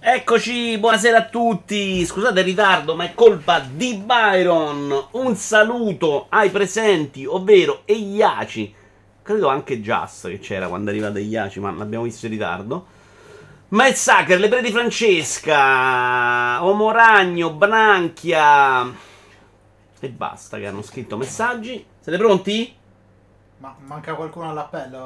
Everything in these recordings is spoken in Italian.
Eccoci, buonasera a tutti. Scusate il ritardo, ma è colpa di Byron. Un saluto ai presenti, ovvero Eiaci. Credo anche Just che c'era quando è arrivato Eiaci, ma l'abbiamo visto in ritardo. Matt Sacker, le prede di Francesca, Omo Ragno, Branchia e basta che hanno scritto messaggi. Siete pronti? Ma manca qualcuno all'appello?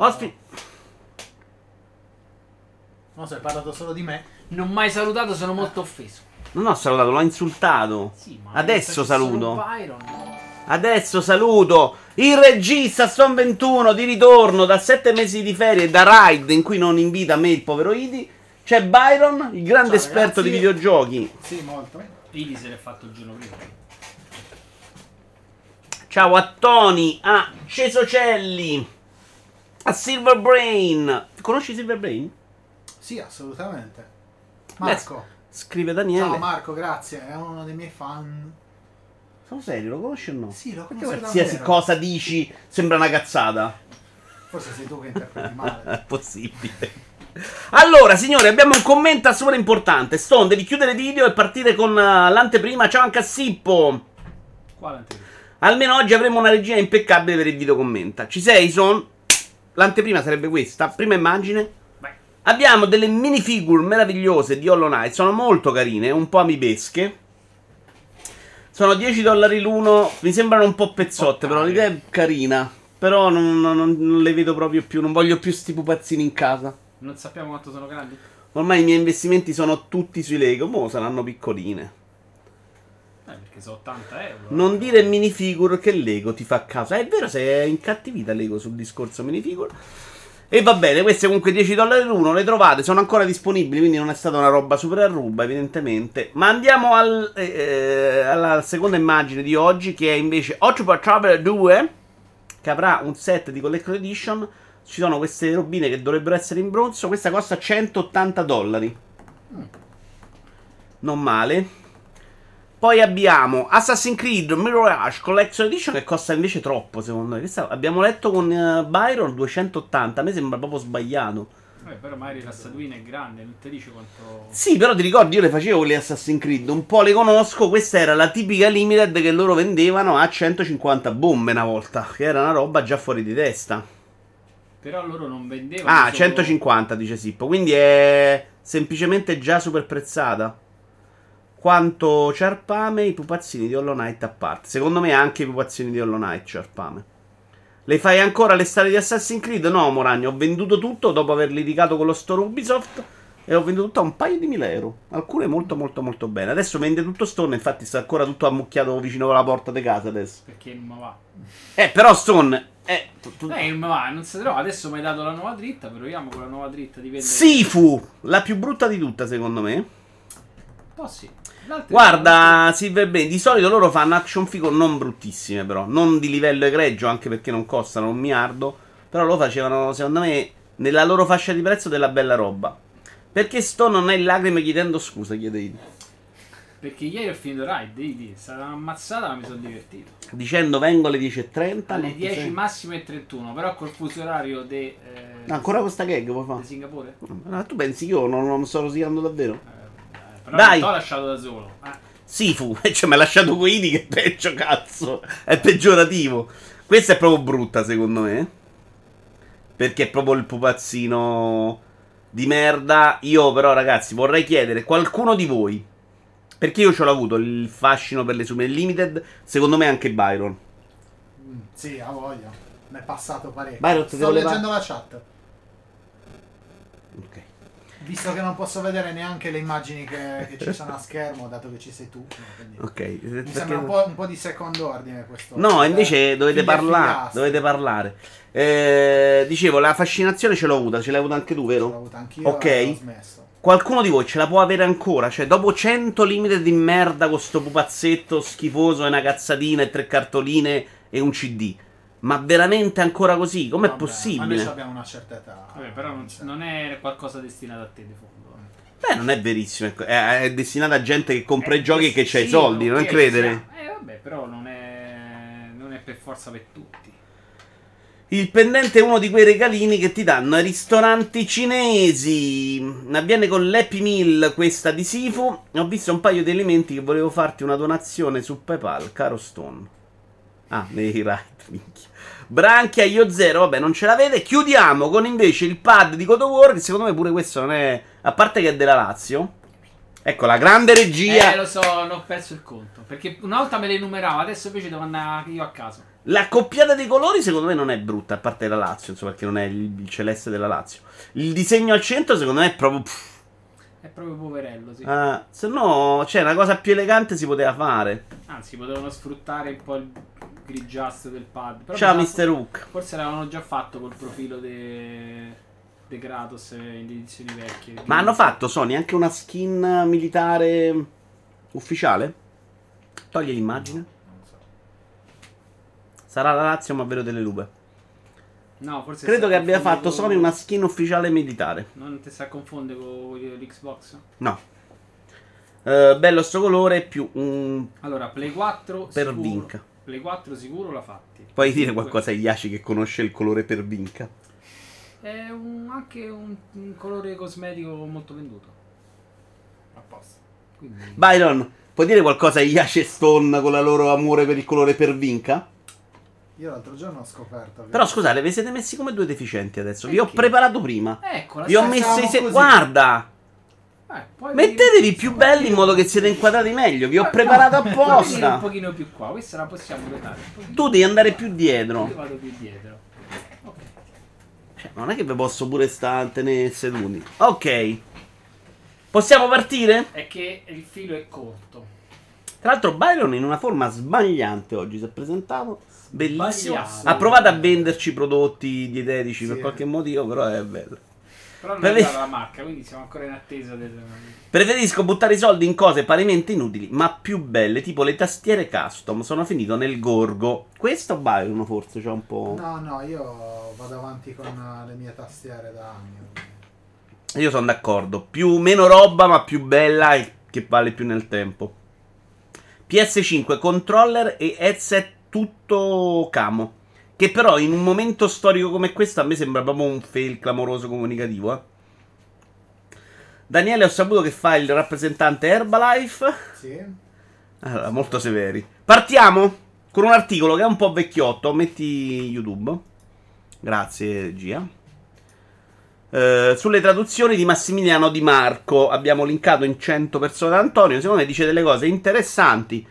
No, se hai parlato solo di me. Non mai salutato, sono molto offeso. Non ho salutato, l'ho insultato. Sì, ma adesso saluto. Byron. Adesso saluto il regista Stone 21 di ritorno da 7 mesi di ferie da Ride in cui non invita me il povero Idi. C'è Byron, il grande Ciao, esperto ragazzi. di videogiochi. Sì, molto. Idi se l'è fatto il giorno prima. Ciao a Tony, a Cesocelli, a Silver Brain. Conosci Silver Brain? Sì, assolutamente. Marco. Scrive Daniele. Ciao Marco, grazie. È uno dei miei fan. Sono serio, lo conosci o no? Sì, lo Perché conosco qualsiasi davvero. cosa dici sembra una cazzata. Forse sei tu che interpreti male. È possibile. Allora, signori, abbiamo un commento super importante. Stone, devi chiudere il video e partire con l'anteprima. Ciao anche a Sippo. Quale anteprima? Almeno oggi avremo una regia impeccabile per il video commenta. Ci sei, Son? L'anteprima sarebbe questa. Prima immagine. Vai. Abbiamo delle minifigure meravigliose di Hollow Knight. Sono molto carine, un po' amibesche. Sono $10 l'uno. Mi sembrano un po' pezzotte, però l'idea è carina. Però non le vedo proprio più. Non voglio più sti pupazzini in casa. Non sappiamo quanto sono grandi? Ormai i miei investimenti sono tutti sui Lego. Mo' saranno piccoline. Perché sono 80 euro. Non dire minifigure che Lego ti fa caso. È vero, se è incattivita Lego sul discorso minifigure. E va bene, queste comunque $10 l'uno, le trovate, sono ancora disponibili, quindi non è stata una roba super a ruba, evidentemente. Ma andiamo alla seconda immagine di oggi, che è invece Octopath Traveler 2, che avrà un set di Collector Edition. Ci sono queste robine che dovrebbero essere in bronzo. Questa costa $180. Non male. Poi abbiamo Assassin's Creed Mirage Collection Edition, che costa invece troppo, secondo me. Questa abbiamo letto con Byron 280. A me sembra proprio sbagliato. Però magari la statuina è grande, non ti dice quanto. Sì, però ti ricordi, io le facevo le Assassin's Creed, un po' le conosco. Questa era la tipica limited che loro vendevano a 150 bombe una volta, che era una roba già fuori di testa. Però loro non vendevano. Ah, solo... 150 dice Sippo, quindi è semplicemente già super prezzata. Quanto ciarpame i pupazzini di Hollow Knight a parte. Secondo me anche i pupazzini di Hollow Knight ciarpame. Le fai ancora le storie di Assassin's Creed? No, Moragno, ho venduto tutto dopo aver litigato con lo store Ubisoft. E ho venduto tutto a un paio di €1.000. Alcune molto molto molto bene. Adesso vende tutto Stone, infatti sta ancora tutto ammucchiato vicino alla porta di casa adesso. Perché non mi va. Però Stone... Non mi va, non si trova. Adesso mi hai dato la nuova dritta, proviamo con la nuova dritta di vendere. Sifu! La più brutta di tutte, secondo me. Oh sì. L'altra Guarda, Silver Brain, di solito loro fanno action figure non bruttissime, però non di livello egregio, anche perché non costano un miliardo. Però lo facevano, secondo me, nella loro fascia di prezzo della bella roba. Perché sto non hai lacrime chiedendo scusa, chiede Idi. Perché ieri ho finito Ride, Idi. È stata un'ammazzata, ma mi sono divertito. Dicendo vengo alle 10:30. Alle non ti 10 sei- massimo e 31, però col fuso orario di Ancora questa gag vuoi fare? Singapore. Ma tu pensi che io non sto rosicando davvero? Però Dai. non t'ho lasciato da solo. Sifu, cioè mi ha lasciato con Idi che è peggio, cazzo. È peggiorativo. Questa è proprio brutta, secondo me. Perché è proprio il pupazzino di merda. Io però, ragazzi, vorrei chiedere qualcuno di voi, perché io ce l'ho avuto il fascino per le Super Limited. Secondo me anche Byron. Sì, ha voglia. Ne è passato parecchio. Byron, te Sto devo levare- leggendo la chat. Ok. Visto che non posso vedere neanche le immagini che ci sono a schermo, dato che ci sei tu. Quindi Ok. mi sembra Perché... un po' di secondo ordine questo. No, invece dovete Figli e parlare. figliastri. Dovete parlare. Dicevo, la fascinazione ce l'ho avuta. Ce l'hai avuta anche tu, L'ho vero? avuta anch'io Ok. e ho smesso. Qualcuno di voi ce la può avere ancora? Cioè, dopo 100 limite di merda con sto pupazzetto schifoso e una cazzatina e 3 cartoline e un CD. Ma veramente ancora così? Com'è Vabbè, possibile? Ma noi abbiamo una certa età. Vabbè, però non è qualcosa destinato a te di fondo. Beh, non è verissimo. È destinata a gente che compra i giochi e che c'ha i Sì, soldi, non ok, è credere. vabbè, però non è per forza per tutti. Il pendente è uno di quei regalini che ti danno ai ristoranti cinesi. Avviene con l'Happy Meal questa di Sifu. Ho visto un paio di elementi che volevo farti una donazione su PayPal, caro Stone. Ah, nei right, minchia. Branchia, io zero, vabbè, non ce l'avete. Chiudiamo con invece il pad di God of War, che secondo me pure questo non è... A parte che è della Lazio. Ecco, la grande regia. Lo so, non ho perso il conto. Perché una volta me le numeravo, adesso invece devo andare io a caso. La coppiata dei colori secondo me non è brutta, a parte la Lazio, insomma, perché non è il celeste della Lazio. Il disegno al centro secondo me è proprio... È proprio poverello, sì. Se no, cioè, una cosa più elegante si poteva fare. Anzi, potevano sfruttare un po' il grigiastro del pad. Però Ciao, pensavo- Mr. Hook. Forse l'avevano già fatto col profilo de Kratos in edizioni vecchie. Ma hanno fatto, Sony, anche una skin militare ufficiale? Togli l'immagine. Non so. Sarà la Lazio, ma vero delle lupe. No, forse Credo sta che abbia confondendo fatto Sony una skin ufficiale militare. Non ti sta a confondere con l'Xbox? No. Bello sto colore, più un... Allora, Play 4 Per sicuro. vinca. Play 4 sicuro l'ha fatti. Puoi dire qualcosa a Yashi che conosce il colore per vinca? È anche un colore cosmetico molto venduto. A posto. Quindi... Byron, puoi dire qualcosa a Yashi e Stone con la loro amore per il colore per vinca? Io l'altro giorno ho scoperto che... Però scusate, vi siete messi come due deficienti adesso. Vi ho Perché? preparato prima. Ecco, la Vi ho stessa- messo i così. Guarda! poi Mettetevi più belli in modo che siete inquadrati meglio. Vi ho No, preparato puoi venire un apposta. pochino più qua, questa la possiamo vedere. Tu devi andare più Io dietro. vado più dietro. Ok. Cioè, non è che vi posso pure stare tenere seduti. Ok. Possiamo partire? È che il filo è corto. Tra l'altro Byron in una forma sbagliante oggi si è presentato. Bellissimo. Sbagliato. Ha provato a venderci prodotti dietetici Sì. per qualche motivo, però è bello. Però non Per è me- arrivata la marca, quindi siamo ancora in attesa del... Preferisco buttare i soldi in cose parimenti inutili, ma più belle, tipo le tastiere custom. Sono finito nel gorgo. Questo Byron forse c'ha un po'... No, io vado avanti con le mie tastiere da anni. Io sono d'accordo. Meno roba, ma più bella e che vale più nel tempo. PS5, controller e headset tutto camo. Che però in un momento storico come questo a me sembra proprio un fail clamoroso comunicativo. Daniele, ho saputo che fa il rappresentante Herbalife. Sì? Allora, molto severi. Partiamo con un articolo che è un po' vecchiotto. Metti YouTube. Grazie, Gia. Sulle traduzioni di Massimiliano Di Marco. Abbiamo linkato in 100 persone da Antonio. Secondo me dice delle cose interessanti.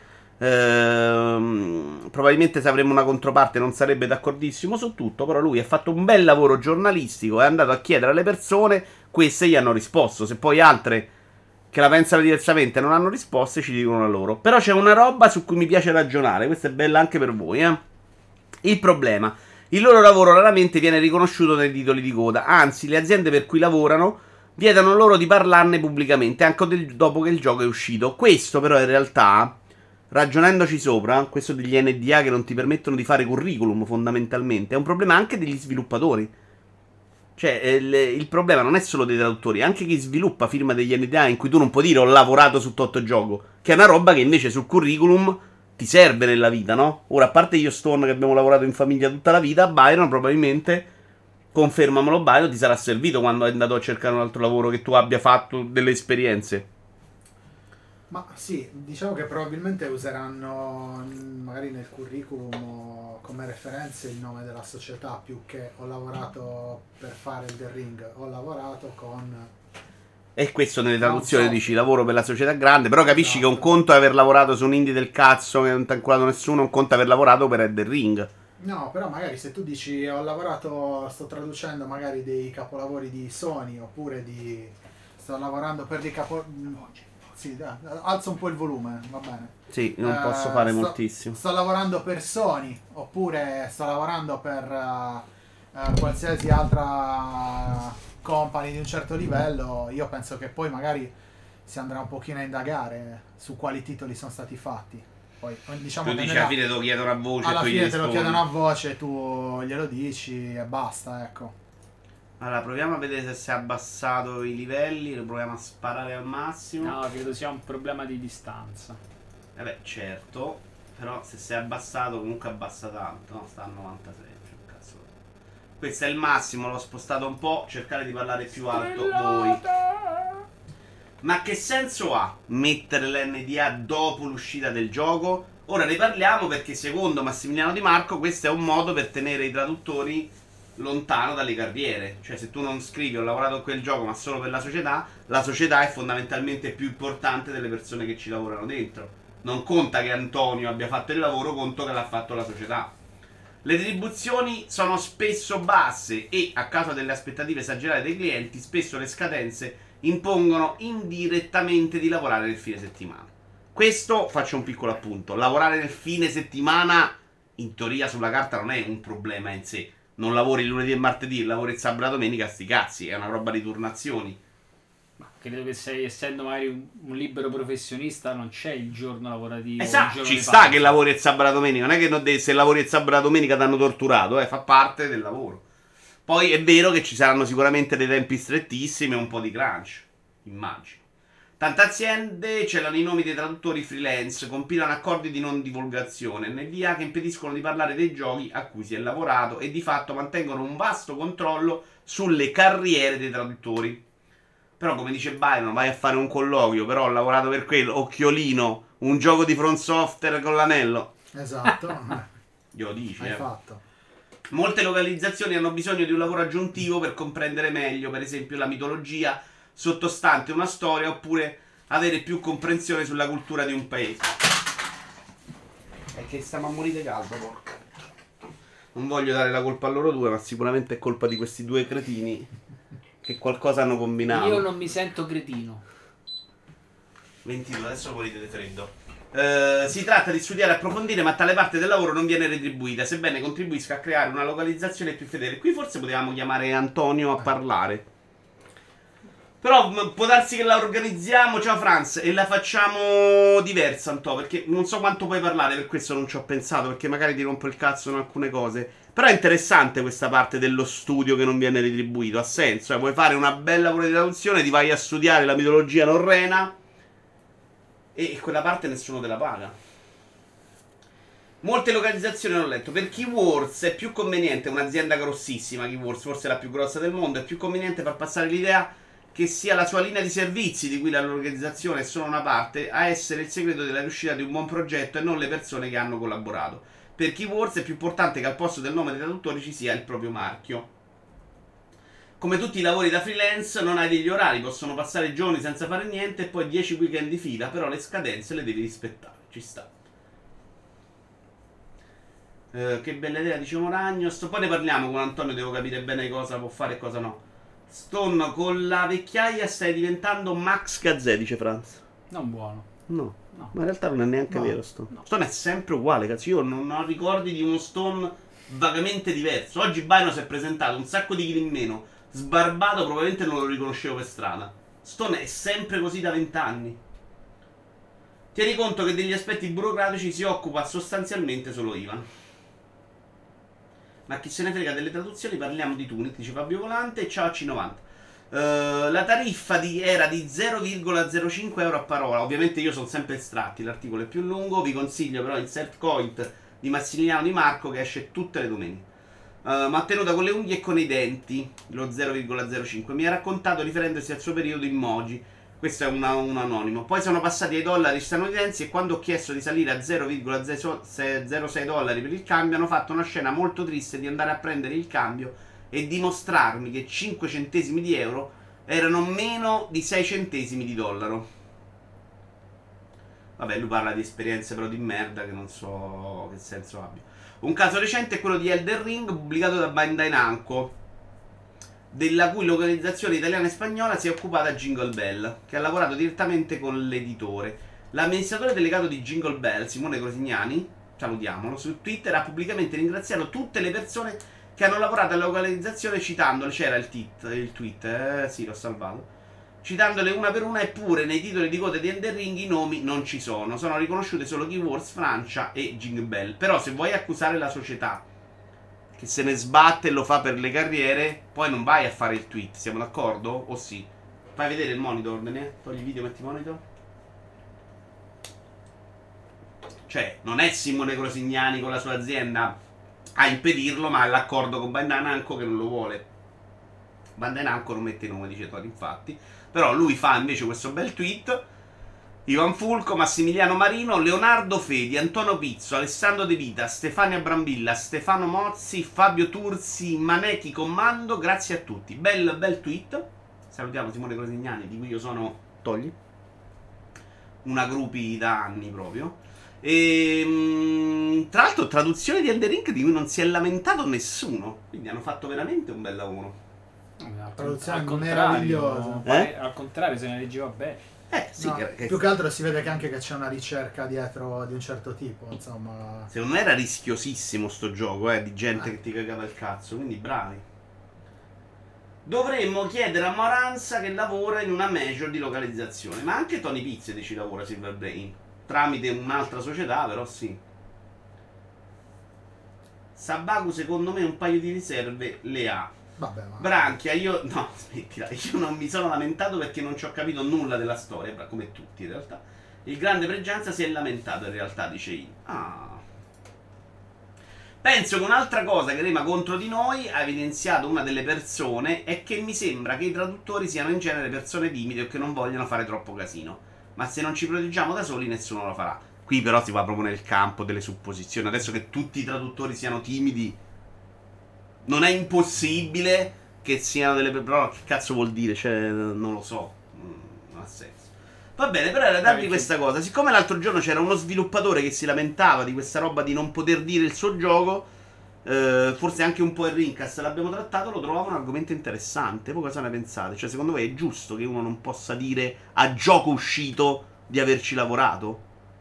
Probabilmente se avremmo una controparte non sarebbe d'accordissimo su tutto. Però lui ha fatto un bel lavoro giornalistico. È andato a chiedere alle persone. Queste gli hanno risposto. Se poi altre che la pensano diversamente non hanno risposte, ci dicono la loro. Però c'è una roba su cui mi piace ragionare. Questa è bella anche per voi, Il problema: il loro lavoro raramente viene riconosciuto nei titoli di coda. Anzi, le aziende per cui lavorano vietano loro di parlarne pubblicamente anche dopo che il gioco è uscito. Questo però in realtà, ragionandoci sopra, questo degli NDA che non ti permettono di fare curriculum fondamentalmente, è un problema anche degli sviluppatori. Cioè, il problema non è solo dei traduttori, anche chi sviluppa firma degli NDA in cui tu non puoi dire ho lavorato su tot gioco, che è una roba che invece sul curriculum ti serve nella vita, no? Ora, a parte io Stone che abbiamo lavorato in famiglia tutta la vita, Byron probabilmente, confermamelo Byron, ti sarà servito quando è andato a cercare un altro lavoro che tu abbia fatto delle esperienze. Ma sì, diciamo che probabilmente useranno magari nel curriculum o come referenze il nome della società più che ho lavorato per fare il The Ring, ho lavorato con... E questo nelle traduzioni Non so. dici lavoro per la società grande, però capisci che un conto è aver lavorato su un indie del cazzo che non ti ha inculato nessuno, un conto è aver lavorato per Elden Ring. No, però magari se tu dici ho lavorato, sto traducendo magari dei capolavori di Sony oppure sto lavorando per dei capolavori... Sì, alzo un po' il volume, va bene. Sì, non posso fare sto- moltissimo. Sto lavorando per Sony oppure sto lavorando per qualsiasi altra company di un certo livello. Io penso che poi magari si andrà un pochino a indagare su quali titoli sono stati fatti. Poi diciamo Tu che dici alla fine te lo chiedono a voce alla e tu gli fine te lo rispondi. chiedono a voce, tu glielo dici e basta, ecco. Allora, proviamo a vedere se si è abbassato i livelli, lo proviamo a sparare al massimo. No, credo sia un problema di distanza. Vabbè, certo, però se si è abbassato comunque abbassa tanto, no? Sta a 96, cioè, cazzo. Questo è il massimo, l'ho spostato un po', cercare di parlare più alto voi. Ma che senso ha mettere l'NDA dopo l'uscita del gioco? Ora ne parliamo perché secondo Massimiliano Di Marco questo è un modo per tenere i traduttori lontano dalle carriere. Cioè se tu non scrivi ho lavorato a quel gioco ma solo per la società è fondamentalmente più importante delle persone che ci lavorano dentro. Non conta che Antonio abbia fatto il lavoro, conto che l'ha fatto la società. Le retribuzioni sono spesso basse e, a causa delle aspettative esagerate dei clienti, spesso le scadenze impongono indirettamente di lavorare nel fine settimana. Questo faccio un piccolo appunto. Lavorare nel fine settimana, in teoria sulla carta, non è un problema in sé. Non lavori il lunedì e martedì, lavori il sabato e la domenica, sti cazzi, è una roba di turnazioni. Ma credo che essendo magari un libero professionista, non c'è il giorno lavorativo. Esatto, il giorno ci di sta pausa. che lavori il sabato e la domenica, non è che se lavori il sabato e la domenica ti hanno torturato, fa parte del lavoro. Poi è vero che ci saranno sicuramente dei tempi strettissimi e un po' di crunch, immagino. Tante aziende celano i nomi dei traduttori freelance, compilano accordi di non divulgazione, NDA che impediscono di parlare dei giochi a cui si è lavorato e di fatto mantengono un vasto controllo sulle carriere dei traduttori. Però come dice Byron, vai a fare un colloquio, però ho lavorato per quello, occhiolino, un gioco di From Software con l'anello. Esatto. Glielo dici, Hai fatto. Molte localizzazioni hanno bisogno di un lavoro aggiuntivo per comprendere meglio, per esempio, la mitologia sottostante una storia, oppure avere più comprensione sulla cultura di un paese. È che stiamo a morire caldo, porca. Non voglio dare la colpa a loro due, ma sicuramente è colpa di questi due cretini che qualcosa hanno combinato. Io non mi sento cretino. 22, adesso morite di freddo. Si tratta di studiare e approfondire, ma tale parte del lavoro non viene retribuita, sebbene contribuisca a creare una localizzazione più fedele. Qui forse potevamo chiamare Antonio a parlare. Però può darsi che la organizziamo, ciao Franz, e la facciamo diversa, Anto, perché non so quanto puoi parlare, per questo non ci ho pensato, perché magari ti rompo il cazzo in alcune cose. Però è interessante questa parte dello studio che non viene retribuito, ha senso, puoi fare una bella lavoro di traduzione, ti vai a studiare la mitologia norrena e quella parte nessuno te la paga. Molte localizzazioni ho letto. Per Keywords è più conveniente, un'azienda grossissima, Keywords, forse la più grossa del mondo, è più conveniente far passare l'idea che sia la sua linea di servizi, di cui la localizzazione è solo una parte, a essere il segreto della riuscita di un buon progetto e non le persone che hanno collaborato. Per Keywords è più importante che al posto del nome dei traduttori ci sia il proprio marchio. Come tutti i lavori da freelance non hai degli orari, possono passare giorni senza fare niente e poi 10 weekend di fila, però le scadenze le devi rispettare, ci sta. Che bella idea, diciamo Ragnos. Poi ne parliamo con Antonio, devo capire bene cosa può fare e cosa no. Stone, con la vecchiaia stai diventando Max Gazzè, dice Franz. Non buono. No, No. ma in realtà non è neanche vero Stone. No. Stone è sempre uguale, cazzo. Io non ho ricordi di uno Stone vagamente diverso. Oggi Bino si è presentato un sacco di chili in meno, sbarbato, probabilmente non lo riconoscevo per strada. Stone è sempre così da 20 anni. Tieni conto che degli aspetti burocratici si occupa sostanzialmente solo Ivan. Ma chi se ne frega delle traduzioni, parliamo di Tunic, dice Fabio Volante. Ciao a C90. La tariffa era di 0,05 euro a parola. Ovviamente io sono sempre estratti, l'articolo è più lungo. Vi consiglio però Insert Coint di Massimiliano Di Marco, che esce tutte le domeniche. Ma tenuta con le unghie e con i denti, lo 0,05. Mi ha raccontato riferendosi al suo periodo in Moji. Questo è un anonimo. Poi sono passati ai dollari statunitensi e quando ho chiesto di salire a 0,06 dollari per il cambio hanno fatto una scena molto triste di andare a prendere il cambio e dimostrarmi che 5 centesimi di euro erano meno di 6 centesimi di dollaro. Vabbè, lui parla di esperienze però di merda che non so che senso abbia. Un caso recente è quello di Elden Ring, pubblicato da Bandai Namco, della cui localizzazione italiana e spagnola si è occupata Jingle Bell, che ha lavorato direttamente con l'editore. L'amministratore delegato di Jingle Bell, Simone Grosignani, salutiamolo, su Twitter ha pubblicamente ringraziato tutte le persone che hanno lavorato alla localizzazione, citandole, c'era il tweet, sì, l'ho salvato, citandole una per una, eppure nei titoli di coda di Elden Ring i nomi non ci sono riconosciute solo Keywords, Francia e Jingle Bell. Però se vuoi accusare la società che se ne sbatte e lo fa per le carriere, poi non vai a fare il tweet, siamo d'accordo? O sì? Fai vedere il monitor, ne? Togli il video, metti monitor. Cioè, non è Simone Grosignani con la sua azienda a impedirlo, ma ha l'accordo con Bandai Namco che non lo vuole. Bandai Namco non mette il nome di Tony, infatti. Però lui fa invece questo bel tweet. Ivan Fulco, Massimiliano Marino, Leonardo Fedi, Antonio Pizzo, Alessandro De Vita, Stefania Brambilla, Stefano Mozzi, Fabio Turzi, Manechi Commando, grazie a tutti. Bel tweet. Salutiamo Simone Crosignani, di cui io sono togli una gruppi da anni proprio. E tra l'altro traduzione di Elden Ring di cui non si è lamentato nessuno. Quindi hanno fatto veramente un bel lavoro. Traduzione al meravigliosa. Al contrario, se ne leggeva bene. Sì, No, più che altro si vede che anche che c'è una ricerca dietro di un certo tipo, insomma. Se non era rischiosissimo sto gioco, di gente che ti cagava il cazzo, quindi bravi. Dovremmo chiedere a Moranza che lavora in una major di localizzazione, ma anche Tony Pizzi ci lavora Silver Brain, tramite un'altra società, però sì. Sabaku secondo me un paio di riserve le ha. Vabbè, ma... Branchia, no, smettila, io non mi sono lamentato perché non ci ho capito nulla della storia, come tutti in realtà. Il grande Pregianza si è lamentato in realtà, dice Ino. Penso che un'altra cosa che rema contro di noi, ha evidenziato una delle persone, è che mi sembra che i traduttori siano in genere persone timide o che non vogliono fare troppo casino. Ma se non ci proteggiamo da soli nessuno lo farà. Qui però si va proprio nel campo delle supposizioni. Adesso che tutti i traduttori siano timidi, non è impossibile che siano delle... Però che cazzo vuol dire? Cioè, non lo so. Non ha senso. Va bene, però era darvi questa cosa. Siccome l'altro giorno c'era uno sviluppatore che si lamentava di questa roba di non poter dire il suo gioco, forse anche un po' il Rincast l'abbiamo trattato, lo trovavo un argomento interessante. Voi cosa ne pensate? Cioè, secondo voi è giusto che uno non possa dire a gioco uscito di averci lavorato?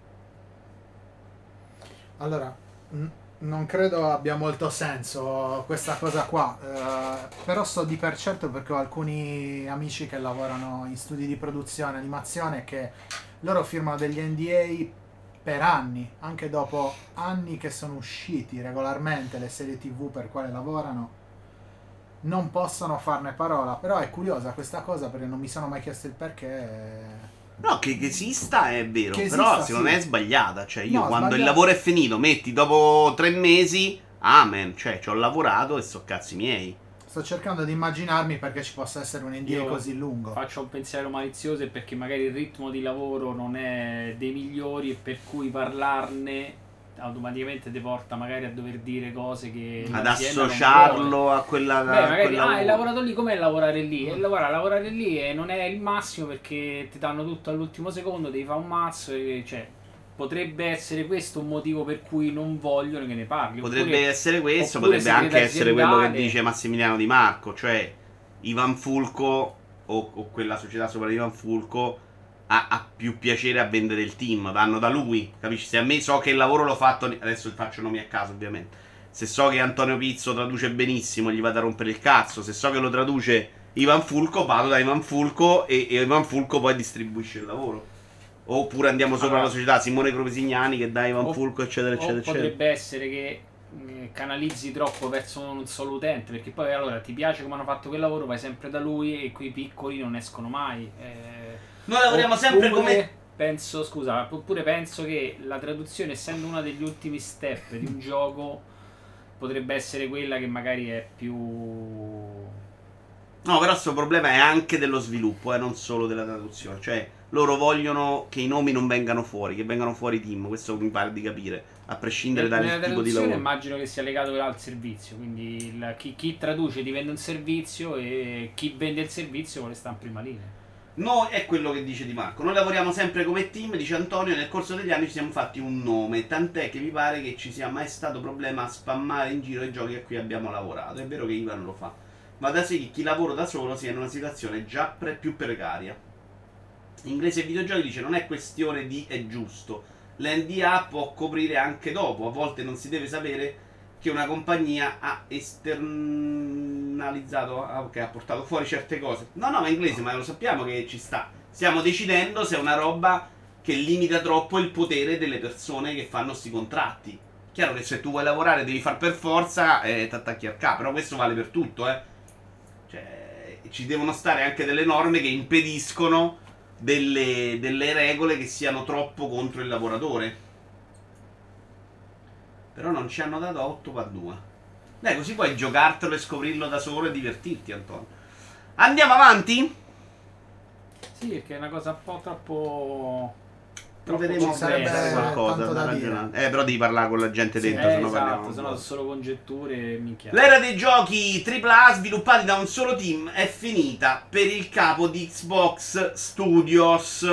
Allora, non credo abbia molto senso questa cosa qua, però so di per certo perché ho alcuni amici che lavorano in studi di produzione, animazione, che loro firmano degli NDA per anni, anche dopo anni che sono usciti regolarmente le serie TV per quale lavorano, non possono farne parola. Però è curiosa questa cosa perché non mi sono mai chiesto il perché. No, che esista è vero, Che però esista, secondo sì. me è sbagliata. Cioè, io No, quando il sbagliata. lavoro è finito, metti dopo 3 mesi, amen, cioè ci ho lavorato e so cazzi miei. Sto cercando di immaginarmi perché ci possa essere un NDA Io così lungo. Faccio un pensiero malizioso e perché magari il ritmo di lavoro non è dei migliori e per cui parlarne automaticamente ti porta magari a dover dire cose che Ad l'azienda non associarlo a quella. vuole. Beh, a magari quel hai lavoro. lavorato lì, com'è lavorare lì? E lavorare lì e non è il massimo perché ti danno tutto all'ultimo secondo, devi fare un mazzo e cioè potrebbe essere questo un motivo per cui non vogliono che ne parli. Potrebbe essere questo, oppure potrebbe anche segreto essere quello che aziendale. dice Massimiliano Di Marco, cioè Ivan Fulco o quella società sopra di Ivan Fulco ha più piacere a vendere il team, vanno da lui, capisci? Se a me so che il lavoro l'ho fatto, adesso faccio nomi a caso ovviamente, se so che Antonio Pizzo traduce benissimo gli vado a rompere il cazzo, se so che lo traduce Ivan Fulco vado da Ivan Fulco e Ivan Fulco poi distribuisce il lavoro. Oppure andiamo sopra la società Simone Crovesignani che dà Ivan Fulco eccetera eccetera eccetera. Potrebbe essere che canalizzi troppo verso un solo utente perché poi allora ti piace come hanno fatto quel lavoro, vai sempre da lui e quei piccoli non escono mai. Noi lavoriamo sempre come... Oppure penso che la traduzione, essendo uno degli ultimi step di un gioco, potrebbe essere quella che magari è più... No, però questo problema è anche dello sviluppo, non solo della traduzione. Cioè, loro vogliono che i nomi non vengano fuori, che vengano fuori i team. Questo mi pare di capire, a prescindere dal Nella tipo di traduzione lavoro. immagino che sia legato al servizio, quindi chi traduce ti vende un servizio e chi vende il servizio vuole stare in prima linea. No, è quello che dice Di Marco. Noi lavoriamo sempre come team, dice Antonio, e nel corso degli anni ci siamo fatti un nome. Tant'è che mi pare che ci sia mai stato problema a spammare in giro i giochi a cui abbiamo lavorato. È vero che Ivan lo fa. Ma da sé che chi lavora da solo sia in una situazione già più precaria. Inglese e videogiochi dice non è questione di è giusto. L'NDA può coprire anche dopo. A volte non si deve sapere che una compagnia ha esternalizzato, ok, ha portato fuori certe cose. No, ma inglese, ma lo sappiamo che ci sta. Stiamo decidendo se è una roba che limita troppo il potere delle persone che fanno sti contratti. Chiaro che se tu vuoi lavorare devi far per forza e ti attacchi al capo, però questo vale per tutto, Cioè, ci devono stare anche delle norme che impediscono delle regole che siano troppo contro il lavoratore. Però non ci hanno dato a 8x2. Dai, così puoi giocartelo e scoprirlo da solo e divertirti, Antonio. Andiamo avanti? Sì, perché è una cosa un po' troppo... Proveremo a ci sarebbe fare qualcosa. tanto da Però devi parlare con la gente dentro, se no esatto, parliamo. se no sono solo congetture e minchia. L'era dei giochi AAA sviluppati da un solo team è finita per il capo di Xbox Studios.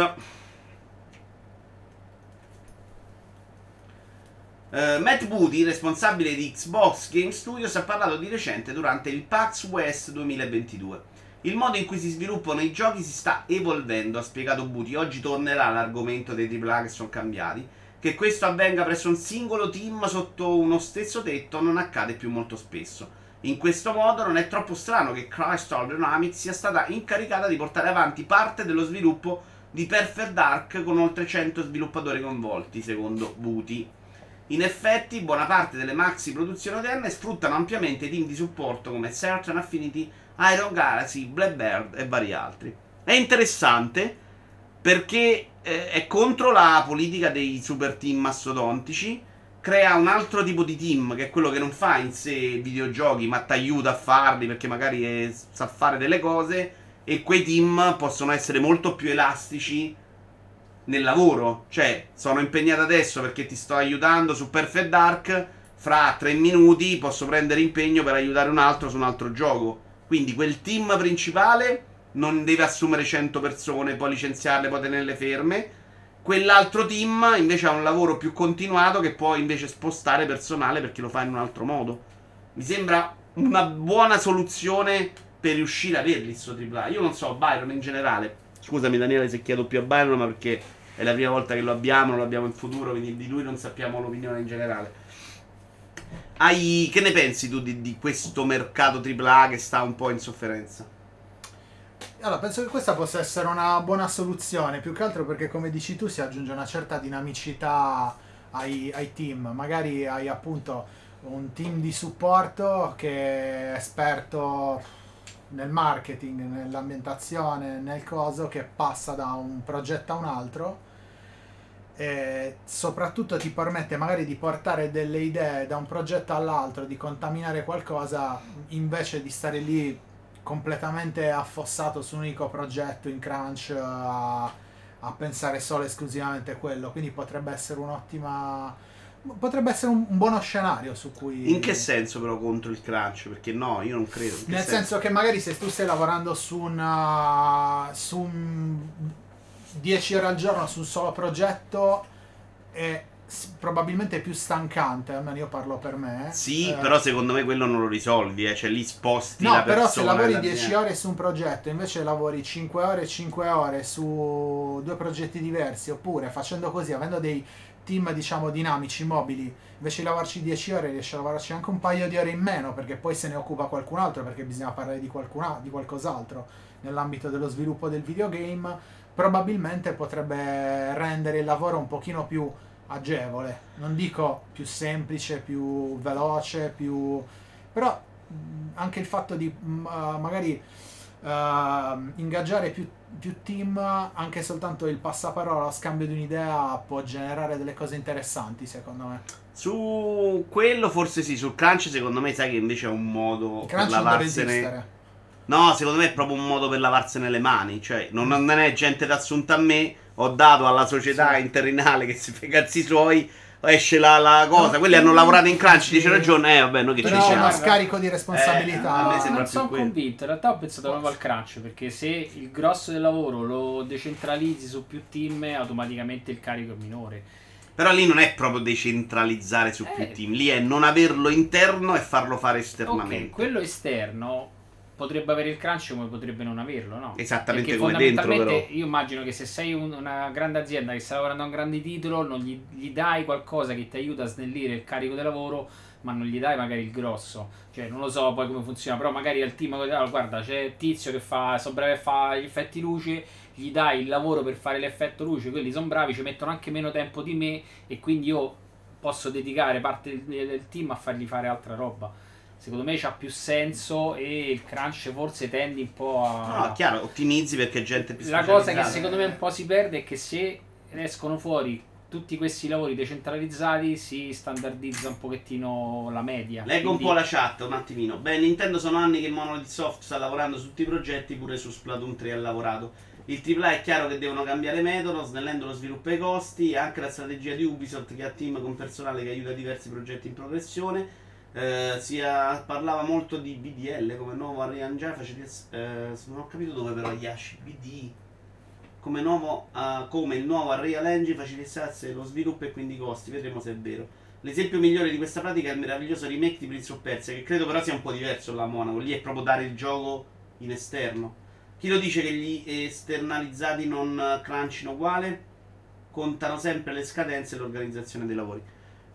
Matt Booty, responsabile di Xbox Game Studios, ha parlato di recente durante il PAX West 2022. Il modo in cui si sviluppano i giochi si sta evolvendo, ha spiegato Booty. Oggi tornerà l'argomento dei AAA che sono cambiati. Che questo avvenga presso un singolo team sotto uno stesso tetto non accade più molto spesso. In questo modo non è troppo strano che Crystal Dynamics sia stata incaricata di portare avanti parte dello sviluppo di Perfect Dark con oltre 100 sviluppatori coinvolti, secondo Booty. In effetti, buona parte delle maxi produzioni oderne sfruttano ampiamente team di supporto come Certain Affinity, Iron Galaxy, Blackbird e vari altri. È interessante perché è contro la politica dei super team mastodontici, crea un altro tipo di team che è quello che non fa in sé videogiochi ma ti aiuta a farli perché magari sa fare delle cose, e quei team possono essere molto più elastici nel lavoro. Cioè, sono impegnato adesso perché ti sto aiutando su Perfect Dark, fra 3 minuti posso prendere impegno per aiutare un altro su un altro gioco. Quindi quel team principale non deve assumere 100 persone, poi licenziarle, poi tenerle ferme. Quell'altro team invece ha un lavoro più continuato che può invece spostare personale perché lo fa in un altro modo. Mi sembra una buona soluzione per riuscire a averli sto AAA. Io non so, Byron in generale. Scusami Daniele se chiedo più a Byron, ma perché è la prima volta che lo abbiamo, non lo abbiamo in futuro, quindi di lui non sappiamo l'opinione in generale. Che ne pensi tu di questo mercato AAA che sta un po' in sofferenza? Allora, penso che questa possa essere una buona soluzione, più che altro perché, come dici tu, si aggiunge una certa dinamicità ai team. Magari hai appunto un team di supporto che è esperto nel marketing, nell'ambientazione, nel coso, che passa da un progetto a un altro. E soprattutto ti permette magari di portare delle idee da un progetto all'altro, di contaminare qualcosa, invece di stare lì completamente affossato su un unico progetto in crunch a pensare solo e esclusivamente a quello. Quindi potrebbe essere potrebbe essere un buono scenario su cui... In che senso però contro il crunch? Perché no, io non credo. Nel senso che magari se tu stai lavorando su un 10 ore al giorno su un solo progetto è probabilmente più stancante, almeno io parlo per me. Sì, però secondo me quello non lo risolvi, cioè lì sposti no, la però persona. se lavori 10 ore su un progetto invece lavori 5 ore e 5 ore su 2 progetti diversi, oppure facendo così, avendo dei team diciamo dinamici, mobili, invece di lavorarci 10 ore riesci a lavorarci anche un paio di ore in meno, perché poi se ne occupa qualcun altro, perché bisogna parlare di qualcos'altro nell'ambito dello sviluppo del videogame, probabilmente potrebbe rendere il lavoro un pochino più agevole, non dico più semplice, più veloce, però anche il fatto di magari ingaggiare più team, anche soltanto il passaparola, lo scambio di un'idea può generare delle cose interessanti, secondo me. Su quello forse sì, sul crunch secondo me sai che invece è un modo Il per crunch non deve lavarsene. esistere. No, secondo me è proprio un modo per lavarsene le mani. Cioè, non è gente d'assunta a me. Ho dato alla società interinale che si fa i cazzi suoi. Esce la cosa. No, quelli hanno lavorato in crunch sì. 10 ragioni. Vabbè, noi che Però ci uno siamo. scarico di responsabilità. a me No, sembra non più sono quello. convinto. In realtà ho pensato proprio al crunch, perché se il grosso del lavoro lo decentralizzi su più team, automaticamente il carico è minore. Però lì non è proprio decentralizzare su più team. Lì è non averlo interno e farlo fare esternamente. Ok, quello esterno potrebbe avere il crunch come potrebbe non averlo, no? Esattamente Perché come dentro, fondamentalmente però. io immagino che se sei una grande azienda che sta lavorando a un grande titolo, non gli dai qualcosa che ti aiuta a snellire il carico di lavoro, ma non gli dai magari il grosso. Cioè, non lo so poi come funziona, però magari al team, allora, guarda, c'è Tizio che sono bravi a fare gli effetti luce, gli dai il lavoro per fare l'effetto luce, quelli sono bravi, ci mettono anche meno tempo di me e quindi io posso dedicare parte del team a fargli fare altra roba. Secondo me c'ha più senso e il crunch forse tendi un po' a... No, chiaro, ottimizzi perché è gente più La cosa che specializzata. secondo me un po' si perde è che se escono fuori tutti questi lavori decentralizzati si standardizza un pochettino la media. Leggo Quindi- un po' la chat un attimino. Beh, Nintendo sono anni che Monolith Soft sta lavorando su tutti i progetti, pure su Splatoon 3 ha lavorato. Il AAA è chiaro che devono cambiare metodo, snellendo lo sviluppo e i costi, e anche la strategia di Ubisoft che ha team con personale che aiuta diversi progetti in progressione. Parlava molto di BDL come nuovo Unreal Engine, non ho capito dove però Yashi, BD come il nuovo Unreal Engine facilitasse lo sviluppo e quindi i costi, vedremo se è vero. L'esempio migliore di questa pratica è il meraviglioso remake di Prince of Persia, che credo però sia un po' diverso da Monaco, lì è proprio dare il gioco in esterno. Chi lo dice che gli esternalizzati non crunchino uguale? Contano sempre le scadenze e l'organizzazione dei lavori.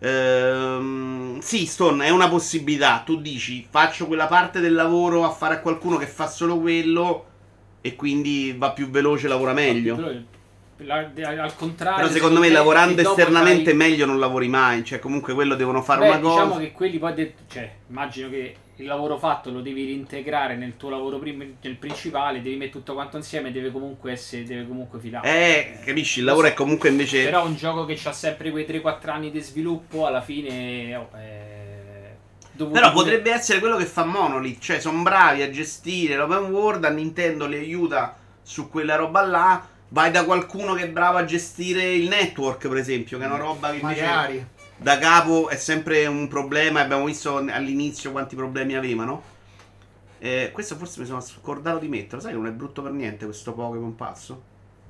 Sì, Stone, è una possibilità. Tu dici, faccio quella parte del lavoro a fare a qualcuno che fa solo quello e quindi va più veloce, lavora meglio. Al contrario, Però secondo me lavorando dopo esternamente fai- meglio non lavori mai. Cioè comunque quello devono fare Beh, una cosa. diciamo che quelli poi cioè, immagino che il lavoro fatto lo devi reintegrare nel tuo lavoro nel principale, devi mettere tutto quanto insieme, deve comunque filare. Capisci, il lavoro è comunque invece. Però un gioco che ha sempre quei 3-4 anni di sviluppo, alla fine Però potrebbe essere quello che fa Monolith. Cioè sono bravi a gestire l'open world, a Nintendo li aiuta su quella roba là. Vai da qualcuno che è bravo a gestire il network, per esempio, che è una roba che invece Magari. da capo è sempre un problema. Abbiamo visto all'inizio quanti problemi avevano. Questo forse mi sono scordato di metterlo. Sai che non è brutto per niente questo Pokémon pazzo?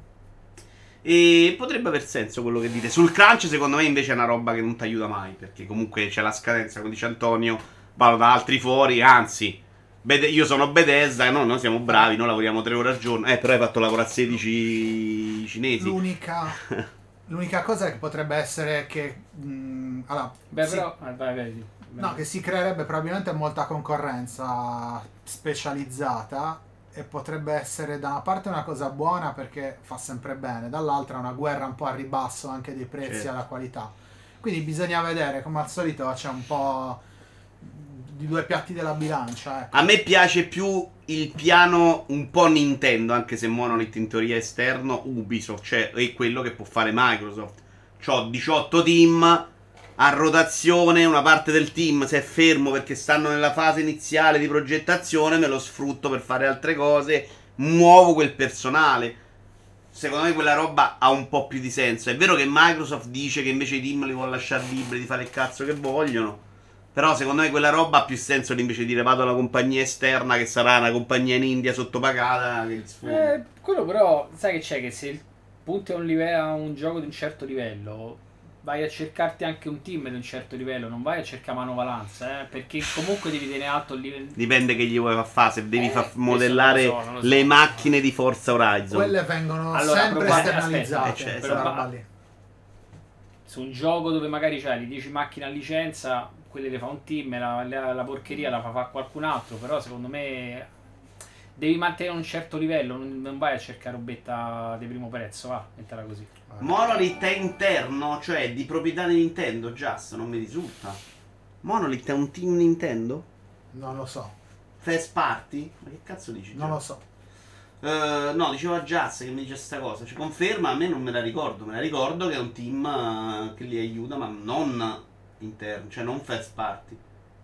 E potrebbe aver senso quello che dite. Sul crunch secondo me invece è una roba che non ti aiuta mai, perché comunque c'è la scadenza, come dice Antonio, vanno da altri fuori, anzi io sono Bethesda, no, noi siamo bravi, noi lavoriamo 3 ore al giorno. Però hai fatto lavorare a 16 cinesi. L'unica cosa che potrebbe essere che allora, no, che si creerebbe probabilmente molta concorrenza specializzata e potrebbe essere da una parte una cosa buona perché fa sempre bene, dall'altra una guerra un po' a ribasso anche dei prezzi, certo, alla qualità. Quindi bisogna vedere, come al solito c'è un po' di due piatti della bilancia, ecco. A me piace più il piano un po' Nintendo, anche se Monolith in teoria è esterno, Ubisoft, cioè è quello che può fare Microsoft. C'ho 18 team a rotazione, una parte del team se è fermo perché stanno nella fase iniziale di progettazione, me lo sfrutto per fare altre cose, muovo quel personale. Secondo me quella roba ha un po' più di senso. È vero che Microsoft dice che invece i team li vuole lasciare liberi di fare il cazzo che vogliono, però secondo me quella roba ha più senso di invece dire vado alla compagnia esterna che sarà una compagnia in India sottopagata che sfonda. Quello però, sai che c'è? Che se il punto è un gioco di un certo livello, vai a cercarti anche un team di un certo livello, non vai a cercare manovalanza, perché comunque devi tenere alto il livello. Dipende che gli vuoi fare, se devi modellare non lo so. le macchine di Forza Horizon. Quelle vengono Allora, sempre esternalizzate. aspetta, quella esatto. roba lì. Su un gioco dove magari c'hai le 10 macchine a licenza, quelle le fa un team e la porcheria la fa qualcun altro, però secondo me devi mantenere un certo livello, non vai a cercare robetta di primo prezzo, va, metterla così. Monolith è interno, cioè di proprietà di Nintendo, Just, non mi risulta. Monolith è un team Nintendo? Non lo so, First party? Ma che cazzo dici? non lo so. No, diceva Just che mi dice sta cosa. Cioè, conferma, a me non me la ricordo. Me la ricordo che è un team che li aiuta, ma non interno, cioè non first party.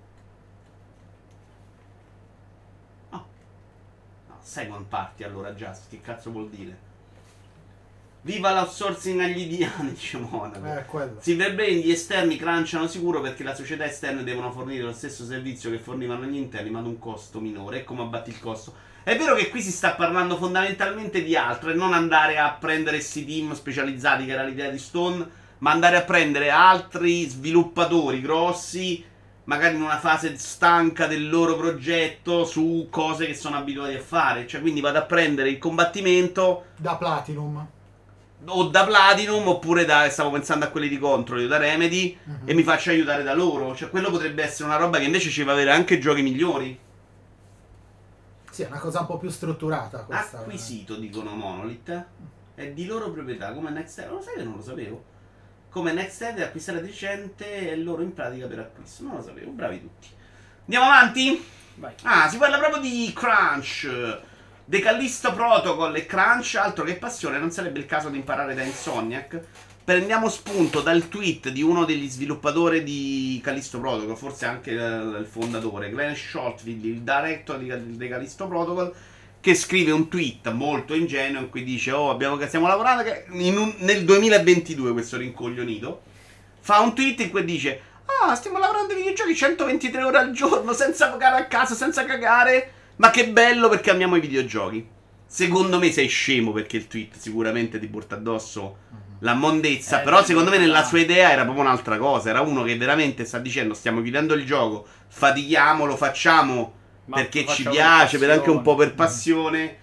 No, second party allora, Just, che cazzo vuol dire? Viva l'outsourcing agli indiani, dice Monaco. Quello. Silverbrain gli esterni crunchano sicuro perché le società esterne devono fornire lo stesso servizio che fornivano gli interni ma ad un costo minore. E come abbatti il costo? È vero che qui si sta parlando fondamentalmente di altro e non andare a prendere questi team specializzati, che era l'idea di Stone, ma andare a prendere altri sviluppatori grossi, magari in una fase stanca del loro progetto, su cose che sono abituati a fare. Cioè quindi vado a prendere il combattimento Da Platinum. o da Platinum oppure stavo pensando a quelli di Control o da Remedy e mi faccio aiutare da loro. Cioè quello potrebbe essere una roba che invece ci va avere anche giochi migliori. Sì, è una cosa un po' più strutturata questa. Acquisito, dicono Monolith. È di loro proprietà, come Next. Lo sai che non lo sapevo. Come Next è acquistare recente e loro in pratica per acquisto. Non lo sapevo, bravi tutti. Andiamo avanti? Vai. Si parla proprio di Crunch. The Callisto Protocol e Crunch, altro che passione, non sarebbe il caso di imparare da Insomniac. prendiamo spunto dal tweet di uno degli sviluppatori di Callisto Protocol, forse anche il fondatore, Glenn Shortfield, il director di Callisto Protocol, che scrive un tweet molto ingenuo in cui dice: oh, stiamo lavorando nel 2022, questo rincoglionito fa un tweet in cui dice: ah, stiamo lavorando ai videogiochi 123 ore al giorno, senza pagare a casa, senza cagare, ma che bello perché amiamo i videogiochi. Secondo me sei scemo, perché il tweet sicuramente ti porta addosso la mondezza, però secondo me nella sua idea era proprio un'altra cosa. Era uno che veramente sta dicendo: stiamo chiudendo il gioco, fatichiamo, lo facciamo perché ci piace, per anche un po' per passione.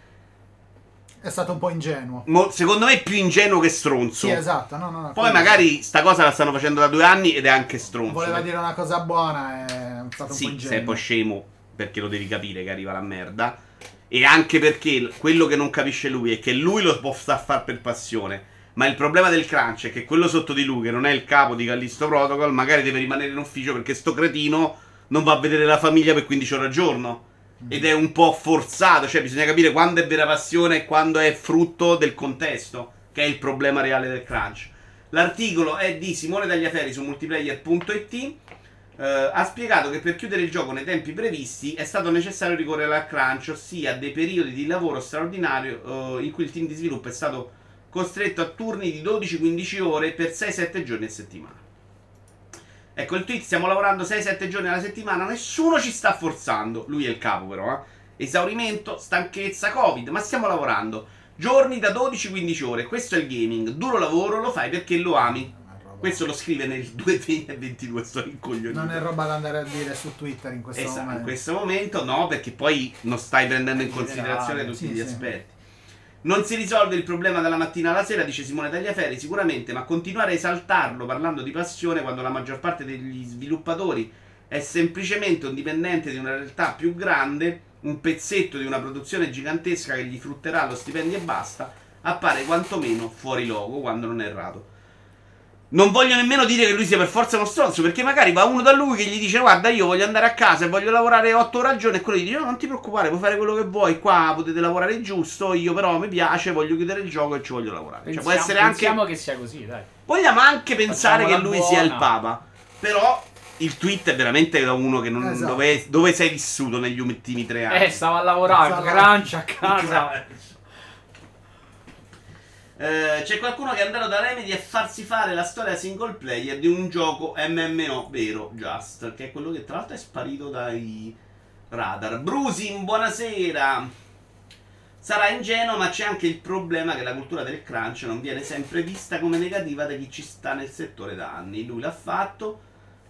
È stato un po' ingenuo. Secondo me è più ingenuo che stronzo. Sì, esatto. No, poi magari sta cosa la stanno facendo da 2 anni ed è anche stronzo. Voleva dire una cosa buona, è stato un po' ingenuo. Sì, sei un po' scemo, perché lo devi capire che arriva la merda. E anche perché quello che non capisce lui è che lui lo può fare per passione, ma il problema del crunch è che quello sotto di lui, che non è il capo di Callisto Protocol, magari deve rimanere in ufficio perché sto cretino non va a vedere la famiglia per 15 ore al giorno. Ed è un po' forzato, cioè bisogna capire quando è vera passione e quando è frutto del contesto, che è il problema reale del crunch. L'articolo è di Simone Tagliaferri su multiplayer.it. Ha spiegato che per chiudere il gioco nei tempi previsti è stato necessario ricorrere al crunch, ossia dei periodi di lavoro straordinario in cui il team di sviluppo è stato costretto a turni di 12-15 ore per 6-7 giorni a settimana. Ecco il tweet: stiamo lavorando 6-7 giorni alla settimana, nessuno ci sta forzando. Lui è il capo però, esaurimento, stanchezza, covid, ma stiamo lavorando giorni da 12-15 ore. Questo è il gaming, duro lavoro, lo fai perché lo ami. Questo lo scrive nel 2022, sto rincoglionito. Non è roba da andare a dire su Twitter in questo momento. In questo momento no, perché poi non stai prendendo in considerazione tutti gli aspetti. Non si risolve il problema dalla mattina alla sera, dice Simone Tagliaferri, sicuramente, ma continuare a esaltarlo parlando di passione quando la maggior parte degli sviluppatori è semplicemente un dipendente di una realtà più grande, un pezzetto di una produzione gigantesca che gli frutterà lo stipendio e basta, appare quantomeno fuori luogo, quando non è errato. Non voglio nemmeno dire che lui sia per forza uno stronzo, perché magari va uno da lui che gli dice: guarda, io voglio andare a casa e voglio lavorare 8 ore al giorno, e quello gli dice: no, non ti preoccupare, puoi fare quello che vuoi, qua potete lavorare giusto, io però mi piace, voglio chiudere il gioco e ci voglio lavorare. Cioè, può essere anche... Pensiamo che sia così, dai. Vogliamo anche pensare che lui buona. sia il papa, però il tweet è veramente da uno che non... Esatto. Dove sei vissuto negli ultimi 3 anni? Stava a lavorare, crunch a casa. C'è qualcuno che è andato da Remedy a farsi fare la storia single player di un gioco MMO vero, Just, che è quello che tra l'altro è sparito dai radar. Brusin, buonasera. Sarà ingenuo, ma c'è anche il problema che la cultura del crunch non viene sempre vista come negativa da chi ci sta nel settore da anni. Lui l'ha fatto,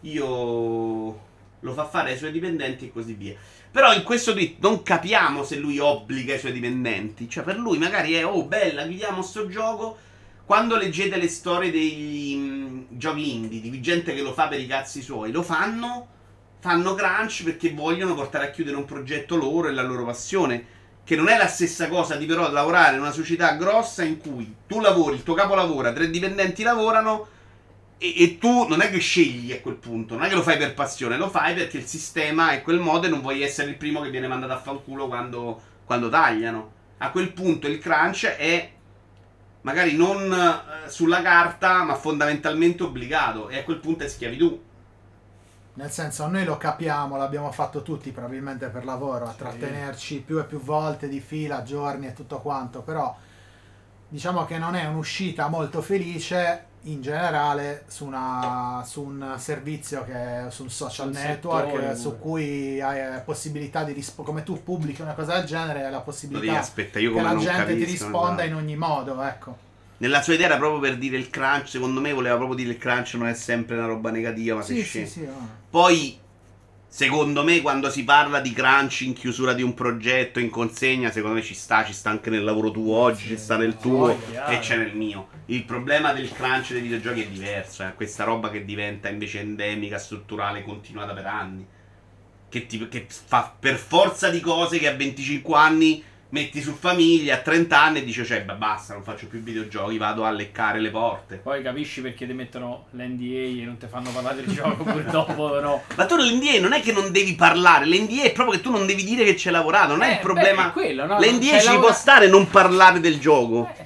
lo fa fare ai suoi dipendenti e così via. Però in questo tweet non capiamo se lui obbliga i suoi dipendenti. Cioè per lui magari è: oh bella, chiudiamo sto gioco. Quando leggete le storie degli giochi indie, di gente che lo fa per i cazzi suoi, lo fanno crunch perché vogliono portare a chiudere un progetto loro e la loro passione. Che non è la stessa cosa di però lavorare in una società grossa in cui tu lavori, il tuo capo lavora, 3 dipendenti lavorano e tu non è che scegli a quel punto, non è che lo fai per passione, lo fai perché il sistema è quel modo e non vuoi essere il primo che viene mandato a fanculo quando tagliano. A quel punto il crunch è magari non sulla carta, ma fondamentalmente obbligato, e a quel punto è schiavitù. Nel senso, noi lo capiamo, l'abbiamo fatto tutti probabilmente per lavoro, a trattenerci più e più volte di fila, giorni e tutto quanto, però diciamo che non è un'uscita molto felice in generale su un servizio che su un social network su cui hai possibilità di come tu pubblichi una cosa del genere, hai la possibilità aspetta, io che come la non gente ti capisco, risponda in ogni modo, ecco. Nella sua idea era proprio per dire il crunch, secondo me voleva proprio dire il crunch non è sempre una roba negativa, ma sì, Poi, secondo me, quando si parla di crunch in chiusura di un progetto, in consegna, secondo me ci sta anche nel lavoro tuo oggi, ci sta nel tuo e c'è nel mio. Il problema del crunch dei videogiochi è diverso, questa roba che diventa invece endemica, strutturale, continuata per anni. Che fa per forza di cose che a 25 anni... metti su famiglia, a 30 anni e dici: cioè basta, non faccio più videogiochi, vado a leccare le porte. Poi capisci perché ti mettono l'NDA e non ti fanno parlare del gioco pure dopo, no? Ma tu l'NDA non è che non devi parlare, l'NDA è proprio che tu non devi dire che ci hai lavorato, non è il problema. È quello, no? L'NDA ci può stare non parlare del gioco.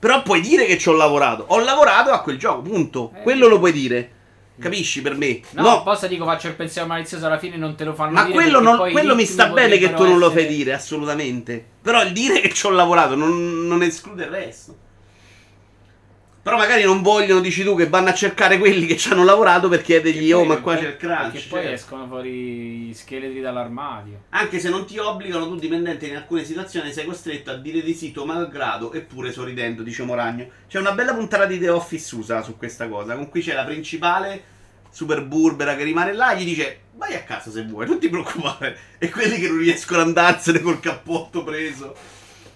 Però puoi dire che ci ho lavorato. Ho lavorato a quel gioco, punto. Quello lo puoi dire. Capisci per me? No, posso dico faccio il pensiero malizioso, alla fine non te lo fanno Ma dire. quello mi sta bene che tu non lo fai essere... dire, assolutamente. Però il dire che ci ho lavorato non esclude il resto. Però magari non vogliono, dici tu, che vanno a cercare quelli che ci hanno lavorato per chiedergli, oh, ma qua c'è il crunch. Perché poi escono fuori i scheletri dall'armadio. Anche se non ti obbligano, tu dipendente in alcune situazioni sei costretto a dire di sì tuo malgrado, eppure sorridendo, dice Moragno. C'è una bella puntata di The Office USA su questa cosa, con cui c'è la principale super burbera che rimane là, gli dice vai a casa se vuoi, non ti preoccupare. E quelli che non riescono ad andarsene col cappotto preso.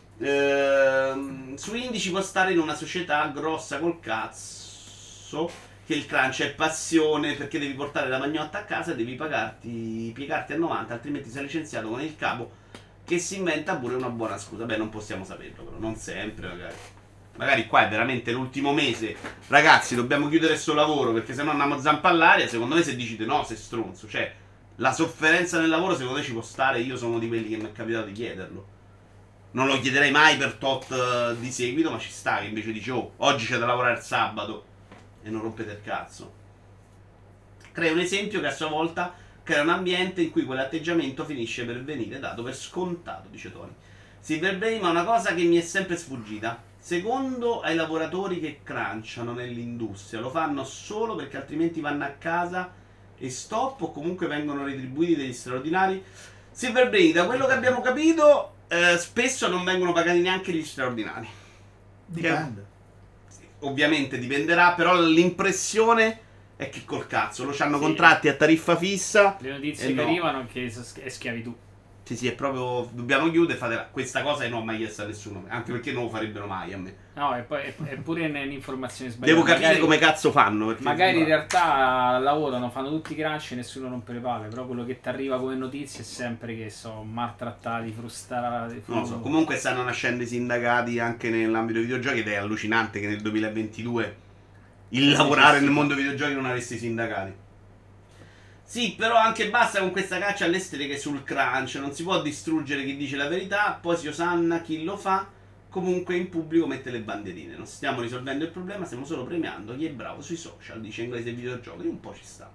Su Indie ci può stare in una società grossa col cazzo che il crunch è passione, perché devi portare la magnotta a casa e devi piegarti a 90, altrimenti sei licenziato con il capo che si inventa pure una buona scusa. Beh, non possiamo saperlo, però non sempre, magari qua è veramente l'ultimo mese, ragazzi, dobbiamo chiudere sto lavoro perché sennò andiamo zampa all'aria. Secondo me se dicite no, sei stronzo. Cioè, la sofferenza nel lavoro secondo me ci può stare. Io sono di quelli che mi è capitato di chiederlo. Non lo chiederei mai per tot di seguito, ma ci sta che invece dici oh, oggi c'è da lavorare il sabato e non rompete il cazzo. Crea un esempio che a sua volta crea un ambiente in cui quell'atteggiamento finisce per venire dato per scontato, dice Tony. Silverblade, ma una cosa che mi è sempre sfuggita. Secondo ai lavoratori che crunchano nell'industria, lo fanno solo perché altrimenti vanno a casa e stop, o comunque vengono retribuiti degli straordinari? Silverblade, da quello che abbiamo capito, spesso non vengono pagati neanche gli straordinari. Dipende. Ovviamente dipenderà, però l'impressione è che col cazzo lo c'hanno contratti a tariffa fissa. Le notizie che arrivano che è schiavitù. Sì, è proprio dobbiamo chiudere, fatela. Questa cosa io non ho mai chiesto a nessuno, anche perché non lo farebbero mai a me. No, e poi è pure un'informazione sbagliata. Devo capire come cazzo fanno. Magari in realtà lavorano, fanno tutti i crunch e nessuno rompe le palle. Però quello che ti arriva come notizie è sempre che sono maltrattati, frustrati. Non lo so, comunque stanno nascendo i sindacati anche nell'ambito dei videogiochi ed è allucinante che nel 2022 il lavorare nel mondo dei videogiochi non avesse i sindacati. Sì, però anche basta con questa caccia alle streghe sul crunch. Non si può distruggere chi dice la verità, poi si osanna chi lo fa. Comunque in pubblico mette le bandierine. Non stiamo risolvendo il problema, stiamo solo premiando chi è bravo sui social, dice inglese videogiochi. Un po' ci sta.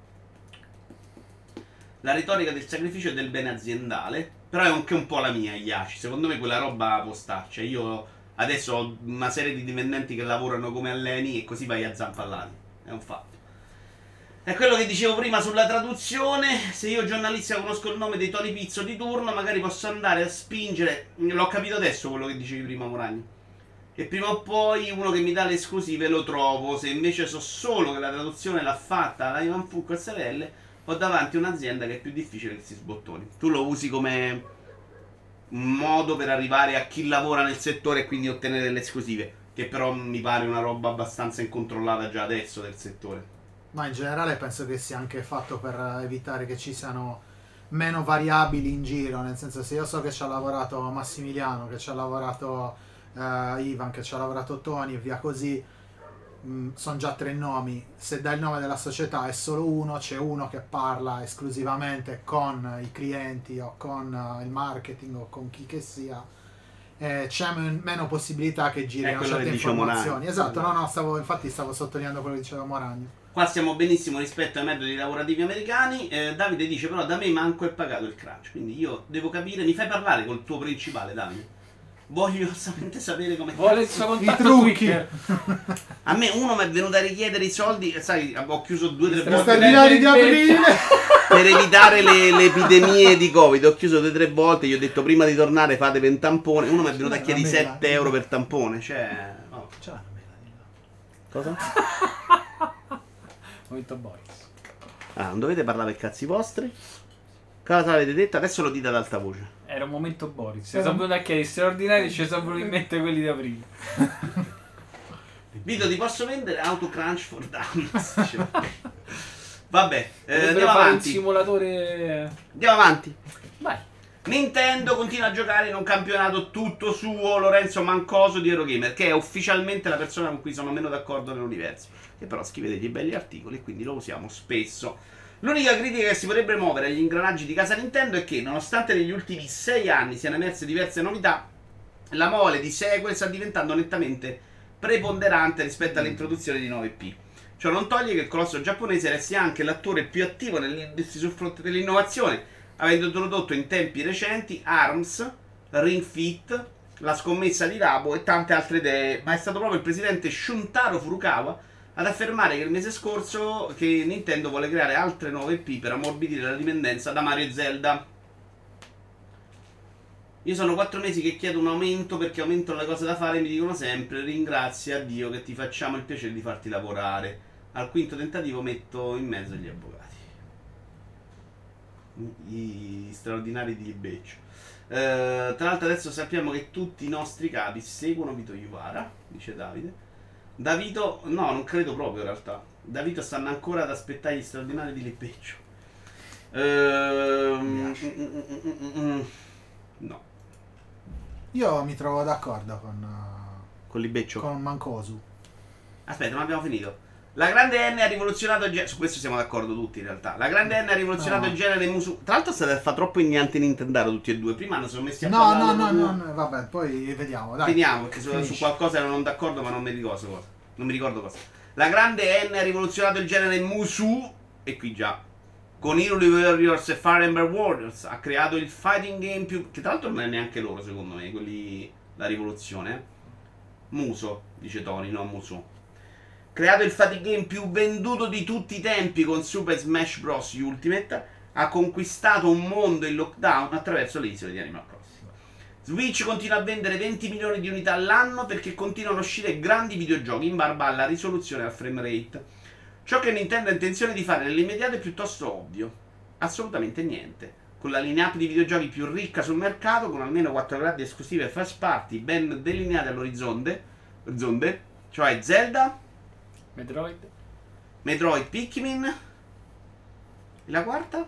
La retorica del sacrificio e del bene aziendale, però è anche un po' la mia, Iaci. Secondo me quella roba può starci. Io adesso ho una serie di dipendenti che lavorano come alleni e così vai a zampa all'aria. È un fatto. È quello che dicevo prima sulla traduzione. Se io giornalista conosco il nome dei Tony Pizzo di turno, magari posso andare a spingere. L'ho capito adesso quello che dicevi prima, Moragno. E prima o poi uno che mi dà le esclusive lo trovo. Se invece so solo che la traduzione l'ha fatta la Ivan Fu SRL, ho davanti un'azienda che è più difficile che si sbottoni. Tu lo usi come un modo per arrivare a chi lavora nel settore e quindi ottenere delle esclusive, che però mi pare una roba abbastanza incontrollata già adesso del settore. Ma in generale penso che sia anche fatto per evitare che ci siano meno variabili in giro, nel senso, se io so che ci ha lavorato Massimiliano, che ci ha lavorato Ivan, che ci ha lavorato Tony e via così, sono già 3 nomi. Se dai il nome della società è solo uno, c'è uno che parla esclusivamente con i clienti o con il marketing o con chi che sia, c'è meno possibilità che girino certe informazioni. Esatto, infatti stavo sottolineando quello che diceva Moragno. Qua stiamo benissimo rispetto ai metodi lavorativi americani. Davide dice però da me manco è pagato il crunch, quindi io devo capire. Mi fai parlare col tuo principale, Davide? Voglio solamente sapere come vuole il suo contatto I trucchi. Twitter. A me uno mi è venuto a richiedere i soldi, sai, ho chiuso 2-3 Gli volte straordinari di aprile per evitare le epidemie di Covid. Ho chiuso 2-3 volte, gli ho detto prima di tornare fatevi un tampone. Uno mi è venuto a chiedere 7 euro per tampone. Cioè, no. C'è una Cosa? Momento Boris. Ah, non dovete parlare per cazzi vostri. Cosa avete detto? Adesso lo dite ad alta voce. Era un momento Boris. Se sono venuti a chiedere straordinari, ci sono venuti in mente quelli di aprile. Vito, ti posso vendere Autocrunch for Dummies? Vabbè, andiamo fare un avanti. simulatore. Andiamo avanti. Vai. Nintendo continua a giocare in un campionato tutto suo. Lorenzo Mancoso di Eurogamer, che è ufficialmente la persona con cui sono meno d'accordo nell'universo, che però scrive degli belli articoli e quindi lo usiamo spesso. L'unica critica che si potrebbe muovere agli ingranaggi di casa Nintendo è che, nonostante negli ultimi 6 anni siano emerse diverse novità, la mole di sequel sta diventando nettamente preponderante rispetto all'introduzione di nuove IP. Ciò non toglie che il colosso giapponese resti anche l'attore più attivo nell'industria sul fronte dell'innovazione, avendo introdotto in tempi recenti ARMS, Ring Fit, la scommessa di Rabo e tante altre idee, ma è stato proprio il presidente Shuntaro Furukawa ad affermare che il mese scorso che Nintendo vuole creare altre nuove IP per ammorbidire la dipendenza da Mario e Zelda. Io sono 4 mesi che chiedo un aumento perché aumentano le cose da fare e mi dicono sempre ringrazia a Dio che ti facciamo il piacere di farti lavorare. Al quinto tentativo metto in mezzo gli avvocati. Gli straordinari di Beccio. Tra l'altro adesso sappiamo che tutti i nostri capi seguono Vito Iuvara, dice Davide. Davito, no, non credo proprio in realtà. Davito stanno ancora ad aspettare gli straordinari di Lepeccio. No. Io mi trovo d'accordo Con Libeccio? con Mancosu. Aspetta, non abbiamo finito. La grande N ha rivoluzionato il genere. Su questo siamo d'accordo tutti in realtà. La grande N ha rivoluzionato il genere Musu. Tra l'altro state a fare troppo niente Nintendaro tutti e due. Prima sono messi a parlare. No, vabbè, poi vediamo. Dai. Finiamo perché su qualcosa ero non d'accordo, ma non mi ricordo cosa. Non mi ricordo cosa. La grande N ha rivoluzionato il genere Musu. E qui già. Con Hyrule Warriors e Fire Emblem Warriors ha creato il fighting game più. Che tra l'altro non è neanche loro, secondo me, quelli. La rivoluzione. Muso, dice Tony, non Musu. Creato il fighting game più venduto di tutti i tempi con Super Smash Bros. Ultimate, ha conquistato un mondo in lockdown attraverso le isole di Animal Crossing. Switch continua a vendere 20 milioni di unità all'anno perché continuano a uscire grandi videogiochi in barba alla risoluzione e al frame rate. Ciò che Nintendo ha intenzione di fare nell'immediato è piuttosto ovvio. Assolutamente niente. Con la lineup di videogiochi più ricca sul mercato, con almeno 4 gradi esclusive first party ben delineate all'orizzonte, cioè Zelda, Metroid, Pikmin. E la quarta?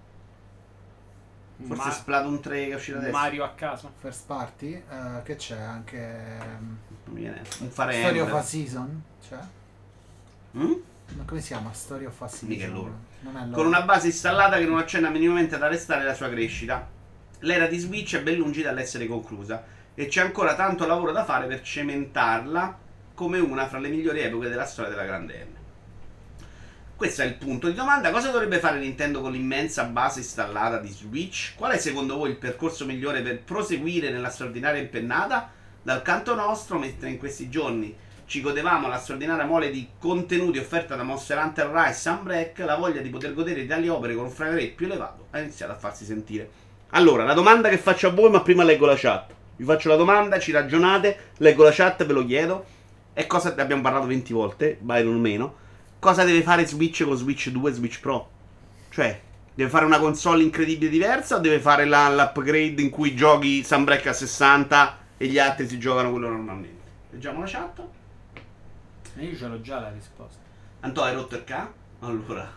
Forse Splatoon 3 che è uscito adesso. Mario a caso. First party, che c'è anche Non mi viene. Un Fire Story of Emblem. a Season, cioè? Mm? Ma come si chiama? Story of a Season? Mica è loro. Non è loro. Con una base installata che non accenna minimamente ad arrestare la sua crescita. L'era di Switch è ben lungi dall'essere conclusa e c'è ancora tanto lavoro da fare per cementarla come una fra le migliori epoche della storia della grande M. Questo è il punto di domanda. Cosa dovrebbe fare Nintendo con l'immensa base installata di Switch? Qual è secondo voi il percorso migliore per proseguire nella straordinaria impennata? Dal canto nostro, mentre in questi giorni ci godevamo la straordinaria mole di contenuti offerta da Monster Hunter Rise Sunbreak, la voglia di poter godere di tali opere con un frame rate più elevato ha iniziato a farsi sentire. Allora, la domanda che faccio a voi, ma prima leggo la chat. Vi faccio la domanda, ci ragionate, leggo la chat, ve lo chiedo. E cosa abbiamo parlato 20 volte, Byron o meno. Cosa deve fare Switch con Switch 2 e Switch Pro? Cioè, deve fare una console incredibile diversa o deve fare l'upgrade in cui giochi Sunbreak a 60 e gli altri si giocano quello normalmente? Leggiamo la chat. Io ce l'ho già la risposta. Anto, hai rotto il K? Allora.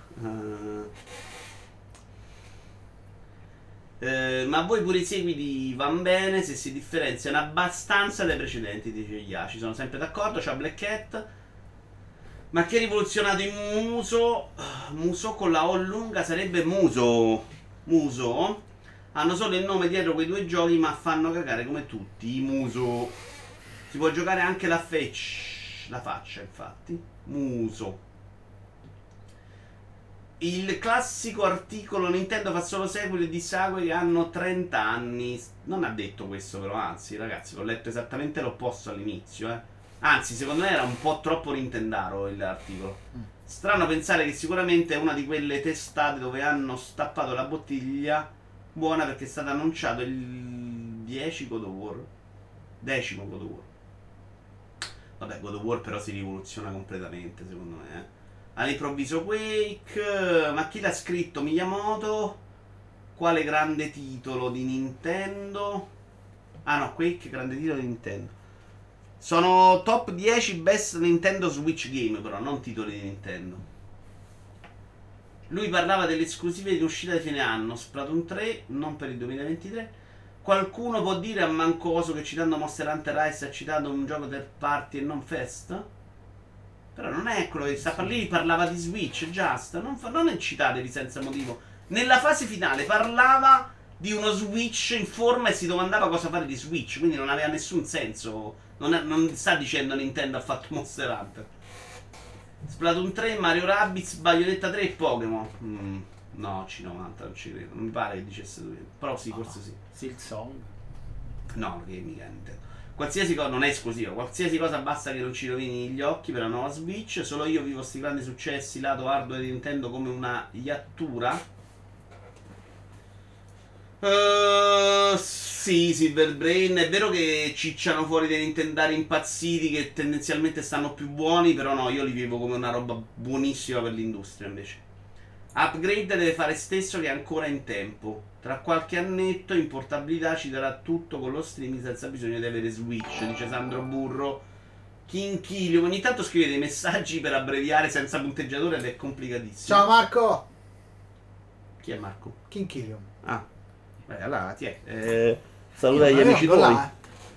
Ma voi pure i seguiti van bene se si differenziano abbastanza dai precedenti, dice Yashi. Sono sempre d'accordo, c'ha Black Cat. Ma che rivoluzionato in Muso? Muso con la O lunga sarebbe Muso. Muso. Hanno solo il nome dietro quei due giochi, ma fanno cagare come tutti. I Muso. Si può giocare anche la faccia, infatti. Muso. Il classico articolo Nintendo fa solo seguito di saghe che hanno 30 anni. Non ha detto questo però, anzi ragazzi, l'ho letto esattamente l'opposto all'inizio, Anzi, secondo me era un po' troppo Nintendaro l'articolo. Strano pensare che sicuramente è una di quelle testate dove hanno stappato la bottiglia buona perché è stato annunciato il 10 God of War. 10° God of War. Vabbè, God of War però si rivoluziona completamente, secondo me. All'improvviso Quake. Ma chi l'ha scritto? Miyamoto? Quale grande titolo di Nintendo? Ah no, Quake, grande titolo di Nintendo. Sono top 10 best Nintendo Switch game, però non titoli di Nintendo. Lui parlava delle esclusive di uscita di fine anno. Splatoon 3, non per il 2023. Qualcuno può dire a Mancoso che citando Monster Hunter Rise ha citato un gioco third party e non Fest? Però non è quello che sta parlando. Lì parlava di Switch, Just. Non citate senza motivo. Nella fase finale parlava di uno Switch in forma e si domandava cosa fare di Switch, quindi non aveva nessun senso. Non sta dicendo Nintendo ha fatto Monster Hunter. Splatoon 3, Mario Rabbids, Bayonetta 3 e Pokémon. No, C90 non ci credo, non mi pare che dicesse lui. Però sì, forse sì. Silksong. No, che mica Nintendo. Qualsiasi cosa non è esclusiva, qualsiasi cosa basta che non ci rovini gli occhi per la nuova Switch. Solo io vivo sti grandi successi lato hardware di Nintendo come una iattura. Sì, Silverbrain. È vero che cicciano fuori dei Nintendari impazziti che tendenzialmente stanno più buoni, però no, io li vivo come una roba buonissima per l'industria invece. Upgrade deve fare stesso che è ancora in tempo. Tra qualche annetto in portabilità ci darà tutto con lo streaming senza bisogno di avere Switch, dice Sandro Burro. Kinchilio, ogni tanto scrive dei messaggi per abbreviare senza punteggiatore ed è complicatissimo. Ciao Marco! Chi è Marco? Kinchilium. Ah, allora ti è. Saluta gli amici tuoi. Là,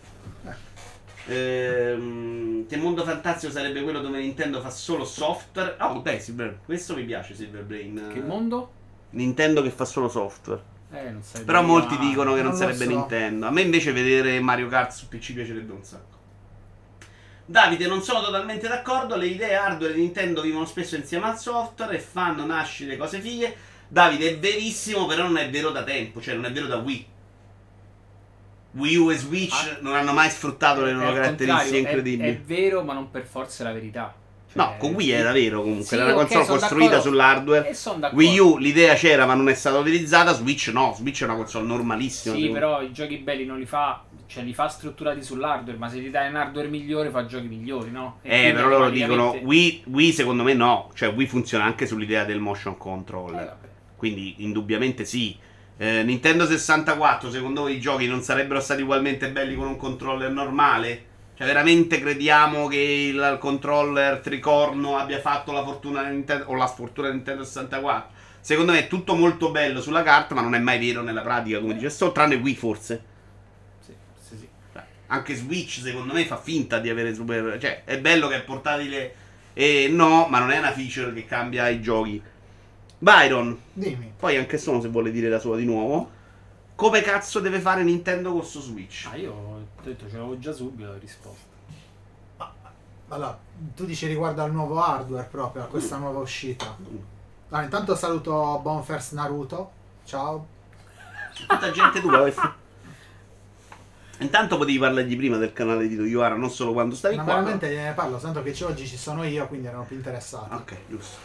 Che mondo fantastico sarebbe quello dove Nintendo fa solo software? Oh, beh, questo mi piace, Silverbrain. Che mondo? Nintendo che fa solo software. Non sai Però dire, molti ma- dicono che non non lo sarebbe so. Nintendo. A me invece vedere Mario Kart su PC piacerebbe un sacco. Davide, non sono totalmente d'accordo. Le idee hardware di Nintendo vivono spesso insieme al software e fanno nascere cose fighe. Davide, è verissimo, però non è vero da tempo. Cioè, non è vero da Wii. Wii U e Switch non hanno mai sfruttato le È loro al caratteristiche contrario, incredibili. È vero, ma non per forza è la verità. Cioè, No, con Wii era vero comunque. sì, era una ok, console sono costruita d'accordo. sull'hardware. E son d'accordo. Wii U l'idea c'era, ma non è stata utilizzata. Switch no. Switch è una console normalissima. Sì, secondo però i giochi belli non li fa, cioè li fa strutturati sull'hardware, ma se gli dai un hardware migliore fa giochi migliori, no? E quindi però loro dicono automaticamente- Wii secondo me no. Cioè Wii funziona anche sull'idea del motion control. vabbè. Quindi indubbiamente sì. Nintendo 64, secondo voi i giochi non sarebbero stati ugualmente belli con un controller normale? Cioè veramente crediamo che il controller tricorno abbia fatto la fortuna di Nintendo, o la sfortuna di Nintendo 64? Secondo me è tutto molto bello sulla carta, ma non è mai vero nella pratica, come dice Sto, tranne Wii forse. Sì, sì, sì. Anche Switch secondo me fa finta di avere super... Cioè è bello che è portatile e no, ma non è una feature che cambia i giochi. Byron, dimmi. poi anche Sono se vuole dire la sua di nuovo. Come cazzo deve fare Nintendo con sto Switch? Ah, io ho detto, ce l'avevo già subito la risposta. Allora, tu dici riguardo al nuovo hardware proprio, a questa nuova uscita. Allora, intanto saluto Bonfers Naruto. Ciao. Tutta gente tua questa. Intanto potevi parlargli prima del canale di Toyohara, non solo quando stavi Ma qua. veramente gliene parlo, tanto che oggi ci sono io, quindi erano più interessati. Ok, giusto.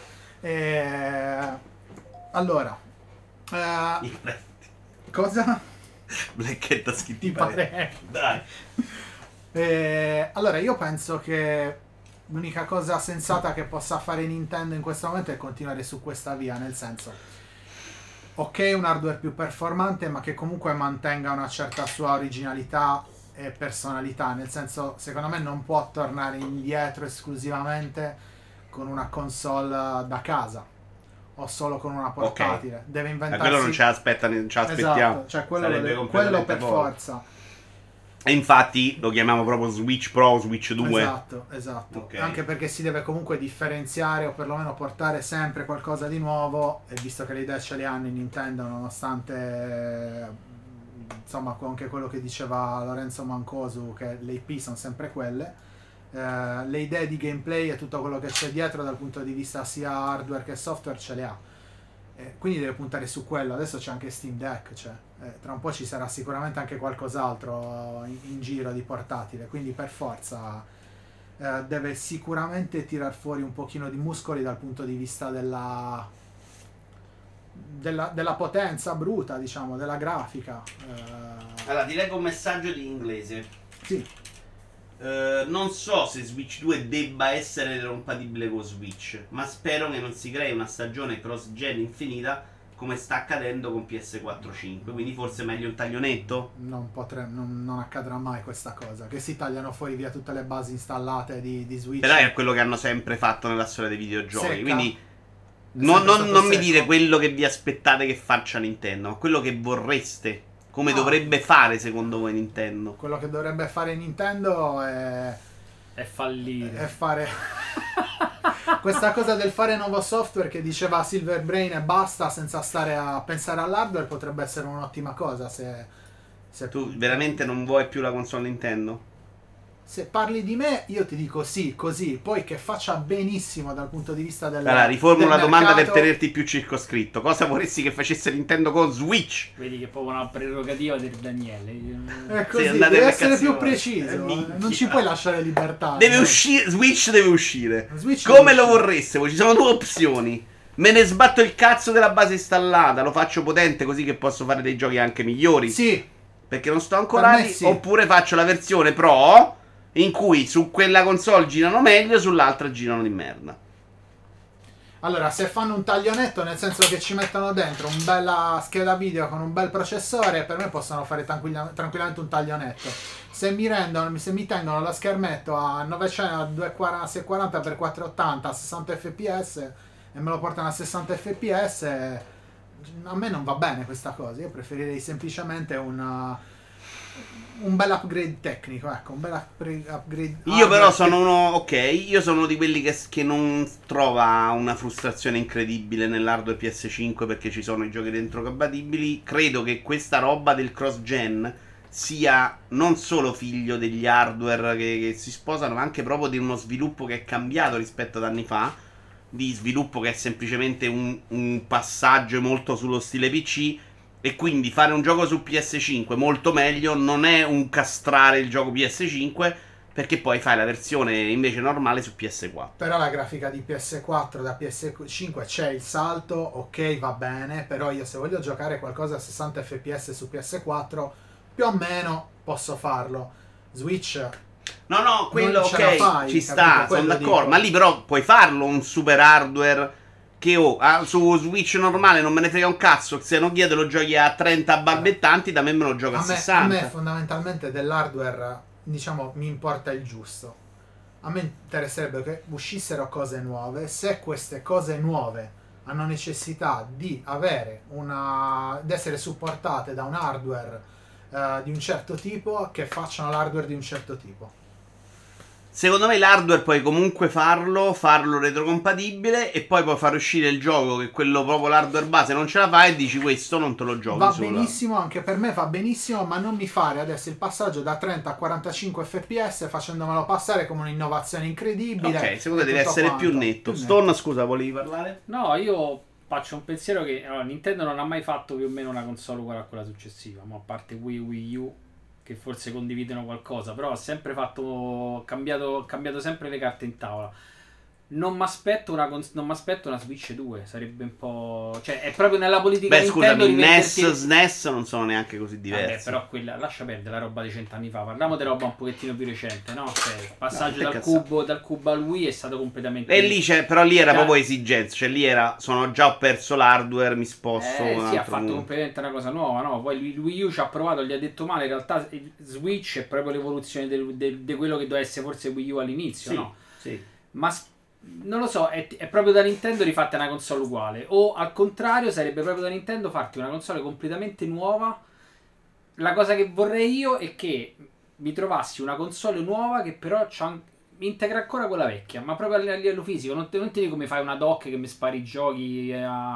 Allora, I prezzi. cosa? Blacchetta scritti Ti pare? Dai. Allora, io penso che l'unica cosa sensata che possa fare Nintendo in questo momento è continuare su questa via, nel senso, ok, un hardware più performante, ma che comunque mantenga una certa sua originalità e personalità, nel senso, secondo me non può tornare indietro esclusivamente con una console da casa o solo con una portatile. Deve Ma inventarsi... quello non ce l'aspetta, ce l'aspettiamo. Esatto, cioè Sarebbe quello completamente per poco. forza. E infatti lo chiamiamo proprio Switch Pro, Switch 2. Esatto. Ok. Anche perché si deve comunque differenziare o perlomeno portare sempre qualcosa di nuovo, e visto che le idee ce le hanno in Nintendo, nonostante insomma anche quello che diceva Lorenzo Mancosu, che le IP sono sempre quelle, le idee di gameplay e tutto quello che c'è dietro dal punto di vista sia hardware che software ce le ha. Quindi deve puntare su quello. Adesso c'è anche Steam Deck, cioè, tra un po' ci sarà sicuramente anche qualcos'altro in giro di portatile, quindi per forza deve sicuramente tirar fuori un pochino di muscoli dal punto di vista della potenza bruta, diciamo, della grafica. Allora, ti leggo un messaggio di inglese. Sì, Non so se Switch 2 debba essere compatibile con Switch, ma spero che non si crei una stagione cross-gen infinita come sta accadendo con PS4 5. Quindi forse è meglio un taglionetto? non accadrà mai questa cosa, che si tagliano fuori via tutte le basi installate di Switch. Però è quello che hanno sempre fatto nella storia dei videogiochi. Secca. Quindi È sempre stato non mi secco. dire quello che vi aspettate che faccia Nintendo, ma quello che vorreste. Come Ah. dovrebbe fare secondo voi Nintendo? Quello che dovrebbe fare Nintendo è È fallire. fare questa cosa del fare nuovo software che diceva Silverbrain e basta senza stare a pensare all'hardware potrebbe essere un'ottima cosa se Tu veramente non vuoi più la console Nintendo? se parli di me, io ti dico sì, così. Poi che faccia benissimo dal punto di vista Allora, riformulo la del domanda per mercato. tenerti più circoscritto. Cosa vorresti che facesse Nintendo con Switch? Vedi che è proprio una prerogativa del Daniele. È così, andate devi per essere cazzo più vostri. preciso. Minchia. Non ci puoi lasciare libertà. Deve no? uscire, Switch deve uscire. Switch Come deve lo uscire. vorreste voi? Ci sono due opzioni. Me ne sbatto il cazzo della base installata, lo faccio potente così che posso fare dei giochi anche migliori. Sì, Perché non sto ancora Per me lì. sì. Oppure faccio la versione Pro, in cui su quella console girano meglio, sull'altra girano di merda. allora se fanno un taglionetto, nel senso che ci mettono dentro un bella scheda video con un bel processore, per me possono fare tranquillamente un taglionetto. Se mi tengono lo schermetto a 640x480 a 60 fps e me lo portano a 60 fps, a me non va bene questa cosa. Io preferirei semplicemente un bel upgrade tecnico, ecco, un bel upgrade. Io però hardware sono uno. Ok, io sono uno di quelli che non trova una frustrazione incredibile nell'hardware PS5 perché ci sono i giochi dentro compatibili. Credo che questa roba del cross-gen sia non solo figlio degli hardware che si sposano, ma anche proprio di uno sviluppo che è cambiato rispetto ad anni fa. Di sviluppo che è semplicemente un passaggio molto sullo stile PC. E quindi fare un gioco su PS5 molto meglio non è un castrare il gioco PS5, perché poi fai la versione invece normale su PS4. Però la grafica di PS4 da PS5 c'è il salto, ok, va bene, però io se voglio giocare qualcosa a 60 fps su PS4 più o meno posso farlo. Switch No, quello Non ce la ok, fai, ci capito? sta, sono Quello d'accordo. dico. Ma lì però puoi farlo un super hardware che su Switch normale non me ne frega un cazzo. Se non chiedo lo giochi a 30 barbettanti, da me lo gioco a a 60. me fondamentalmente dell'hardware, diciamo, mi importa il giusto. A me interesserebbe che uscissero cose nuove. Se queste cose nuove hanno necessità di avere di essere supportate da un hardware di un certo tipo, che facciano l'hardware di un certo tipo. Secondo me l'hardware puoi comunque farlo retrocompatibile e poi puoi far uscire il gioco che quello proprio l'hardware base non ce la fa e dici questo non te lo giochi Va solo. benissimo, anche per me va benissimo, ma non mi fare adesso il passaggio da 30 a 45 fps facendomelo passare come un'innovazione incredibile. Ok, secondo e te deve tutto essere quanto. più netto. Più Stone, scusa, volevi parlare? No, io faccio un pensiero che allora, Nintendo non ha mai fatto più o meno una console uguale a quella successiva, ma a parte Wii U, che forse condividono qualcosa, però ha sempre cambiato sempre le carte in tavola. Non mi aspetto una Switch 2, sarebbe un po'. Cioè, è proprio nella politica Beh, Nintendo scusami, rimetterti. NES, SNES non sono neanche così Vabbè, diversi. però quella lascia perdere la roba di 100 anni fa. Parliamo di roba un pochettino più recente, no? Cioè, il passaggio No, dal cubo al Wii è stato completamente. E lì c'è, però lì era Cioè- proprio esigenza, cioè lì era, sono già ho perso l'hardware, mi sposto. un Sì, ha altro fatto mondo. completamente una cosa nuova, no? Poi il Wii U ci ha provato, gli ha detto male. In realtà il Switch è proprio l'evoluzione di quello che doveva essere forse Wii U all'inizio, Sì, no? sì. Ma non lo so, è proprio da Nintendo rifatta una console uguale. O al contrario, sarebbe proprio da Nintendo farti una console completamente nuova. La cosa che vorrei io è che mi trovassi una console nuova che però integra ancora quella vecchia, ma proprio a livello fisico. Non ti dico come fai una dock che mi spari i giochi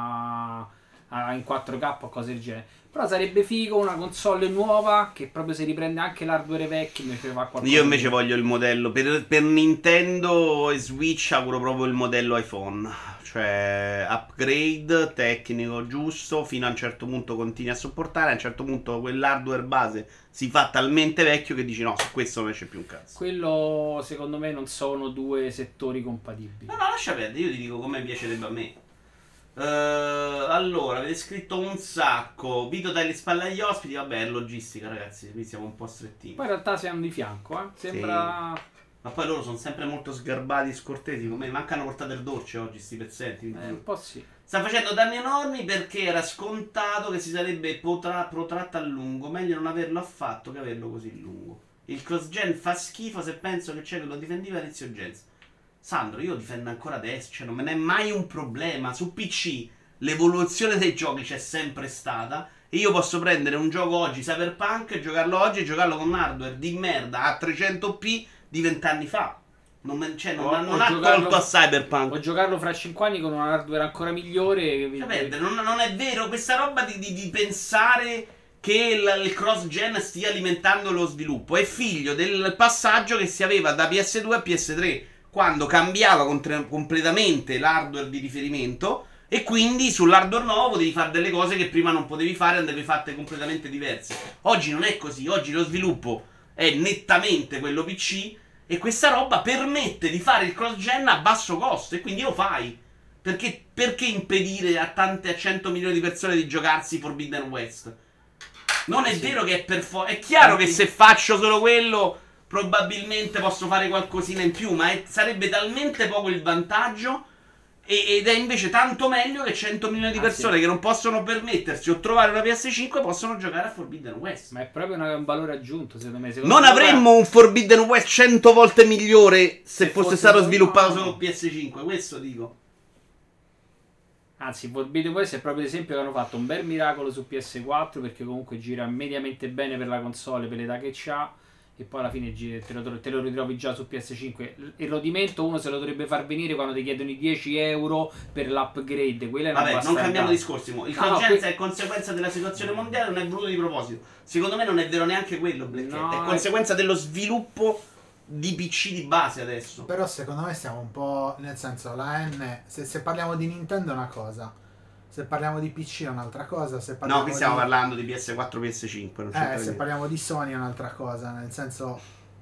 in 4K o cose del genere. Però sarebbe figo una console nuova che proprio si riprende anche l'hardware vecchio invece fa qualcosa. Io invece voglio il modello per Nintendo e Switch, auguro proprio il modello iPhone, cioè upgrade tecnico giusto, fino a un certo punto continui a sopportare, a un certo punto quell'hardware base si fa talmente vecchio che dici no, su questo non esce più un cazzo. Quello secondo me non sono due settori compatibili. No, lascia perdere, io ti dico come piacerebbe a me. Allora, avete scritto un sacco. Vito dai le spalle agli ospiti. Vabbè, è logistica, ragazzi. Qui siamo un po' strettini. Poi in realtà siamo di fianco, sembra. Ma poi loro sono sempre molto sgarbati e scortesi. Come manca hanno portato il dolce oggi, sti pezzenti. Un po' sì. Sta facendo danni enormi perché era scontato che si sarebbe protratta a lungo. Meglio non averlo affatto che averlo così lungo. Il cross-gen fa schifo se penso che c'è che lo difendeva inizio gens. Sandro, io difendo ancora adesso, cioè non me ne è mai un problema. Su PC l'evoluzione dei giochi c'è sempre stata e io posso prendere un gioco oggi, Cyberpunk, giocarlo oggi e giocarlo con un hardware di merda a 300p di 20 anni fa. non ha tolto a Cyberpunk. Può giocarlo fra 5 anni con un hardware ancora migliore. Non è vero questa roba di pensare che il cross-gen stia alimentando lo sviluppo. È figlio del passaggio che si aveva da PS2 a PS3, quando cambiava completamente l'hardware di riferimento. E quindi sull'hardware nuovo devi fare delle cose che prima non potevi fare, andavi fatte completamente diverse. Oggi non è così, oggi lo sviluppo è nettamente quello PC e questa roba permette di fare il cross-gen a basso costo e quindi lo fai. Perché impedire a 100 milioni di persone di giocarsi Forbidden West? Non è vero che è chiaro che se faccio solo quello probabilmente posso fare qualcosina in più, ma sarebbe talmente poco il vantaggio. Ed è invece tanto meglio che 100 milioni di persone che non possono permettersi o trovare una PS5 possono giocare a Forbidden West. Ma è proprio un valore aggiunto, secondo me. Non avremmo un Forbidden West 100 volte migliore se fosse stato sviluppato solo PS5, questo dico. Anzi, Forbidden West è proprio l'esempio che hanno fatto un bel miracolo su PS4, perché comunque gira mediamente bene per la console, per l'età che c'ha. E poi alla fine te lo ritrovi già su PS5. Il rodimento uno se lo dovrebbe far venire quando ti chiedono i 10 euro per l'upgrade. Quella è una Vabbè, non cambiamo discorsi. Il congenza è conseguenza della situazione mondiale, non è voluto di proposito. Secondo me non è vero neanche quello, Black Hat. È conseguenza dello sviluppo di PC di base adesso. Però secondo me stiamo un po', nel senso, la N, se parliamo di Nintendo è una cosa, se parliamo di PC è un'altra cosa, se parliamo qui stiamo parlando di PS4, PS5. Non se parliamo di Sony è un'altra cosa, nel senso,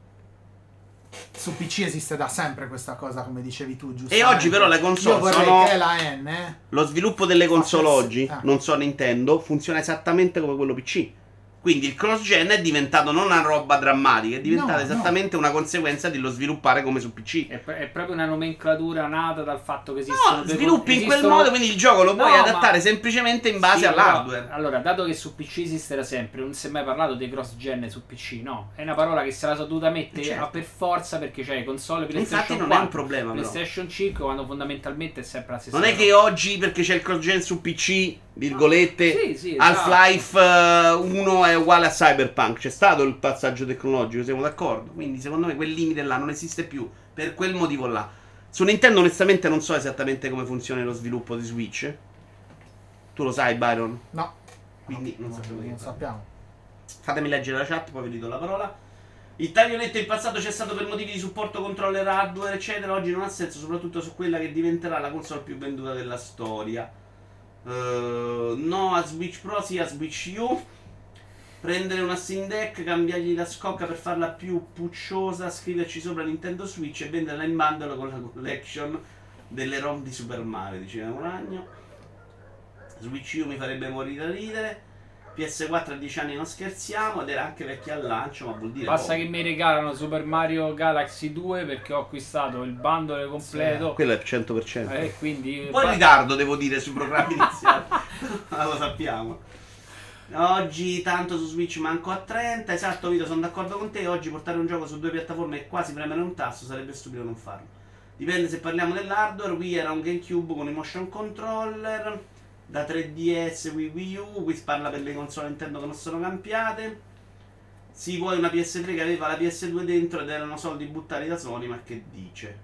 su PC esiste da sempre questa cosa, come dicevi tu, giusto? E oggi però le console sono che la N, lo sviluppo delle console oggi, non so Nintendo, funziona esattamente come quello PC. Quindi il cross-gen è diventato non una roba drammatica, è diventata esattamente una conseguenza dello sviluppare come su PC. È proprio una nomenclatura nata dal fatto che esistono sviluppi in quel modo, quindi il gioco lo puoi adattare semplicemente in base all'hardware. Allora, dato che su PC esiste da sempre, non si è mai parlato di cross-gen su PC, no? È una parola che se la sono dovuta mettere per forza, perché c'è console PlayStation 4. Infatti non è un problema, PlayStation 5, quando fondamentalmente è sempre la stessa cosa. Non è che oggi, perché c'è il cross-gen su PC, virgolette, esatto. Half-Life 1 è uguale a Cyberpunk, c'è stato il passaggio tecnologico, siamo d'accordo, quindi secondo me quel limite là non esiste più per quel motivo là. Su Nintendo onestamente non so esattamente come funziona lo sviluppo di Switch. Tu lo sai, Byron? No, quindi non sappiamo. Fatemi leggere la chat, poi vi ridò la parola. Il taglionetto in passato c'è stato per motivi di supporto, controller, hardware eccetera, oggi non ha senso, soprattutto su quella che diventerà la console più venduta della storia. No a Switch Pro, sì a Switch U. Prendere una Steam Deck, cambiargli la scocca per farla più pucciosa, scriverci sopra Nintendo Switch e venderla in bundle con la collection delle ROM di Super Mario, diceva Moragno. Switch U mi farebbe morire da ridere. PS4 a 10 anni non scherziamo, ed era anche vecchia al lancio, ma vuol dire basta che mi regalano Super Mario Galaxy 2 perché ho acquistato il bundle completo. Quello è il 100%. Quindi un po' in ritardo devo dire sui programmi iniziali. Ma lo sappiamo. Oggi tanto su Switch manco a 30. Esatto Vito, sono d'accordo con te. Oggi portare un gioco su due piattaforme e quasi premere un tasto sarebbe stupido non farlo. Dipende se parliamo dell'hardware. Wii era un GameCube con i motion controller. Da 3DS, Wii U, qui si parla per le console Nintendo che non sono cambiate. Si vuole una PS3 che aveva la PS2 dentro ed erano soldi buttati da Sony, ma che dice?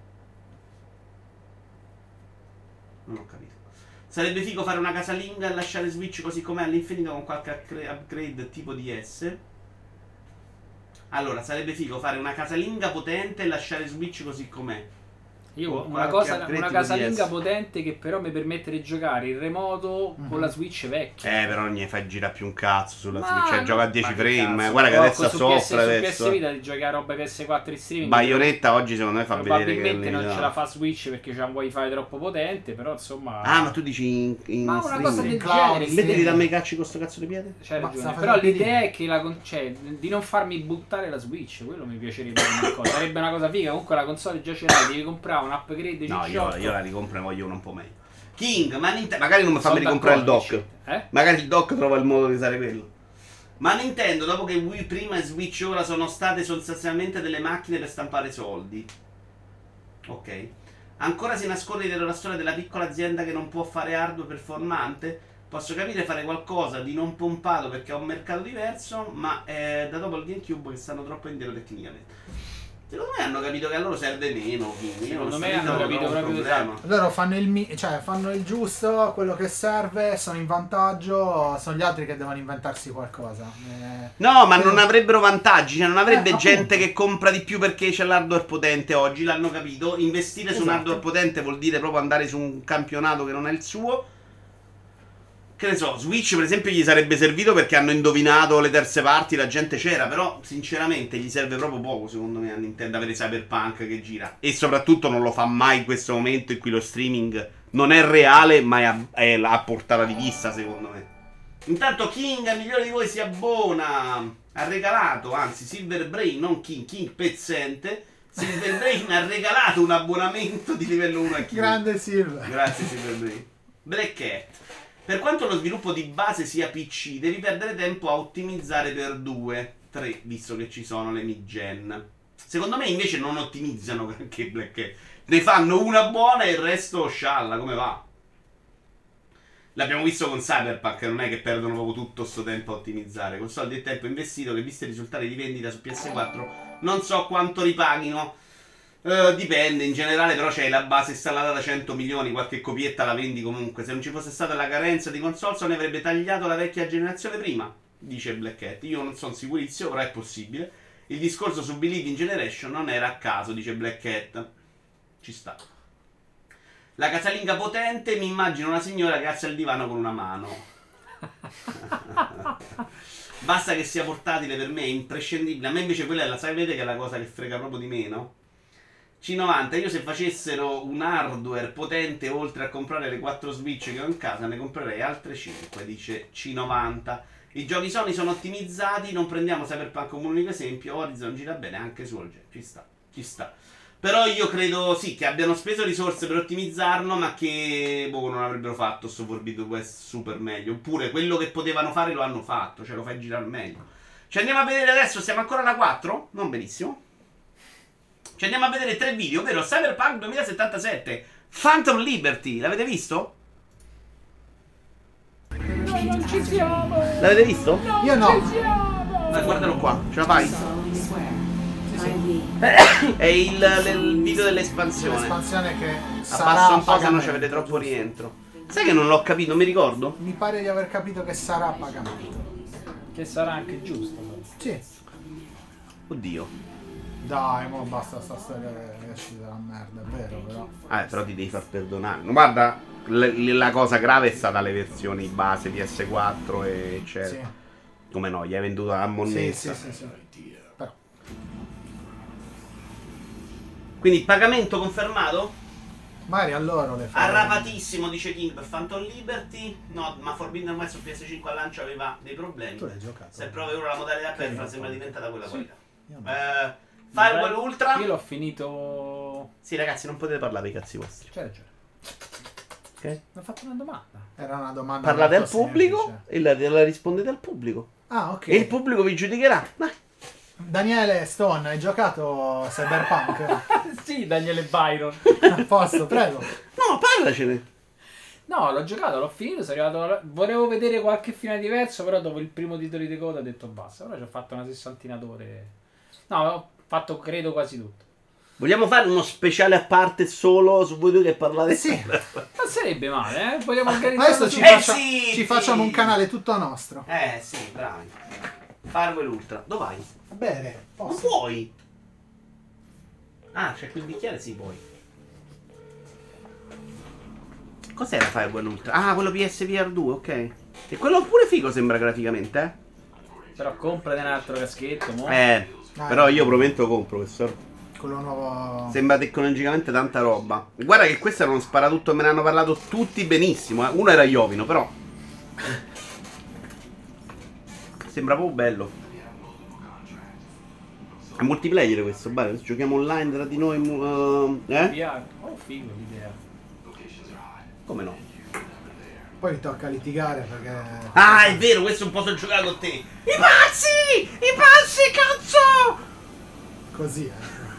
Non ho capito. Sarebbe figo fare una casalinga e lasciare Switch così com'è all'infinito con qualche upgrade tipo DS. Allora, sarebbe figo fare una casalinga potente e lasciare Switch così com'è. Io una casalinga potente che però mi permette di giocare in remoto con la Switch vecchia. Però non gli fai girare più un cazzo sulla Switch, cioè gioca a 10 frame. Guarda che adesso soffre adesso. Su PS Vita di giocare roba PS4 in streaming. Bayonetta oggi secondo me fa vedere che probabilmente non ce la fa Switch perché c'ha un wifi troppo potente, però insomma. Ah, ma tu dici in ma una cosa del cloud, genere. Metti di dammi i cacci con sto cazzo di piede? C'hai ragione. Però l'idea è che di non farmi buttare la Switch, quello mi piacerebbe una cosa. Sarebbe una cosa figa. Comunque la console già ce l'hai, devi comprare un upgrade. No, io la ricompro e voglio un po' meglio. King, ma magari non mi fammi ricomprare il dock. Magari il dock trova il modo di usare quello. Ma Nintendo, dopo che Wii prima e Switch ora sono state sostanzialmente delle macchine per stampare soldi. Ok. Ancora si nasconde dietro la storia della piccola azienda che non può fare hardware performante? Posso capire fare qualcosa di non pompato perché ha un mercato diverso, ma è da dopo il GameCube che stanno troppo indietro tecnicamente. Secondo me hanno capito che a loro serve meno. Quindi Secondo io me non hanno ho capito un proprio problema. Loro fanno fanno il giusto, quello che serve, sono in vantaggio, sono gli altri che devono inventarsi qualcosa. No, ma non avrebbero vantaggi, cioè non avrebbe appunto. gente che compra di più perché c'è l'hardware potente oggi, l'hanno capito. Investire su un Esatto. hardware potente vuol dire proprio andare su un campionato che non è il suo. Che ne so, Switch per esempio gli sarebbe servito perché hanno indovinato le terze parti, la gente c'era, però sinceramente gli serve proprio poco secondo me a Nintendo avere Cyberpunk che gira. E soprattutto non lo fa mai in questo momento in cui lo streaming non è reale ma è a portata di vista secondo me. Intanto King, al migliore di voi, si abbona. Ha regalato, anzi Silver Brain, non King, King pezzente. Silver Brain ha regalato un abbonamento di livello 1 a King. Grande Silver. Grazie Silver Brain. Black Cat. Per quanto lo sviluppo di base sia PC, devi perdere tempo a ottimizzare per 2, 3, visto che ci sono le mid-gen. Secondo me invece non ottimizzano granché Black Cat. Ne fanno una buona e il resto scialla, come va? L'abbiamo visto con Cyberpunk, non è che perdono proprio tutto sto tempo a ottimizzare. Con soldi e tempo investito che, visto i risultati di vendita su PS4, non so quanto ripaghino. Dipende, in generale però c'hai la base installata da 100 milioni, qualche copietta la vendi comunque. Se non ci fosse stata la carenza di console, se ne avrebbe tagliato la vecchia generazione prima, dice Black Cat. Io non sono sicurissimo, però è possibile. Il discorso su Believe in Generation non era a caso, dice Black Cat. Ci sta. La casalinga potente, mi immagino una signora che alza il divano con una mano. Basta che sia portatile, per me è imprescindibile. A me invece quella è sapete che è la cosa che frega proprio di meno. C90, io se facessero un hardware potente oltre a comprare le 4 Switch che ho in casa ne comprerei altre 5, dice C90. I giochi Sony sono ottimizzati, non prendiamo Cyberpunk come un unico esempio, Horizon gira bene anche su All Gen, ci sta, ci sta. Però io credo sì che abbiano speso risorse per ottimizzarlo, ma che non avrebbero fatto sto Forbidden West super meglio. Oppure quello che potevano fare lo hanno fatto, cioè lo fai girare meglio. Ci andiamo a vedere adesso, siamo ancora alla 4? Non benissimo. Ci andiamo a vedere 3 video, ovvero Cyberpunk 2077, Phantom Liberty, l'avete visto? No, non ci siamo! L'avete visto? Io no. Dai, guardalo qua, ce la fai? È il video dell'espansione. L'espansione che sarà Abbasso un po' se no pagamento, ci avete troppo giusto? rientro. Sai che non l'ho capito, mi ricordo? Mi pare di aver capito che sarà a pagamento. Che sarà anche giusto. Però. Sì. Oddio. Dai, mo basta sta storia che esci dalla merda, è vero però. Però ti devi far perdonare. No, guarda, la cosa grave è stata le versioni base PS4 e eccetera. Sì. Come no, gli hai venduto a Sì, monnezza. sì. Però. Quindi pagamento confermato? Magari a loro le fai. Arrapatissimo, dice King, per Phantom Liberty. No, ma Forbidden West su PS5 al lancio aveva dei problemi. Tu l'hai giocato? Se provi ora la modalità perfetta sembra diventata quella qualità. Io no. Firewall Ultra? Io l'ho finito. Sì, ragazzi, non potete parlare dei cazzi vostri. C'è ragione. Ok? Mi ha fatto una domanda. Era una domanda Parlate molto al pubblico semplice. e la rispondete al pubblico. Ah, ok. E il pubblico vi giudicherà. Dai. Daniele Stone, hai giocato Cyberpunk? Sì, Daniele Byron. A posto, prego. No, parlacene. No, l'ho giocato, l'ho finito, sono arrivato. Volevo vedere qualche finale diverso, però dopo il primo titolo di coda ho detto basta. Però ci ho fatto una sessantina d'ore. No, ho fatto credo quasi tutto. Vogliamo fare uno speciale a parte solo su voi due che parlate? Sì. Non sarebbe male, Vogliamo organizzare. Adesso sì, ci facciamo un canale tutto nostro. Sì, bravi. Firewall Ultra. Dove vai? Bene, Non posso. puoi. Ah, c'è quel bicchiere? Sì, puoi. Cos'era Firewall Ultra? Ah, quello PSVR 2, ok. E quello pure figo sembra graficamente, eh? Però comprate un altro caschetto, mo. Però io probabilmente lo compro questo. Quello nuovo. Sembra tecnologicamente tanta roba. Guarda che questo era uno sparatutto, me ne hanno parlato tutti benissimo. Uno era Iovino, però. Sembra proprio bello. È multiplayer questo, bello. Giochiamo online tra di noi. VR. Oh, figo l'idea. Come no? Poi mi tocca litigare perché. Ah, è vero, questo un po' sto giocando con te. I pazzi! I pazzi, cazzo! Così,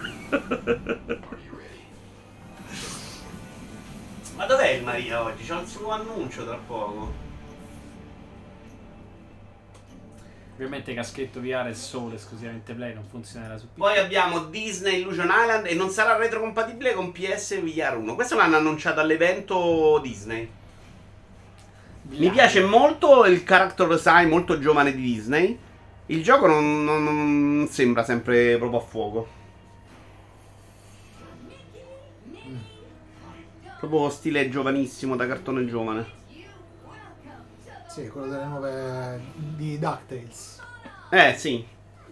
Ma dov'è il Maria oggi? C'ha il suo annuncio tra poco. Ovviamente caschetto VR e solo esclusivamente Play, non funzionerà su PC. Poi abbiamo Disney Illusion Island e non sarà retrocompatibile con PS e VR 1. Questo l'hanno annunciato all'evento Disney. Mi piace molto il character design molto giovane di Disney. Il gioco non sembra sempre proprio a fuoco. Proprio stile giovanissimo da cartone giovane. Sì, quello delle nuove di DuckTales. Sì.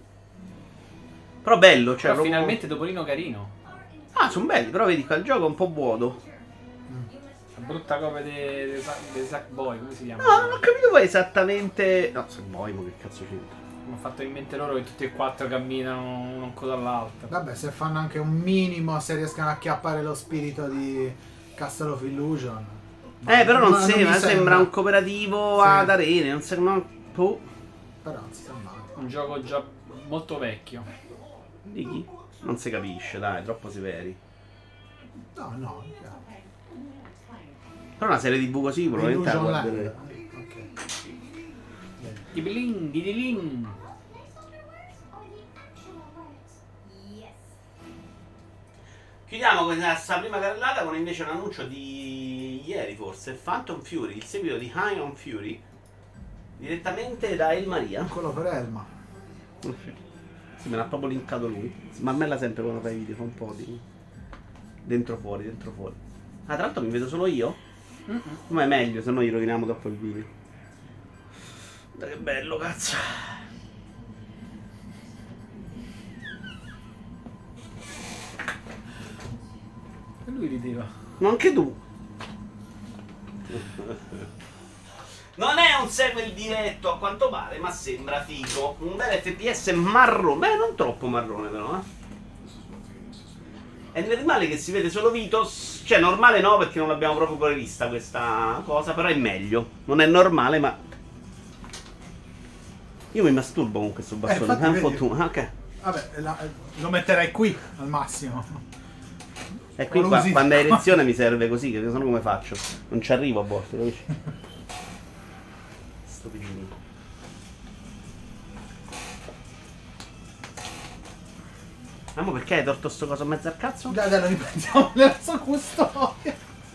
Però bello, cioè Però proprio... finalmente Topolino carino. Ah, sono belli, però vedi qua il gioco è un po' vuoto. La brutta copia di Sackboy, come si chiama? No, non ho capito poi esattamente... No, se vuoi, ma che cazzo c'entra? Mi ha fatto in mente loro che tutti e quattro camminano uno coda all'altro. Vabbè, se fanno anche un minimo, se riescono a acchiappare lo spirito di Castle of Illusion. Però non mi sembra un cooperativo Sì. ad arene, non sembra... Boh. Però non si sa mai. Un gioco già molto vecchio. Di chi? Non si capisce, dai, troppo severi. No, no. chiaro. Però una serie TV così probabilmente la Illusion guarderei. Land. Ok. Dibilin, didilin. Chiudiamo questa prima carrellata con invece un annuncio di ieri forse, Phantom Fury, il seguito di High on Fury, direttamente da El Maria. Quello per Elma. Sì, me l'ha proprio linkato lui. Smarmella sempre quando fai video, fa un po' di... dentro fuori, dentro fuori. Ah, tra l'altro mi vedo solo io? Ma è meglio, se no gli roviniamo troppo il video. Guarda che bello, cazzo. E lui rideva. Ma anche tu. Non è un sequel diretto a quanto pare, ma sembra figo. Un bel FPS marrone. Beh, non troppo marrone però, eh. È normale che si vede solo Vitos. Cioè, normale no, perché non l'abbiamo proprio prevista questa cosa. Però è meglio. Non è normale, ma. Io mi masturbo con questo bastone. infatti È un po' vedi. tu. Ok. Vabbè, lo metterei qui al massimo. E qui Lo usi- quando è erezione mi serve così, che se no come faccio? Non ci arrivo a volte, capisci? Sto piccino. Ma mo perché hai torto sto coso in mezzo al cazzo? Dai, lo riprendiamo nella sua custodia.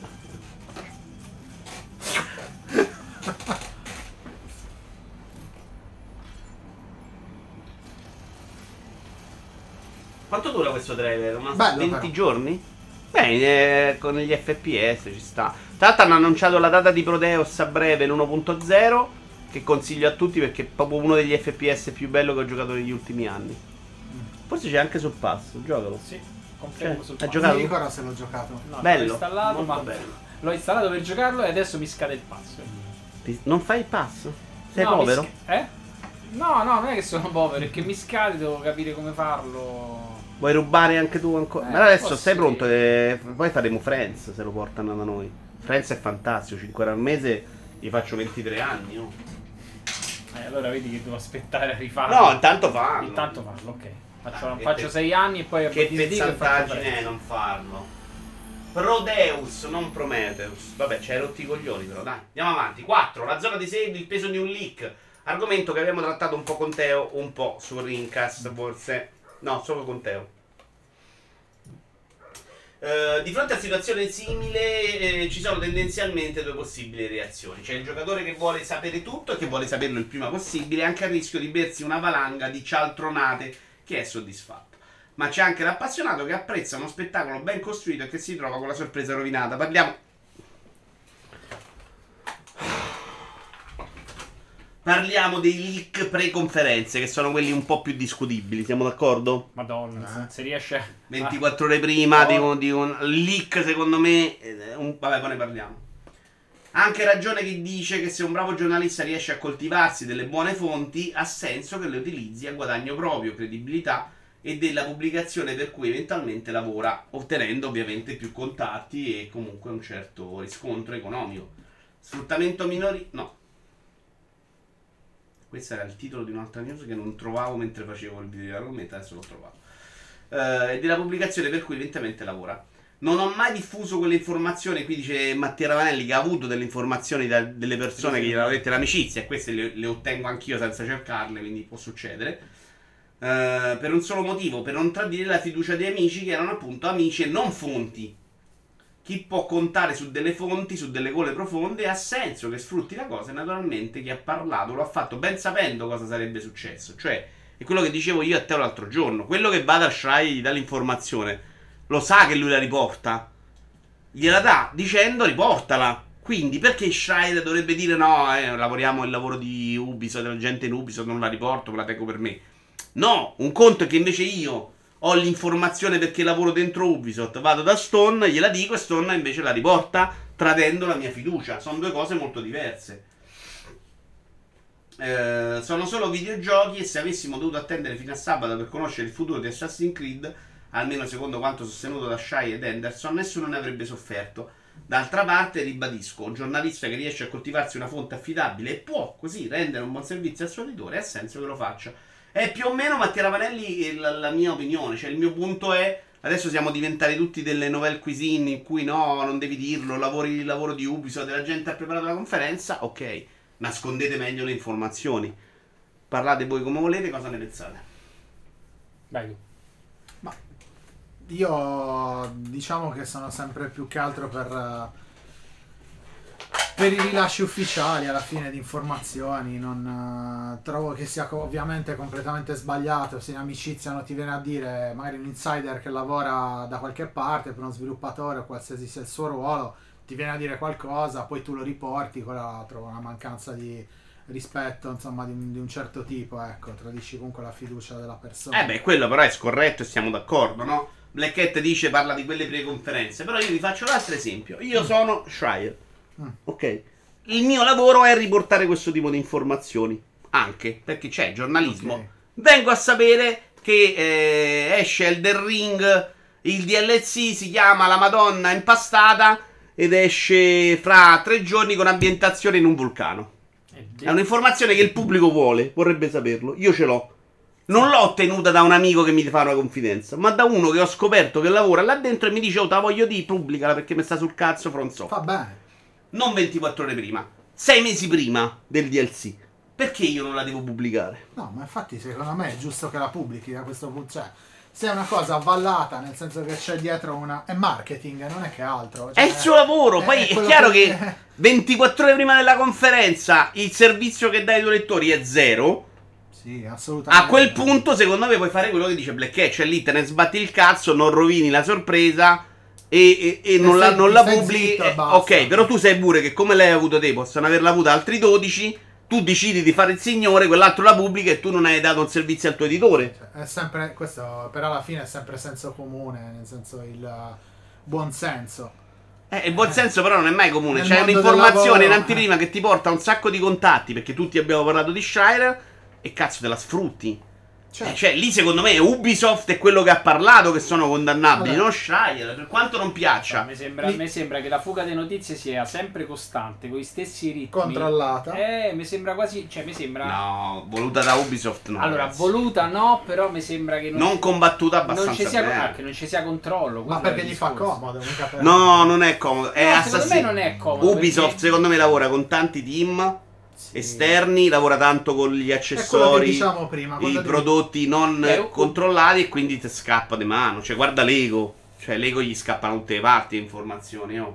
Quanto dura questo trailer? Una Bello, 20 però. giorni? Beh, con gli FPS ci sta. Tra l'altro hanno annunciato la data di Proteus a breve, l'1.0, che consiglio a tutti perché è proprio uno degli FPS più bello che ho giocato negli ultimi anni. Forse c'è anche sul pass, giocalo. Sì, confermo Cioè, sul hai pass. giocato? Non mi ricordo se l'ho giocato. No, Bello, l'ho installato, molto ma bello. l'ho installato per giocarlo e adesso mi scade il pass. Non fai il pass? Sei No, mi povero? No, non è che sono povero, è che mi scade, devo capire come farlo. Vuoi rubare anche tu ancora? Ma adesso stai pronto? Poi faremo Friends se lo portano da noi. Friends è fantastico, 5 euro al mese gli faccio 23 anni. No, Allora vedi che devo aspettare a rifarlo. no intanto farlo. Intanto farlo, ok. Che Faccio 6 anni e poi Che disdico e faccio pezzantaggine è Friends. non farlo. Prodeus, non Prometheus. Vabbè, c'hai rotti i coglioni però, dai. Andiamo avanti. 4. La zona di save, il peso di un leak. Argomento che abbiamo trattato un po' con Teo, un po' su Rincast forse. No, solo con Teo. Di fronte a situazioni simili ci sono tendenzialmente due possibili reazioni. C'è il giocatore che vuole sapere tutto e che vuole saperlo il prima possibile, anche a rischio di bersi una valanga di cialtronate che è soddisfatto. Ma c'è anche l'appassionato che apprezza uno spettacolo ben costruito e che si trova con la sorpresa rovinata. Parliamo dei leak pre-conferenze, che sono quelli un po' più discutibili, siamo d'accordo? Madonna, se riesce 24 ore prima No. di un leak, secondo me. Vabbè, poi ne parliamo. Ha anche ragione chi dice che se un bravo giornalista riesce a coltivarsi delle buone fonti, ha senso che le utilizzi a guadagno proprio, credibilità e della pubblicazione per cui eventualmente lavora, ottenendo ovviamente più contatti e comunque un certo riscontro economico. Sfruttamento minori? No. Questo era il titolo di un'altra news che non trovavo mentre facevo il video di argomento, adesso l'ho trovato. E della pubblicazione per cui evidentemente lavora. Non ho mai diffuso quelle informazioni. Qui dice Mattia Ravanelli che ha avuto delle informazioni delle persone che gli hanno detto l'amicizia, e queste le ottengo anch'io senza cercarle, quindi può succedere. Per un solo motivo, per non tradire la fiducia dei amici, che erano appunto amici e non fonti. Chi può contare su delle fonti, su delle gole profonde, ha senso che sfrutti la cosa, e naturalmente chi ha parlato lo ha fatto ben sapendo cosa sarebbe successo. Cioè, è quello che dicevo io a te l'altro giorno, quello che va da Shrai e gli dà l'informazione lo sa che lui la riporta, gliela dà dicendo riportala. Quindi perché Schreier dovrebbe dire no, lavoriamo il lavoro di Ubisoft, della gente in Ubisoft, non la riporto, me la tengo per me. No, un conto è che invece io ho l'informazione perché lavoro dentro Ubisoft, vado da Stone, gliela dico e Stone invece la riporta tradendo la mia fiducia. Sono due cose molto diverse. Sono solo videogiochi, e se avessimo dovuto attendere fino a sabato per conoscere il futuro di Assassin's Creed, almeno secondo quanto sostenuto da Shai ed Henderson, nessuno ne avrebbe sofferto. D'altra parte, ribadisco, un giornalista che riesce a coltivarsi una fonte affidabile e può così rendere un buon servizio al suo editore, ha senso che lo faccia. È più o meno, Mattia Ravanelli, la mia opinione. Cioè, il mio punto è: adesso siamo diventati tutti delle nouvelle cuisine in cui no, non devi dirlo, lavori il lavoro di Ubisoft, la gente ha preparato la conferenza, ok, nascondete meglio le informazioni. Parlate voi come volete, cosa ne pensate? Vai tu. Ma io diciamo che sono sempre più che altro per i rilasci ufficiali alla fine di informazioni. Non trovo che sia ovviamente completamente sbagliato se in amicizia non ti viene a dire, magari un insider che lavora da qualche parte per uno sviluppatore o qualsiasi sia il suo ruolo, ti viene a dire qualcosa, poi tu lo riporti, quella trovo una mancanza di rispetto, insomma, di un certo tipo, ecco, tradisci comunque la fiducia della persona. Quello però è scorretto e siamo d'accordo, no? Black Hat dice, parla di quelle preconferenze, però io vi faccio un altro esempio. Io sono Schreier, ok? Il mio lavoro è riportare questo tipo di informazioni, anche perché c'è giornalismo. Ok. Vengo a sapere che esce Elden Ring, il DLC si chiama La Madonna Impastata ed esce fra 3 giorni con ambientazione in un vulcano. È un'informazione che il pubblico vorrebbe saperlo. Io ce l'ho. Non l'ho ottenuta da un amico che mi fa una confidenza, ma da uno che ho scoperto che lavora là dentro e mi dice: oh, te la voglio di pubblicala perché mi sta sul cazzo From Software. Va bene. Non 24 ore prima, 6 mesi prima del DLC. Perché io non la devo pubblicare? No, ma infatti secondo me è giusto che la pubblichi da questo punto. Cioè, se è una cosa avvallata, nel senso che c'è dietro è marketing, non è che altro. Cioè, è il suo lavoro. Poi è chiaro che 24 ore prima della conferenza il servizio che dai ai tuoi lettori è zero. Sì, assolutamente. A quel punto, secondo me, puoi fare quello che dice Black Hat, cioè lì te ne sbatti il cazzo, non rovini la sorpresa e non la pubblichi. Zitto, basta. Ok, però tu sai pure che come l'hai avuto te, possono averla avuta altri 12. Tu decidi di fare il signore, quell'altro la pubblica e tu non hai dato un servizio al tuo editore. È sempre questo, però alla fine è sempre senso comune, nel senso il buon senso. Il buon senso però non è mai comune. Nel C'è mondo un'informazione del in lavoro, anteprima che ti porta un sacco di contatti, perché tutti abbiamo parlato di Schreier, e cazzo te la sfrutti. Cioè, lì secondo me Ubisoft è quello che ha parlato che sono condannabili, Allora, non Schreier, per quanto non piaccia. Mi sembra che la fuga delle notizie sia sempre costante, con gli stessi ritmi. controllata. Mi sembra quasi. Cioè, mi sembra. No, voluta da Ubisoft no. Allora, ragazzi. voluta no, però mi sembra che non combattuta abbastanza non ci sia, bene. che non ci sia controllo. Ma quello è perché il gli fa discorso. comodo? mica per- No, non è comodo. Secondo me non è comodo. Ubisoft perché- secondo me lavora con tanti team Sì. esterni, lavora tanto con gli È quello che accessori, diciamo prima. i quando devi- prodotti non Beh, controllati, e quindi ti scappa di mano. Cioè, guarda Lego. Cioè, Lego gli scappano tutte le parti le informazioni, oh.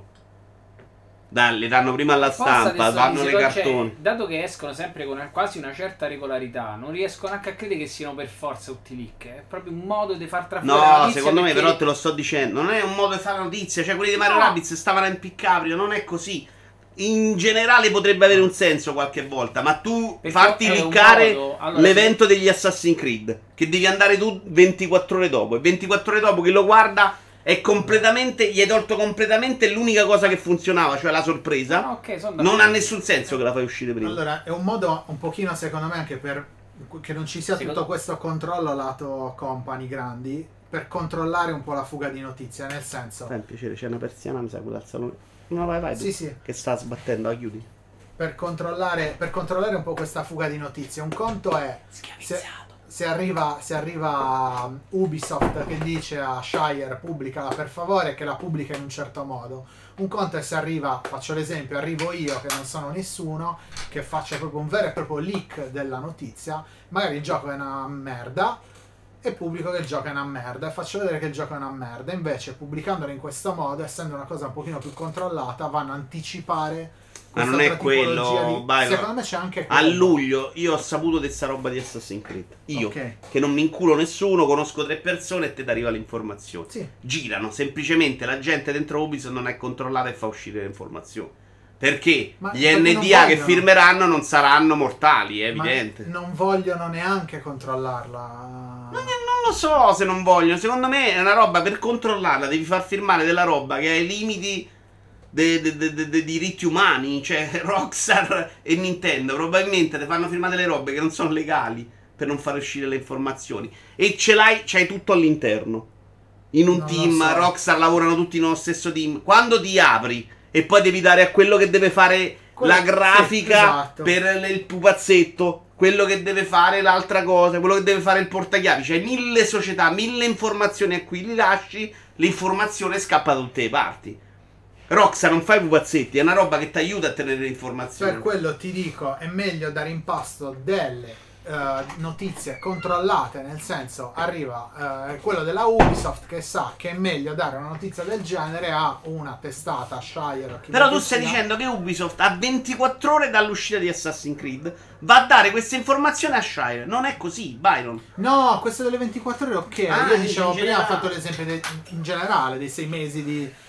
Le danno prima alla Posta stampa, adesso vanno mi nei si- cartoni. cioè, dato che escono sempre con quasi una certa regolarità, non riescono anche a credere che siano per forza utilic. È proprio un modo di far trafugare la No, notizia, secondo me perché- però te lo sto dicendo. Non è un modo di fare notizia. Cioè, quelli di Mario No. Rabbids stavano a impiccapri. Non è così. In generale potrebbe avere un senso qualche volta, ma tu Perché farti è un linkare modo- allora, l'evento degli Assassin's Creed, che devi andare tu 24 ore dopo, e 24 ore dopo chi lo guarda è completamente, gli hai tolto completamente l'unica cosa che funzionava, cioè la sorpresa. No, ok, sono Non d'accordo. ha nessun senso che la fai uscire prima. Allora, è un modo un pochino, secondo me, anche per che non ci sia Secondo- tutto questo controllo lato company grandi, per controllare un po' la fuga di notizie, nel senso, Fai un piacere, c'è una persiana, mi sa, quella al salone. No, vai, tu, sì, sì, che sta sbattendo, la chiudi. per controllare un po' questa fuga di notizie. Un conto è se, se arriva Ubisoft che dice a Shire pubblicala per favore, che la pubblica in un certo modo. Un conto è se arriva, faccio l'esempio, arrivo io che non sono nessuno, che faccia proprio un vero e proprio leak della notizia, magari il gioco è una merda e pubblico che il gioco è una merda e faccio vedere che il gioco è una merda. Invece pubblicandolo in questo modo, essendo una cosa un pochino più controllata, vanno a anticipare. Ma non è quello, secondo me c'è anche quello. A luglio io ho saputo di sta roba di Assassin's Creed. Io, Ok. che non mi inculo nessuno, conosco 3 persone e te arriva l'informazione. Sì. Girano, semplicemente la gente dentro Ubisoft non è controllata e fa uscire le informazioni. Perché Ma gli perché non NDA che vogliono. firmeranno non saranno mortali, è Ma evidente. non vogliono neanche controllarla. Non lo so se non vogliono. Secondo me è una roba per controllarla. Devi far firmare della roba che ha i limiti dei diritti umani. Cioè Rockstar e Nintendo probabilmente ti fanno firmare delle robe che non sono legali per non far uscire le informazioni. E c'hai tutto all'interno. In un Non lo team, so. Rockstar lavorano tutti nello stesso team. Quando ti apri e poi devi dare a quello che deve fare la Sì, grafica esatto. per il pupazzetto, quello che deve fare l'altra cosa, quello che deve fare il portachiavi. C'hai 1000 società, 1000 informazioni a cui li lasci, l'informazione scappa da tutte le parti. Rockstar non fa i pupazzetti, è una roba che ti aiuta a tenere le informazioni. Per quello ti dico, è meglio dare in pasto delle notizie controllate, nel senso arriva quello della Ubisoft che sa che è meglio dare una notizia del genere a una testata Shire o chi Però che tu stai sia. dicendo che Ubisoft a 24 ore dall'uscita di Assassin's Creed va a dare queste informazioni a Shire. Non è così, Byron. No, questo delle 24 ore ok. Ah, Io dicevo in prima, ho generale. fatto l'esempio in generale dei 6 mesi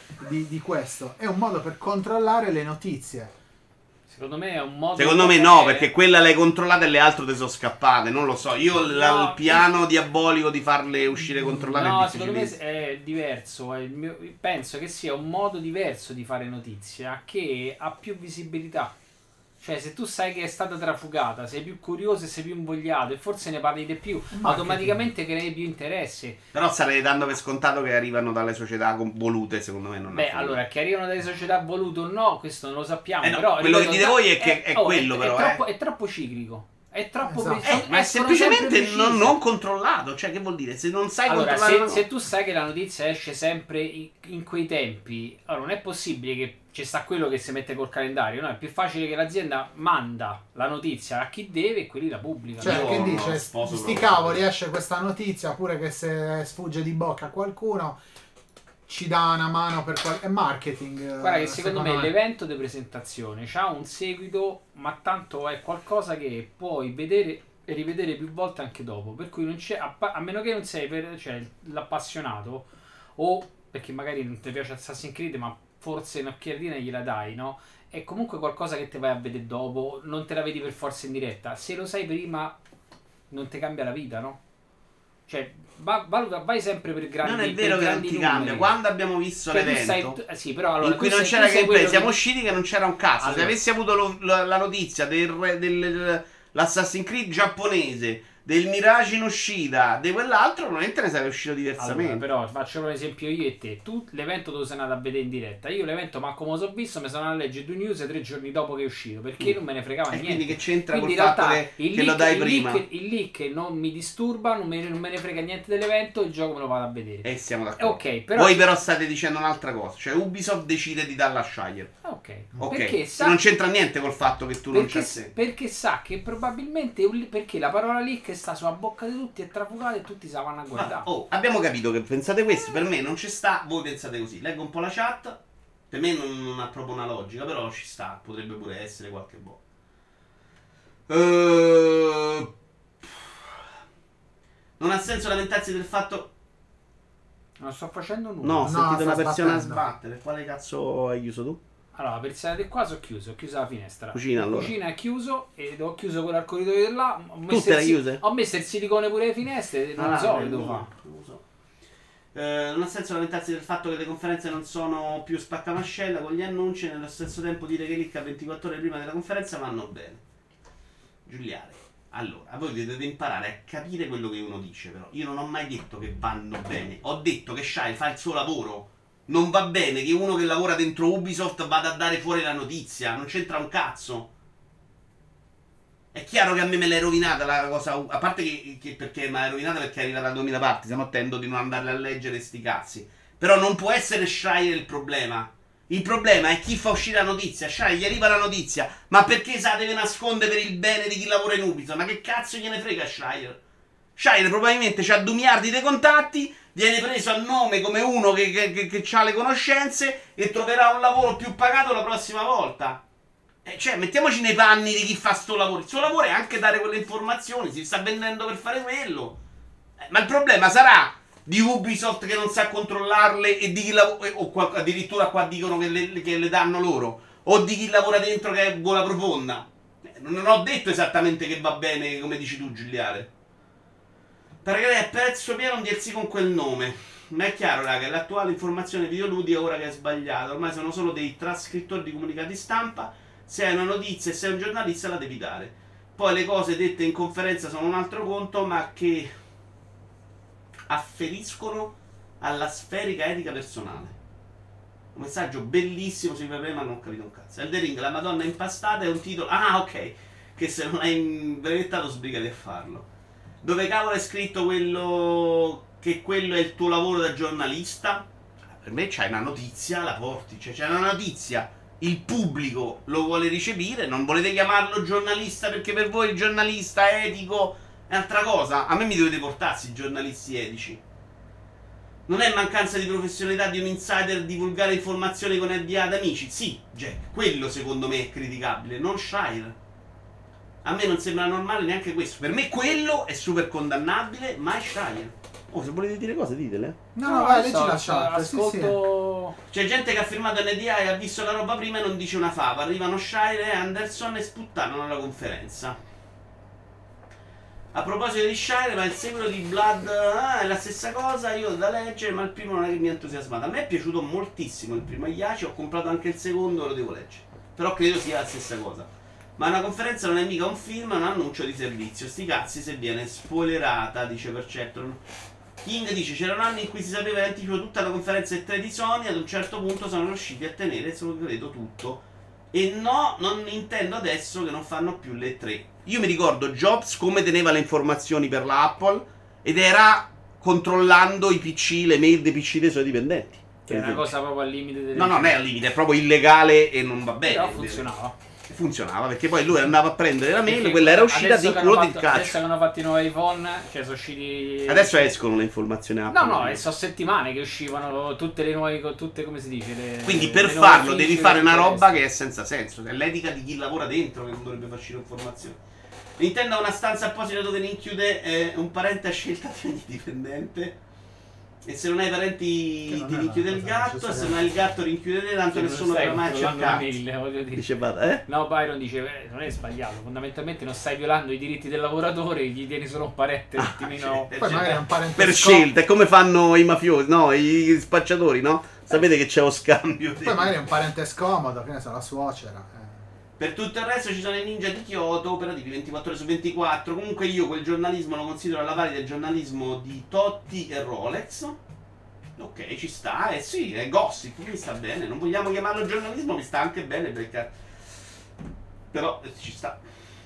di questo. È un modo per controllare le notizie. Secondo me è un modo. Secondo me no, perché quella l'hai controllata e le altre te sono scappate. Non lo so. Io il piano diabolico di farle uscire controllate No, è secondo me difficilissimo. è diverso. Penso che sia un modo diverso di fare notizia che ha più visibilità. Cioè, se tu sai che è stata trafugata, sei più curioso e sei più invogliato e forse ne parli di più, Marketing. automaticamente crei più interesse. Però starei dando per scontato che arrivano dalle società volute, secondo me non Beh, è allora, che arrivano dalle società volute o no, questo non lo sappiamo. No, però quello che ripeto, dite voi è che è quello, però. È troppo ciclico. È troppo Esatto. Ma è escono sempre semplicemente precise. non controllato. Cioè, che vuol dire? Se non sai Allora, controllare. se tu sai che la notizia esce sempre in quei tempi, allora non è possibile che ci sta quello che si mette col calendario, no? È più facile che l'azienda manda la notizia a chi deve e quelli la pubblicano. Cioè, Io che no, dice, sposo sti proprio. cavoli, esce questa notizia, pure che se sfugge di bocca a qualcuno, ci dà una mano per qualche marketing. Guarda che secondo me l'evento di presentazione ha un seguito, ma tanto è qualcosa che puoi vedere e rivedere più volte anche dopo. Per cui non c'è, a meno che non sei cioè, l'appassionato, o perché magari non ti piace Assassin's Creed, ma forse un'occhiatina gliela dai, no? È comunque qualcosa che ti vai a vedere dopo, non te la vedi per forza in diretta. Se lo sai prima, non ti cambia la vita, no? Cioè, valuta, vai sempre per grandi Non è vero per che non grandi ti numeri. cambia. Quando abbiamo visto Cioè, tu l'evento sì, però allora, in cui tu non sei- c'era tu sei gameplay, quello siamo che- usciti che non c'era un cazzo. Se Allora. avessi avuto la notizia dell'Assassin's Creed giapponese, del Mirage in uscita, di quell'altro, probabilmente ne sarei uscito diversamente. Allora, però faccio un esempio io e te. Tu l'evento dove sei andato a vedere in diretta. Io l'evento manco me lo so visto, mi sono andato a leggere 2 news 3 giorni dopo che è uscito. Perché non me ne fregava E niente. quindi che c'entra Quindi col in fatto realtà che lo dai prima? il leak non mi disturba, non me ne frega niente dell'evento, il gioco me lo vado a vedere. E siamo d'accordo. Ok, però. Voi però state dicendo un'altra cosa. Cioè Ubisoft decide di darla a Shire. Ok. Ok. Perché sa, Non c'entra niente col fatto che tu non perché, c'hai sé. perché sa che probabilmente perché la parola leak sta sulla bocca di tutti, è trafugata e tutti se la vanno a guardare. Oh, abbiamo capito che pensate questo. Per me non ci sta. Voi pensate così. Leggo un po' la chat. Per me non ha proprio una logica. Però ci sta. Potrebbe pure essere qualche volta. Non ha senso lamentarsi del fatto. Non sto facendo nulla. No, ho sentito sta una persona sbattendo. sbattere. Quale cazzo hai chiuso tu? Allora, la persiana di qua ho chiuso la finestra. Cucina, allora. Cucina è chiuso e ho chiuso quella al corridoio di là. Tutte le chiuse? Ho messo il silicone pure alle finestre, non lo so che devo fare. Non lo so. Non ha senso lamentarsi del fatto che le conferenze non sono più spaccamascella con gli annunci e nello stesso tempo dire che leak a 24 ore prima della conferenza vanno bene. Giuliare, allora, voi dovete imparare a capire quello che uno dice, però. Io non ho mai detto che vanno bene. Ho detto che Shai fa il suo lavoro. Non va bene che uno che lavora dentro Ubisoft vada a dare fuori la notizia. Non c'entra un cazzo. È chiaro che a me me l'hai rovinata la cosa. A parte che perché me l'hai rovinata perché è arrivata a 2000 parti, se no tendo di non andare a leggere sti cazzi. Però non può essere Schreier il problema. Il problema è chi fa uscire la notizia. Schreier gli arriva la notizia, ma perché se la deve nascondere per il bene di chi lavora in Ubisoft? Ma che cazzo gliene frega Schreier? Schreier probabilmente ha 2 miliardi di contatti, viene preso a nome come uno che ha le conoscenze e troverà un lavoro più pagato la prossima volta. Cioè, mettiamoci nei panni di chi fa sto lavoro. Il suo lavoro è anche dare quelle informazioni, si sta vendendo per fare quello. Ma il problema sarà di Ubisoft che non sa controllarle e di chi lavora, o addirittura qua dicono che le danno loro, o di chi lavora dentro che è gola profonda. Non ho detto esattamente che va bene come dici tu, Giuliare. Perché è pezzo pieno non dirsi con quel nome. Ma è chiaro, raga, l'attuale informazione videoludica ora che è sbagliata. Ormai sono solo dei trascrittori di comunicati stampa. Se hai una notizia e sei un giornalista la devi dare. Poi le cose dette in conferenza sono un altro conto, ma che afferiscono alla sferica etica personale. Un messaggio bellissimo sui problemi, ma non ho capito un cazzo. Elden Ring, la Madonna impastata è un titolo. Ah, ok. Che se non hai brevettato sbrigati a farlo. Dove cavolo è scritto quello che quello è il tuo lavoro da giornalista? Per me c'hai una notizia, la porti. Cioè c'è una notizia. Il pubblico lo vuole ricepire, non volete chiamarlo giornalista perché per voi il giornalista etico è altra cosa. A me mi dovete portarsi i giornalisti etici. Non è mancanza di professionalità di un insider divulgare informazioni con NDA ad amici? Sì, Jack, quello secondo me è criticabile, non Shire. A me non sembra normale neanche questo. Per me quello è super condannabile, ma è Shire. Oh, se volete dire cose ditele. No, vai, leggi la chat. Ascolto. C'è gente che ha firmato NDA e ha visto la roba prima e non dice una fava. Arrivano Shire e Anderson e sputtano alla conferenza. A proposito di Shire, ma il seguito di Blood è la stessa cosa, io da leggere, ma il primo non è che mi ha entusiasmato. A me è piaciuto moltissimo il primo Iaci, ho comprato anche il secondo e lo devo leggere. Però credo sia la stessa cosa. Ma una conferenza non è mica un film, è un annuncio di servizio. Sti cazzi se viene spoilerata, dice Perceptron. King dice c'erano anni in cui si sapeva in anticipo tutta la conferenza E3 di Sony, ad un certo punto sono riusciti a tenere, solo credo, tutto. E no, non intendo adesso che non fanno più le 3. Io mi ricordo Jobs come teneva le informazioni per la Apple ed era controllando i PC, le mail dei PC dei suoi dipendenti. Che è una cosa proprio al limite del... No, non è al limite, è proprio illegale e non va bene. Però funzionava. Funzionava perché poi lui andava a prendere la mail, quella era uscita di culo del Adesso cazzo. che hanno fatto i nuovi iPhone, cioè sono usciti... Adesso escono le informazioni Apple. No, sono settimane che uscivano tutte le nuove, tutte come si dice. Quindi per le nuove farlo feature, devi fare una tutte roba queste. che è senza senso. È l'etica di chi lavora dentro che non dovrebbe far uscire informazioni. Nintendo ha una stanza apposita dove rinchiude un parente a scelta di ogni dipendente. E se non hai parenti ti rinchiude il gatto. E se non hai il gatto rinchiude te, tanto nessuno stai per mai controllando cercato. la mail, voglio dire. Dice vada, No, Byron dice non è sbagliato, fondamentalmente non stai violando i diritti del lavoratore, gli tieni solo un parente un attimino... Poi magari è un parente Per scelta, è come fanno i mafiosi, no? I spacciatori, no? Sapete che c'è lo scambio. Poi magari è un parente scomodo, che ne so, la suocera. Per tutto il resto ci sono i ninja di Kyoto, operativi 24 ore su 24. Comunque io quel giornalismo lo considero alla pari del giornalismo di Totti e Rolex. Ok, ci sta, sì, è gossip, mi sta bene. Non vogliamo chiamarlo giornalismo, mi sta anche bene perché... Però ci sta.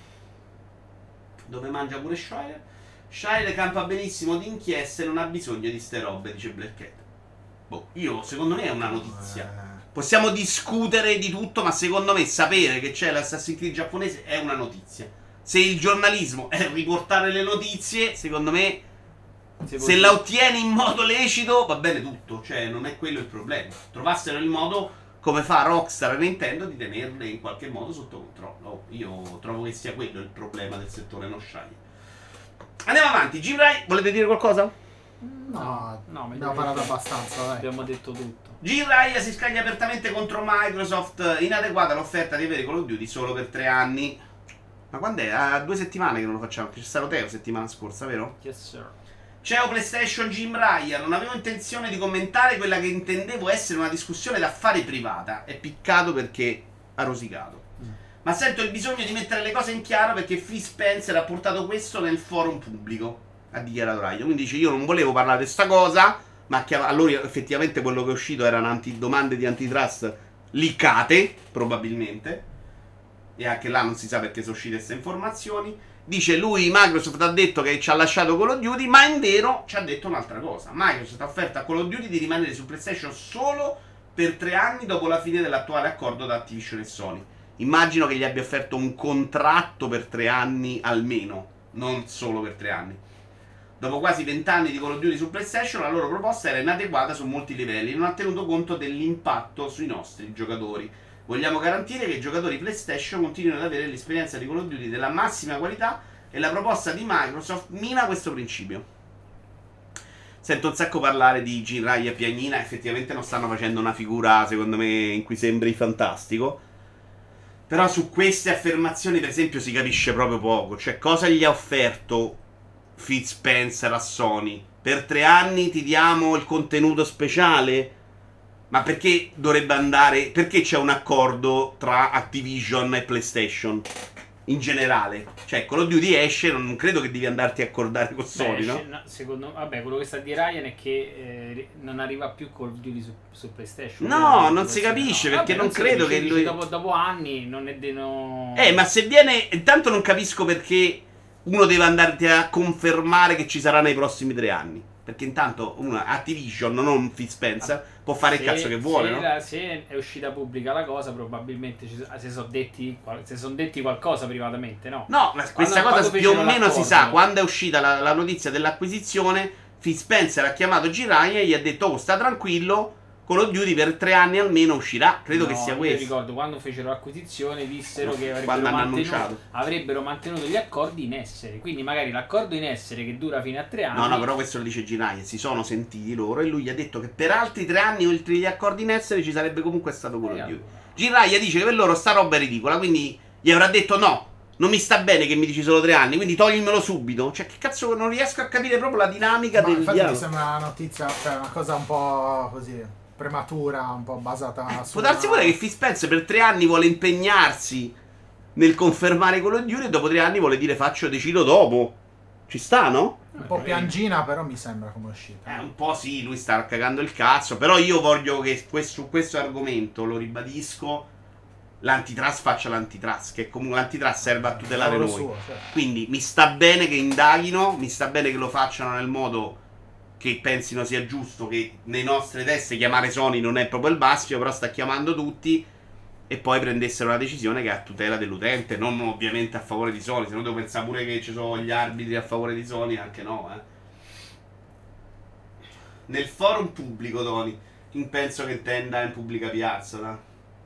Dove mangia pure Shire. Shire campa benissimo di inchieste, non ha bisogno di ste robe, dice Black Cat. Boh, secondo me è una notizia. Possiamo discutere di tutto, ma secondo me sapere che c'è l'Assassin's Creed giapponese è una notizia. Se il giornalismo è riportare le notizie, secondo me, se la ottieni in modo lecito, va bene tutto. Cioè, non è quello il problema. Trovassero il modo, come fa Rockstar e Nintendo, di tenerle in qualche modo sotto controllo. Io trovo che sia quello il problema del settore no shy. Andiamo avanti. Jim Rai, volete dire qualcosa? No, meglio abbiamo parlato abbastanza, dai. Abbiamo detto tutto. Jim Raya si scaglia apertamente contro Microsoft, inadeguata l'offerta di avere Call of Duty solo per 3 anni. Ma quando è? A 2 settimane che non lo facciamo, c'è stato Teo settimana scorsa, vero? Yes, sir. Ciao PlayStation Jim Raya, non avevo intenzione di commentare quella che intendevo essere una discussione d'affari privata. È piccato perché ha rosicato. Ma sento il bisogno di mettere le cose in chiaro perché Phil Spencer ha portato questo nel forum pubblico, ha dichiarato Raya. Quindi dice io non volevo parlare di sta cosa, ma che allora effettivamente quello che è uscito erano domande di antitrust liccate, probabilmente. e anche là non si sa perché sono uscite queste informazioni. Dice lui, Microsoft ha detto che ci ha lasciato Call of Duty, ma in vero ci ha detto un'altra cosa. Microsoft ha offerto a Call of Duty di rimanere su PlayStation solo per 3 anni dopo la fine dell'attuale accordo da Activision e Sony. Immagino che gli abbia offerto un contratto per 3 anni almeno, non solo per 3 anni. Dopo quasi 20 anni di Call of Duty su PlayStation, la loro proposta era inadeguata su molti livelli, non ha tenuto conto dell'impatto sui nostri giocatori. Vogliamo garantire che i giocatori PlayStation continuino ad avere l'esperienza di Call of Duty della massima qualità e la proposta di Microsoft mina questo principio. Sento un sacco parlare di Jiraiya e Piagnina, effettivamente non stanno facendo una figura, secondo me, in cui sembri fantastico. Però su queste affermazioni, per esempio, si capisce proprio poco. Cioè, cosa gli ha offerto Phil Spencer a Sony? Per 3 anni ti diamo il contenuto speciale? Ma perché dovrebbe andare? Perché c'è un accordo tra Activision e PlayStation? In generale, cioè Call of Duty esce, non credo che devi andarti a accordare con Sony, no? Secondo vabbè, quello che sta di Ryan è che non arriva più Call of Duty su PlayStation. No, non si capisce, perché non credo che lui... Dopo anni non è no... ma se viene... Intanto non capisco perché uno deve andarti a confermare che ci sarà nei prossimi 3 anni. Perché intanto una Activision, non Phil Spencer, può fare il cazzo che vuole, no? Se è uscita pubblica la cosa, probabilmente si sono detti qualcosa privatamente, no? No, ma questa cosa più o meno si sa. Quando è uscita la notizia dell'acquisizione, Phil Spencer ha chiamato Jiraiya e gli ha detto: oh, sta tranquillo, Call of Duty per 3 anni almeno uscirà. Credo che sia questo. Io ricordo quando fecero l'acquisizione dissero che avrebbero mantenuto gli accordi in essere. Quindi magari l'accordo in essere che dura fino a 3 anni. No, però questo lo dice Jiraiya. Si sono sentiti loro e lui gli ha detto che per altri 3 anni oltre gli accordi in essere ci sarebbe comunque stato Call of Duty. Jiraiya dice che per loro sta roba è ridicola, quindi gli avrà detto: no, non mi sta bene che mi dici solo 3 anni, quindi toglimelo subito. Cioè, che cazzo, non riesco a capire proprio la dinamica del infatti dialogo. Mi sembra una notizia, cioè una cosa un po' così prematura, un po' basata su... Può darsi pure che Phil Spencer per 3 anni vuole impegnarsi nel confermare Call of Duty e dopo 3 anni vuole dire decido dopo. Ci sta, no? Un po' piangina, però mi sembra come uscita. Un po' sì, lui sta cagando il cazzo. Però io voglio che su questo argomento, lo ribadisco, l'antitrust faccia l'antitrust. Che comunque l'antitrust serve a tutelare noi. Certo. Quindi mi sta bene che indaghino, mi sta bene che lo facciano nel modo che pensino sia giusto, che nei nostre teste chiamare Sony non è proprio il massimo, però sta chiamando tutti, e poi prendessero una decisione che è a tutela dell'utente, non ovviamente a favore di Sony. Se no devo pensare pure che ci sono gli arbitri a favore di Sony, anche no, Nel forum pubblico, Tony, penso che intenda in pubblica piazza, no?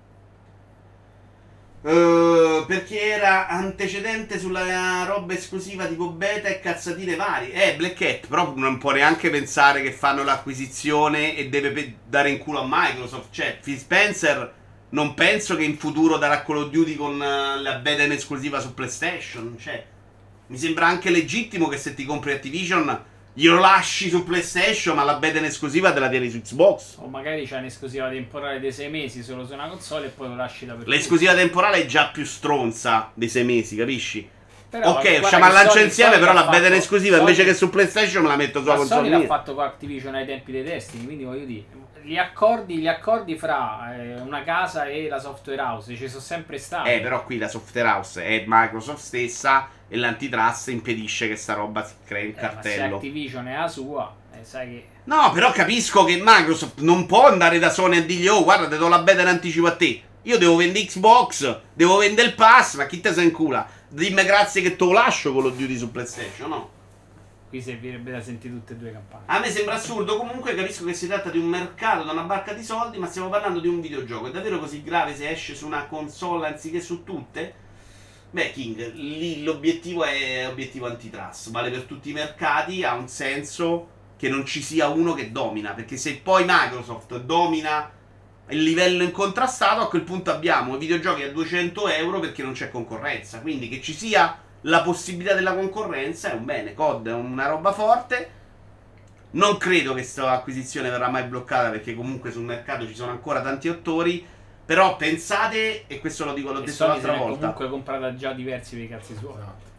Perché era antecedente sulla roba esclusiva tipo beta e cazzatine varie. Black Hat, però non può neanche pensare che fanno l'acquisizione e deve dare in culo a Microsoft. Cioè, Phil Spencer non penso che in futuro darà Call of Duty con la beta in esclusiva su PlayStation. Cioè, mi sembra anche legittimo che se ti compri Activision glielo lasci su PlayStation, ma la beta in esclusiva te la tieni su Xbox. O magari c'è un'esclusiva temporale dei 6 mesi solo su una console e poi lo lasci dappertutto. L'esclusiva temporale è già più stronza dei 6 mesi, capisci? Però, ok, usciamo al lancio insieme, però la beta in esclusiva invece che su PlayStation me la metto sulla console Sony mia. l'ha fatto con Activision ai tempi dei Destiny, quindi voglio dire, gli accordi fra una casa e la software house ci sono sempre stati. Però qui la software house è Microsoft stessa e l'antitrust impedisce che sta roba si crei un cartello. Ma se Activision è la sua, sai che... No, però capisco che Microsoft non può andare da Sony e dirgli: oh, guarda, ti do la beta in anticipo a te. Io devo vendere Xbox, devo vendere il pass, ma chi te se incula? Dimmi grazie che te lo lascio Call of Duty su PlayStation, no? Qui servirebbe da sentire tutte e due campane. A me sembra assurdo, comunque capisco che si tratta di un mercato, da una barca di soldi, ma stiamo parlando di un videogioco. È davvero così grave se esce su una console anziché su tutte? Beh, King, lì l'obiettivo è obiettivo antitrust, vale per tutti i mercati, ha un senso che non ci sia uno che domina, perché se poi Microsoft domina il livello incontrastato, a quel punto abbiamo i videogiochi a 200 euro perché non c'è concorrenza. Quindi che ci sia la possibilità della concorrenza è un bene. COD è una roba forte. Non credo che questa acquisizione verrà mai bloccata, perché comunque sul mercato ci sono ancora tanti attori. Però pensate, e questo l'ho detto l'altra volta, comunque comprata già diversi per i cazzi suoi.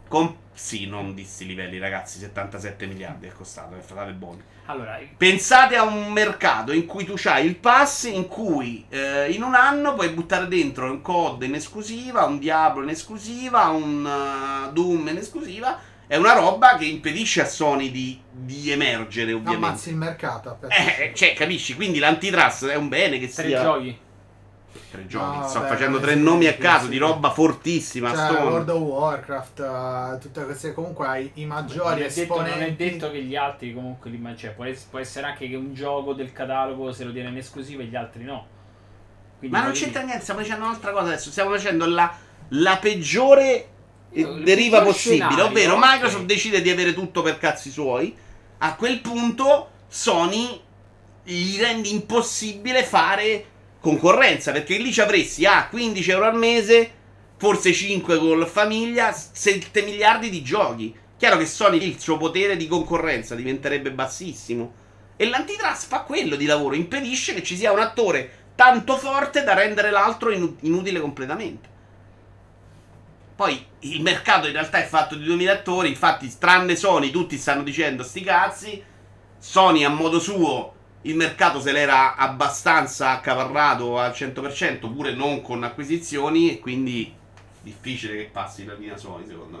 Sì, non di sti livelli, ragazzi. 77 miliardi è costato, è fratello buoni. Allora, Pensate a un mercato in cui tu c'hai il pass, in cui in un anno puoi buttare dentro un COD in esclusiva, un Diablo in esclusiva, un Doom in esclusiva. È una roba che impedisce a Sony di emergere, ovviamente. Ammazzi il mercato. Cioè, capisci? Quindi l'antitrust è un bene che 3 sia... giochi. 3 giochi. No, Sto beh, facendo sì, 3 nomi a sì, caso sì. di roba fortissima. Cioè, Stone. World of Warcraft, tutte queste comunque hai i maggiori Non è esponenti. detto che gli altri comunque cioè, può essere anche che un gioco del catalogo se lo tiene in esclusiva e gli altri no. Quindi Ma non voglio c'entra dire- niente, stiamo facendo un'altra cosa adesso. Stiamo facendo la peggiore Il deriva peggior possibile. scenario, Ovvero, ok. Microsoft decide di avere tutto per cazzi suoi. A quel punto, Sony gli rende impossibile fare concorrenza. Perché lì ci avresti 15 euro al mese, forse 5 con famiglia, 7 miliardi di giochi. Chiaro che Sony il suo potere di concorrenza diventerebbe bassissimo. E l'antitrust fa quello di lavoro, impedisce che ci sia un attore tanto forte da rendere l'altro inutile completamente. Poi il mercato in realtà è fatto di 2000 attori, infatti tranne Sony tutti stanno dicendo sti cazzi. Sony a modo suo il mercato se l'era abbastanza accaparrato al 100%, pure non con acquisizioni, e quindi difficile che passi la linea Sony, secondo me.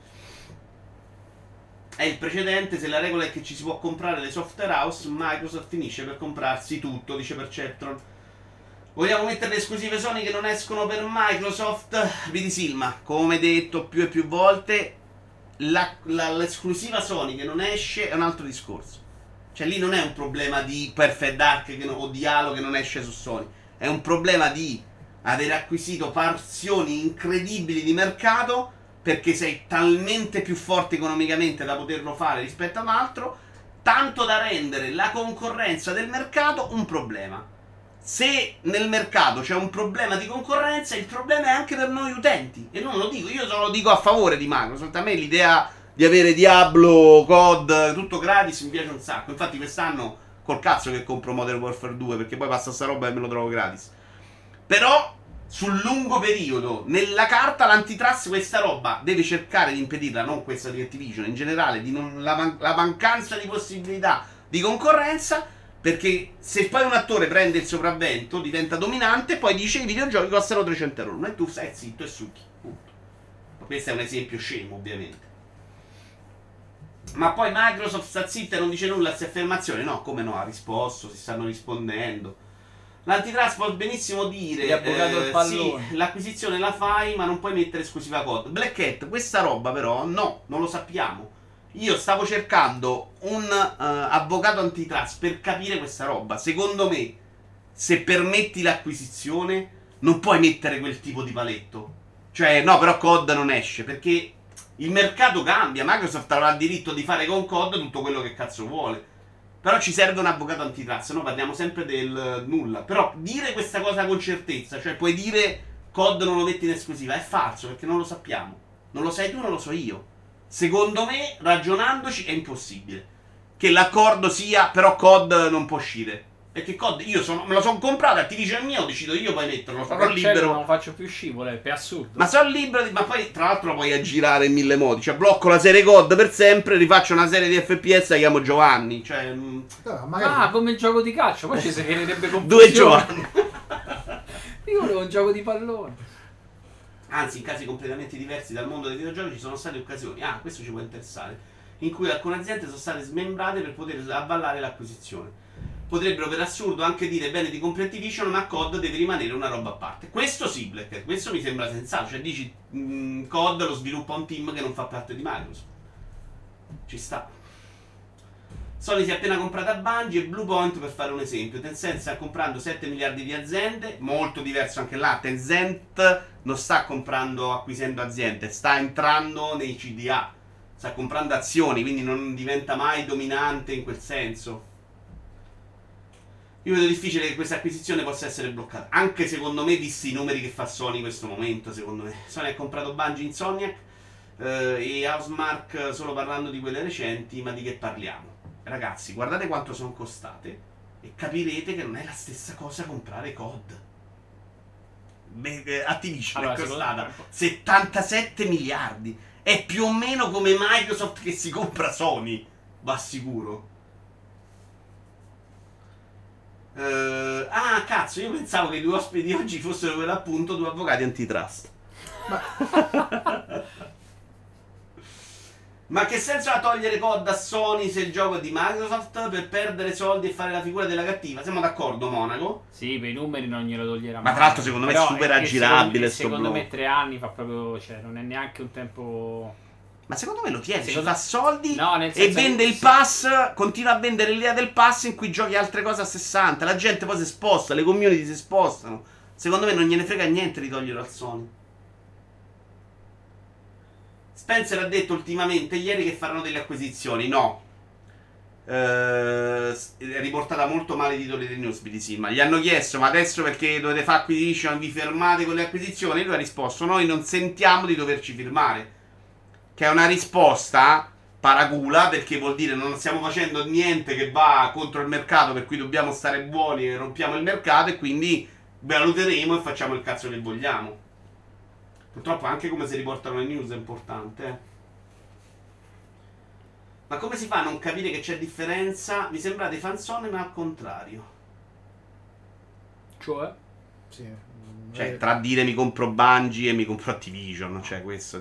È il precedente, se la regola è che ci si può comprare le software house, Microsoft finisce per comprarsi tutto, dice Perceptron. Vogliamo mettere le esclusive Sony che non escono per Microsoft? Vedi Silma, come detto più e più volte, l'esclusiva Sony che non esce è un altro discorso. Cioè lì non è un problema di Perfect Dark o di Halo che non esce su Sony. È un problema di aver acquisito porzioni incredibili di mercato perché sei talmente più forte economicamente da poterlo fare rispetto a un altro, tanto da rendere la concorrenza del mercato un problema. Se nel mercato c'è un problema di concorrenza, il problema è anche per noi utenti. E non lo dico, io solo lo dico a favore di Microsoft. A me l'idea di avere Diablo, COD, tutto gratis mi piace un sacco. Infatti quest'anno col cazzo che compro Modern Warfare 2, perché poi passa sta roba e me lo trovo gratis. Però sul lungo periodo, nella carta l'antitrust questa roba deve cercare di impedirla, non questa di Activision, in generale, la mancanza di possibilità di concorrenza. Perché se poi un attore prende il sopravvento, diventa dominante, poi dice i videogiochi costano 300 euro. Non è tu stai zitto e succhi. Punto. Questo è un esempio scemo, ovviamente. Ma poi Microsoft sta zitta e non dice nulla a queste affermazioni? No, come no, ha risposto, si stanno rispondendo. L'antitrust può benissimo dire Gli ha bucato il pallone. sì, l'acquisizione la fai, ma non puoi mettere esclusiva COD. Black Hat, questa roba però, no, non lo sappiamo. Io stavo cercando un avvocato antitrust per capire questa roba. Secondo me, se permetti l'acquisizione, non puoi mettere quel tipo di paletto. Cioè, no, però COD non esce, perché il mercato cambia. Microsoft avrà il diritto di fare con COD tutto quello che cazzo vuole. Però ci serve un avvocato antitrust, no? Parliamo sempre del nulla. Però dire questa cosa con certezza, cioè puoi dire COD non lo metti in esclusiva, è falso, perché non lo sappiamo. Non lo sai tu, non lo so io. Secondo me, ragionandoci, è impossibile che l'accordo sia, però COD non può uscire. Perché COD, me lo sono comprato, Activision mio, decido io poi metterlo, sarò libero. Non faccio più scivole, è assurdo. Ma sono libero, ma poi tra l'altro lo puoi aggirare in mille modi. Cioè blocco la serie COD per sempre, rifaccio una serie di FPS, la chiamo Giovanni. Cioè, Magari come il gioco di calcio, poi ci si creerebbe confusione. due Giovanni. Io volevo un gioco di pallone. Anzi, in casi completamente diversi dal mondo dei videogiochi ci sono state occasioni, questo ci può interessare, in cui alcune aziende sono state smembrate per poter avvallare l'acquisizione. Potrebbero per assurdo anche dire bene ti compri Activision, ma COD deve rimanere una roba a parte. Questo sì, Black, questo mi sembra sensato. Cioè dici COD lo sviluppa un team che non fa parte di Microsoft. Ci sta. Sony si è appena comprata Bungie e Bluepoint, per fare un esempio. Tencent sta comprando 7 miliardi di aziende, molto diverso anche là. Tencent non sta acquisendo aziende, sta entrando nei CDA, sta comprando azioni, quindi non diventa mai dominante in quel senso. Io vedo difficile che questa acquisizione possa essere bloccata, anche secondo me, visti i numeri che fa Sony in questo momento. Secondo me Sony ha comprato Bungie, Insomniac e Housemarque, solo parlando di quelle recenti. Ma di che parliamo? Ragazzi, guardate quanto sono costate e capirete che non è la stessa cosa comprare COD. Activision è costata 77 miliardi è più o meno come Microsoft che si compra Sony, va sicuro. Cazzo, io pensavo che i due ospiti di oggi fossero per l'appunto due avvocati antitrust. Ma che senso ha togliere COD a Sony se il gioco è di Microsoft per perdere soldi e fare la figura della cattiva? Siamo d'accordo, Monaco? Sì, per i numeri non glielo toglierà Ma mai. tra l'altro secondo me è Però super che aggirabile secondo me 3 anni fa proprio, cioè non è neanche un tempo. Ma secondo me lo tiene, Secondo- ci fa soldi No, nel e senso vende che- il pass, continua a vendere l'idea del pass in cui giochi altre cose a 60. La gente poi si sposta, le community si spostano. Secondo me non gliene frega niente di toglierlo al Sony. Spencer ha detto ultimamente, ieri, che faranno delle acquisizioni. No. È riportata molto male i titoli dei Newspeed, sì, ma gli hanno chiesto, ma adesso perché dovete fare acquisition, vi fermate con le acquisizioni? Lui ha risposto, noi non sentiamo di doverci firmare. Che è una risposta paracula, perché vuol dire non stiamo facendo niente che va contro il mercato, per cui dobbiamo stare buoni e rompiamo il mercato e quindi valuteremo e facciamo il cazzo che vogliamo. Purtroppo anche come si riportano le news è importante. Ma come si fa a non capire che c'è differenza? Mi sembra dei fanzone, ma al contrario. Cioè? Sì. Cioè, tra dire mi compro Bungie e mi compro Activision, cioè questo.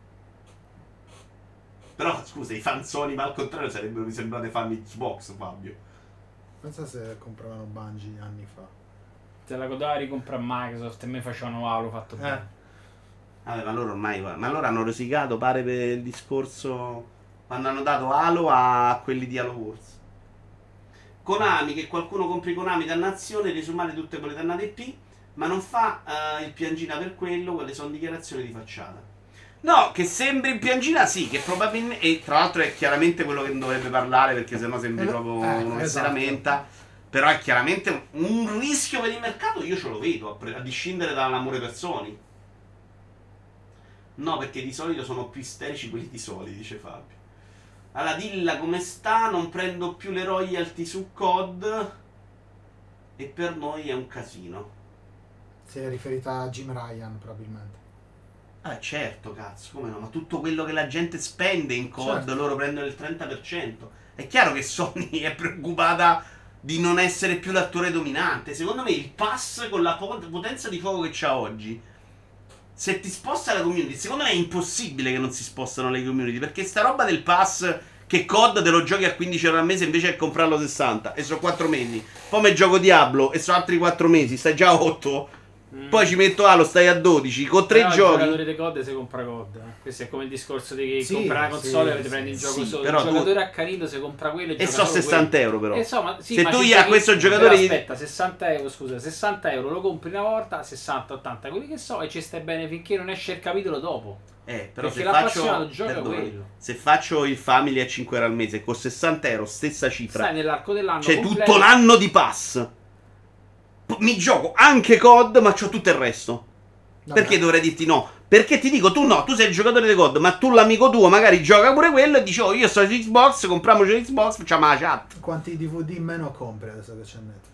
Però scusa, i fanzoni, ma al contrario sarebbero, mi sembrate fan di Xbox, Fabio. Pensa se compravano Bungie anni fa. Se la godava ricompra Microsoft e me facevano Halo fatto bene. Vabbè, ma loro ormai, ma loro hanno rosicato, pare, per il discorso quando hanno dato Halo a quelli di Halo Wars. Konami, che qualcuno compri Konami, dannazione, risumare tutte quelle dannate IP, ma non fa il piangina per quello, quelle sono dichiarazioni di facciata. No, che sembri il piangina, sì, che probabilmente, e tra l'altro è chiaramente quello che non dovrebbe parlare, perché sennò sembri proprio uno che si esatto. lamenta. Però è chiaramente un rischio per il mercato, io ce lo vedo, a discindere dall'amore per Sony. No, perché di solito sono più isterici quelli di Sony, dice Fabio. Alla Dilla come sta, non prendo più le royalty su COD e per noi è un casino. Si è riferita a Jim Ryan, probabilmente. Certo, cazzo, come no? Ma tutto quello che la gente spende in COD, Certo. loro prendono il 30%. È chiaro che Sony è preoccupata di non essere più l'attore dominante. Secondo me il pass con la potenza di fuoco che c'ha oggi, se ti sposta la community, secondo me è impossibile che non si spostano le community, perché sta roba del pass che COD te lo giochi a 15 euro al mese invece che comprarlo a 60 e sono 4 mesi. Poi mi gioco Diablo e sono altri 4 mesi, stai già a 8. Poi ci metto Halo, stai a 12 con 3 Però il giochi. giocatore di COD si compra COD. Questo è come il discorso di chi Sì, compra una console sì, e ti prendi il sì, gioco sì, solo. però Il tu- giocatore accanito si compra quello e E gioca so solo 60 quello. euro però. Insomma, sì, Se ma tu ci gli a giochi- questo però giocatore aspetta, 60 euro, scusa, 60 euro lo compri una volta, 60, 80, quelli che so, e ci stai bene finché non esce il capitolo dopo. Però Perché se l'appassionato faccio, gioca perdonami, quello. se faccio il Family a 5 euro al mese con 60 euro, stessa cifra, Stai nell'arco dell'anno c'è completo. tutto l'anno di pass. Mi gioco anche COD, ma c'ho tutto il resto. Vabbè. Perché dovrei dirti no? Perché ti dico, tu no, tu sei il giocatore di COD, ma tu l'amico tuo magari gioca pure quello e dici, oh, io sto su Xbox, compriamoci Xbox, facciamo la chat. Quanti DVD meno compri adesso che c'è Netflix?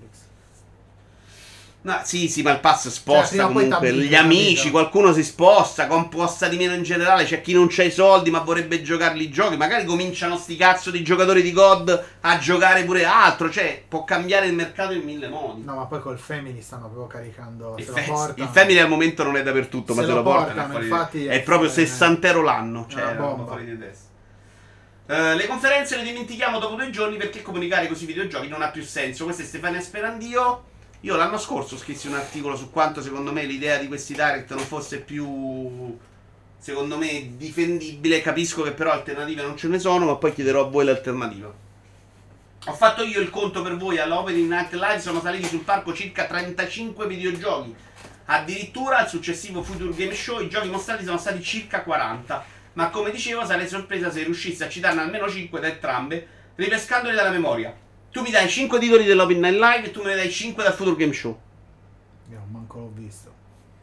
No, sì, ma il pass sposta prima o poi comunque t'abitui, gli amici, capito? qualcuno si sposta, costa di meno in generale, c'è chi non c'ha i soldi ma vorrebbe giocarli i giochi, magari cominciano sti cazzo di giocatori di COD a giocare pure altro, cioè può cambiare il mercato in mille modi. No, ma poi col Family stanno proprio caricando. Il, Se lo portano. il Family al momento non è dappertutto, ma Se se lo lo portano, portano, fuori infatti, è proprio è 60 euro l'anno, è cioè una è una roba bomba. fuori di testa. Le conferenze le dimentichiamo dopo 2 giorni perché comunicare così videogiochi non ha più senso. Questo è Stefania Sperandio. Io l'anno scorso scrissi un articolo su quanto secondo me l'idea di questi direct non fosse più, secondo me, difendibile. Capisco che però alternative non ce ne sono, ma poi chiederò a voi l'alternativa. Ho fatto io il conto per voi all'Opening Night Live, sono saliti sul palco circa 35 videogiochi. Addirittura al successivo Future Game Show i giochi mostrati sono stati circa 40. Ma come dicevo sarei sorpresa se riuscissi a citarne almeno 5 da entrambe, ripescandoli dalla memoria. Tu mi dai 5 titoli dell'Open Night Live e tu me ne dai 5 dal Future Game Show. Io manco l'ho visto.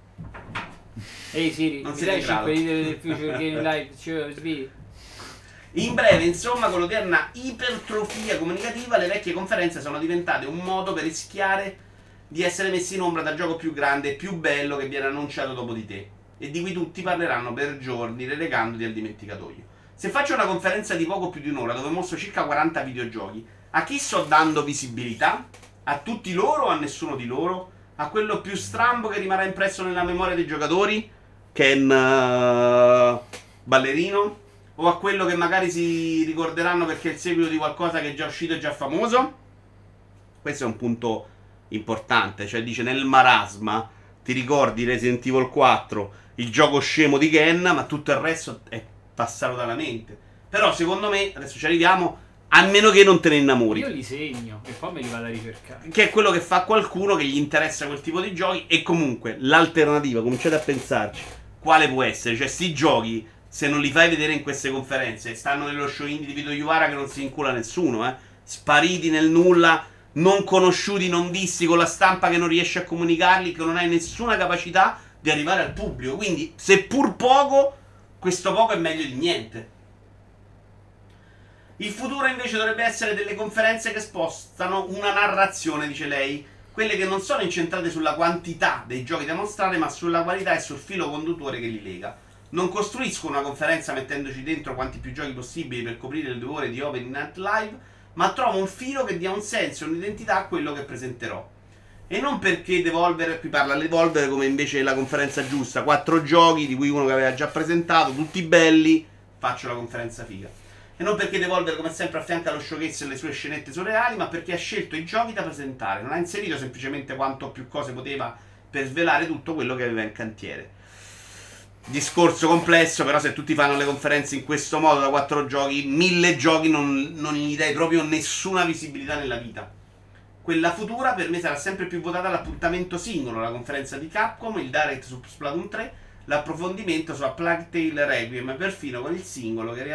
Ehi Siri, Non mi siete dai in 5 grado. video del Future Game Live? Cioè, svegli. In breve, insomma, con l'odierna ipertrofia comunicativa, le vecchie conferenze sono diventate un modo per rischiare di essere messi in ombra dal gioco più grande e più bello che viene annunciato dopo di te. e di cui tutti parleranno per giorni, relegandoti al dimenticatoio. Se faccio una conferenza di poco più di un'ora dove mostro circa 40 videogiochi, a chi sto dando visibilità? A tutti loro o a nessuno di loro? A quello più strambo che rimarrà impresso nella memoria dei giocatori? Ken Ballerino? O a quello che magari si ricorderanno perché è il seguito di qualcosa che è già uscito e già famoso? Questo è un punto importante. Cioè dice nel marasma ti ricordi Resident Evil 4, il gioco scemo di Ken, ma tutto il resto è passato dalla mente. Però secondo me, adesso ci arriviamo, a meno che non te ne innamori. Io li segno e poi me li vado a ricercare. Che è quello che fa qualcuno che gli interessa quel tipo di giochi. E comunque l'alternativa, cominciate a pensarci, quale può essere? Cioè sti giochi, se non li fai vedere in queste conferenze, stanno nello show indie di Vito Iuvara che non si incula nessuno, spariti nel nulla, non conosciuti, non visti, con la stampa che non riesce a comunicarli, che non hai nessuna capacità di arrivare al pubblico. Quindi seppur poco, questo poco è meglio di niente. Il futuro invece dovrebbe essere delle conferenze che spostano una narrazione, dice lei, quelle che non sono incentrate sulla quantità dei giochi da mostrare, ma sulla qualità e sul filo conduttore che li lega. Non costruisco una conferenza mettendoci dentro quanti più giochi possibili per coprire le 2 ore di Opening Night Live, ma trovo un filo che dia un senso e un'identità a quello che presenterò. E non perché Devolver, qui parla l'Evolver come invece la conferenza giusta, 4 giochi di cui uno che aveva già presentato, tutti belli, faccio la conferenza figa. E non perché Devolver come sempre affianca lo showcase e le sue scenette surreali, ma perché ha scelto i giochi da presentare, non ha inserito semplicemente quanto più cose poteva per svelare tutto quello che aveva in cantiere. Discorso complesso, però se tutti fanno le conferenze in questo modo da 4 giochi, 1000 giochi non gli dai proprio nessuna visibilità nella vita. Quella futura per me sarà sempre più votata all'appuntamento singolo, la conferenza di Capcom, il direct su Splatoon 3, l'approfondimento su A Plague Tale Requiem, perfino con il singolo che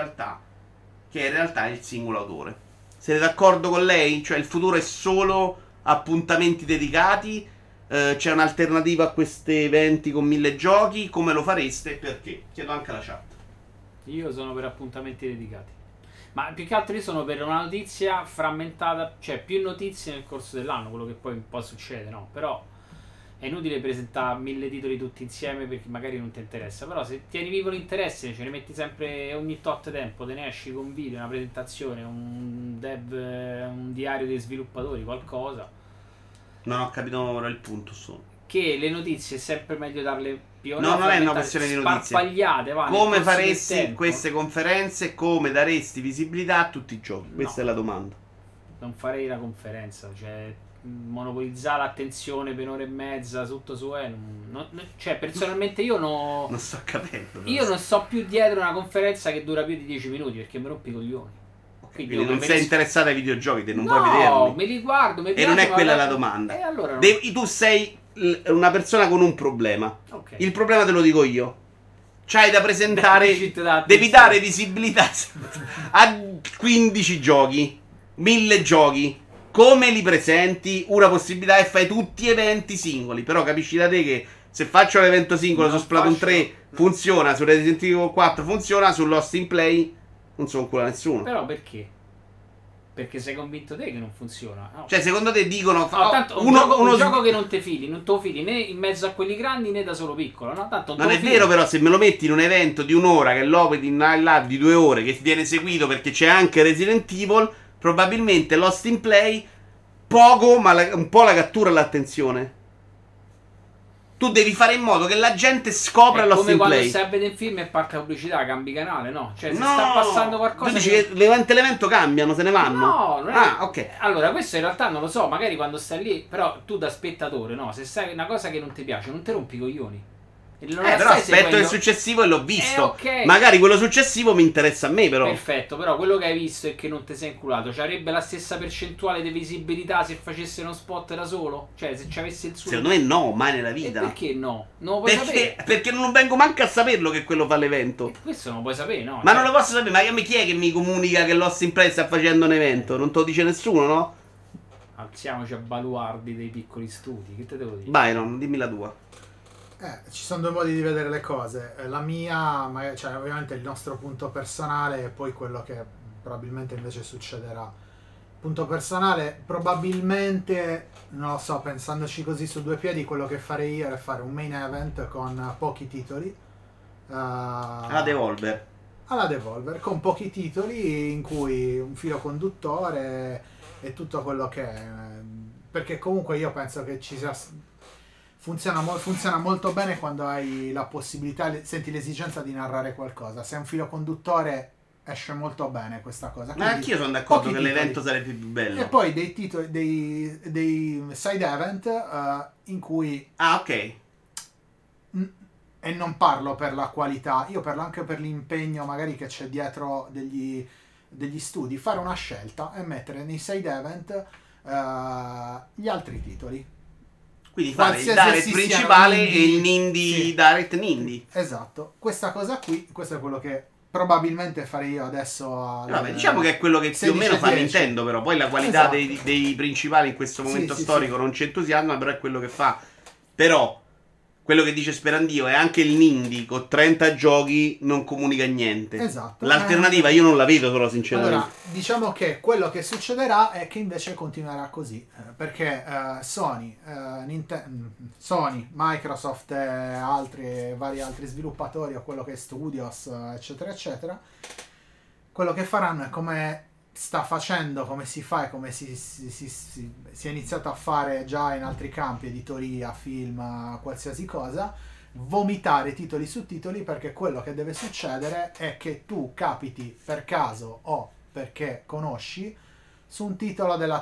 in realtà è il singolo autore. Siete d'accordo con lei? Cioè il futuro è solo appuntamenti dedicati? C'è un'alternativa a questi eventi con 1000 giochi? Come lo fareste e perché? Chiedo anche alla chat. Io sono per appuntamenti dedicati. Ma più che altro io sono per una notizia frammentata, cioè più notizie nel corso dell'anno, quello che poi un po' succede, no? Però è inutile presentare 1000 titoli tutti insieme perché magari non ti interessa. Però se tieni vivo l'interesse, ce ne metti sempre ogni tot tempo, te ne esci con video, una presentazione, un diario dei sviluppatori, qualcosa. Non ho capito ora il punto solo. Che le notizie è sempre meglio darle più No, non è una questione di notizie. Sparpagliate, va, come faresti queste conferenze? Come daresti visibilità a tutti i giochi? Questa è la domanda. Non farei la conferenza, cioè monopolizzare l'attenzione per un'ora e mezza tutto su cioè personalmente io non sto capendo. Io non sto più dietro una conferenza che dura più di 10 minuti perché mi rompi i coglioni. Quindi non sei interessato ai videogiochi, te non no, vuoi vederli. No, me li guardo, mi e non è quella la domanda. Allora no. Tu sei una persona con un problema. Okay. Il problema te lo dico io. C'hai da presentare, devi dare visibilità a 15 giochi, 1000 giochi. Come li presenti? Una possibilità e fai tutti eventi singoli. Però capisci da te che se faccio l'evento singolo su Splatoon 3 funziona, su Resident Evil 4 funziona, su Lost in Play non so ancora nessuno. Però perché? Perché sei convinto te che non funziona? No. Cioè secondo te dicono tanto un gioco che non te fili, non te lo fili né in mezzo a quelli grandi né da solo piccolo, no? Tanto non è vero, però se me lo metti in un evento di un'ora che è l'opening night live di 2 ore che viene seguito perché c'è anche Resident Evil, probabilmente Lost in Play poco ma un po' la cattura l'attenzione. Tu devi fare in modo che la gente scopra Lost in Play. Come quando stai a vedere il film e parte la pubblicità, cambi canale, no? Cioè se sta passando qualcosa tu dici che l'evento cambiano, se ne vanno? No, non è... ok. Allora questo in realtà non lo so, magari quando stai lì, però tu da spettatore, no? Se sai una cosa che non ti piace, non ti rompi i coglioni. Però aspetto il successivo e l'ho visto. Okay. Magari quello successivo mi interessa a me, però. Perfetto, però quello che hai visto e che non ti sei inculato, c'avrebbe la stessa percentuale di visibilità se facesse uno spot da solo? Cioè, se ci avesse il suo. Secondo me no, mai nella vita. E perché no? Non lo puoi sapere. Perché non vengo manco a saperlo che quello fa l'evento. Questo non lo puoi sapere, no? Ma non lo posso sapere, ma chi è che mi comunica che Lost in Play sta facendo un evento? Non te lo dice nessuno, no? Alziamoci a baluardi dei piccoli studi, che te devo dire? Byron, dimmi la tua. Ci sono 2 modi di vedere le cose. La mia, cioè ovviamente il nostro punto personale e poi quello che probabilmente invece succederà. punto personale, probabilmente, non lo so, pensandoci così su due piedi, quello che farei io è fare un main event con pochi titoli. La Devolver. Alla Devolver, con pochi titoli in cui un filo conduttore e tutto quello che è. Perché comunque io penso che ci sia... Funziona molto bene quando hai la possibilità, senti l'esigenza di narrare qualcosa. Se è un filo conduttore esce molto bene questa cosa. Ma Quindi, anch'io sono d'accordo pochi che titoli. l'evento sarebbe più bello. E poi dei titoli, dei side event in cui... Ah, ok. E non parlo per la qualità, io parlo anche per l'impegno magari che c'è dietro degli studi. Fare una scelta e mettere nei side event gli altri titoli. Quindi fare il Qualsiasi direct essi principale siano e il indie, Nindie sì. direct Nindie. Esatto, questa cosa qui, questo è quello che probabilmente farei io adesso. Vabbè, diciamo che è quello che più o meno fa 16-10. Nintendo, però poi la qualità Esatto. dei principali in questo Sì, momento sì, storico non ci entusiasma, però è quello che fa. Però quello che dice Sperandio è anche il Nindie con 30 giochi non comunica niente. Esatto. L'alternativa io non la vedo, però sinceramente. Allora, diciamo che quello che succederà è che invece continuerà così, perché Sony, Microsoft e vari altri sviluppatori o quello che è Studios, eccetera, eccetera, quello che faranno è come sta facendo, come si fa e come si è iniziato a fare già in altri campi, editoria, film, qualsiasi cosa, vomitare titoli su titoli, perché quello che deve succedere è che tu capiti per caso o perché conosci su un titolo della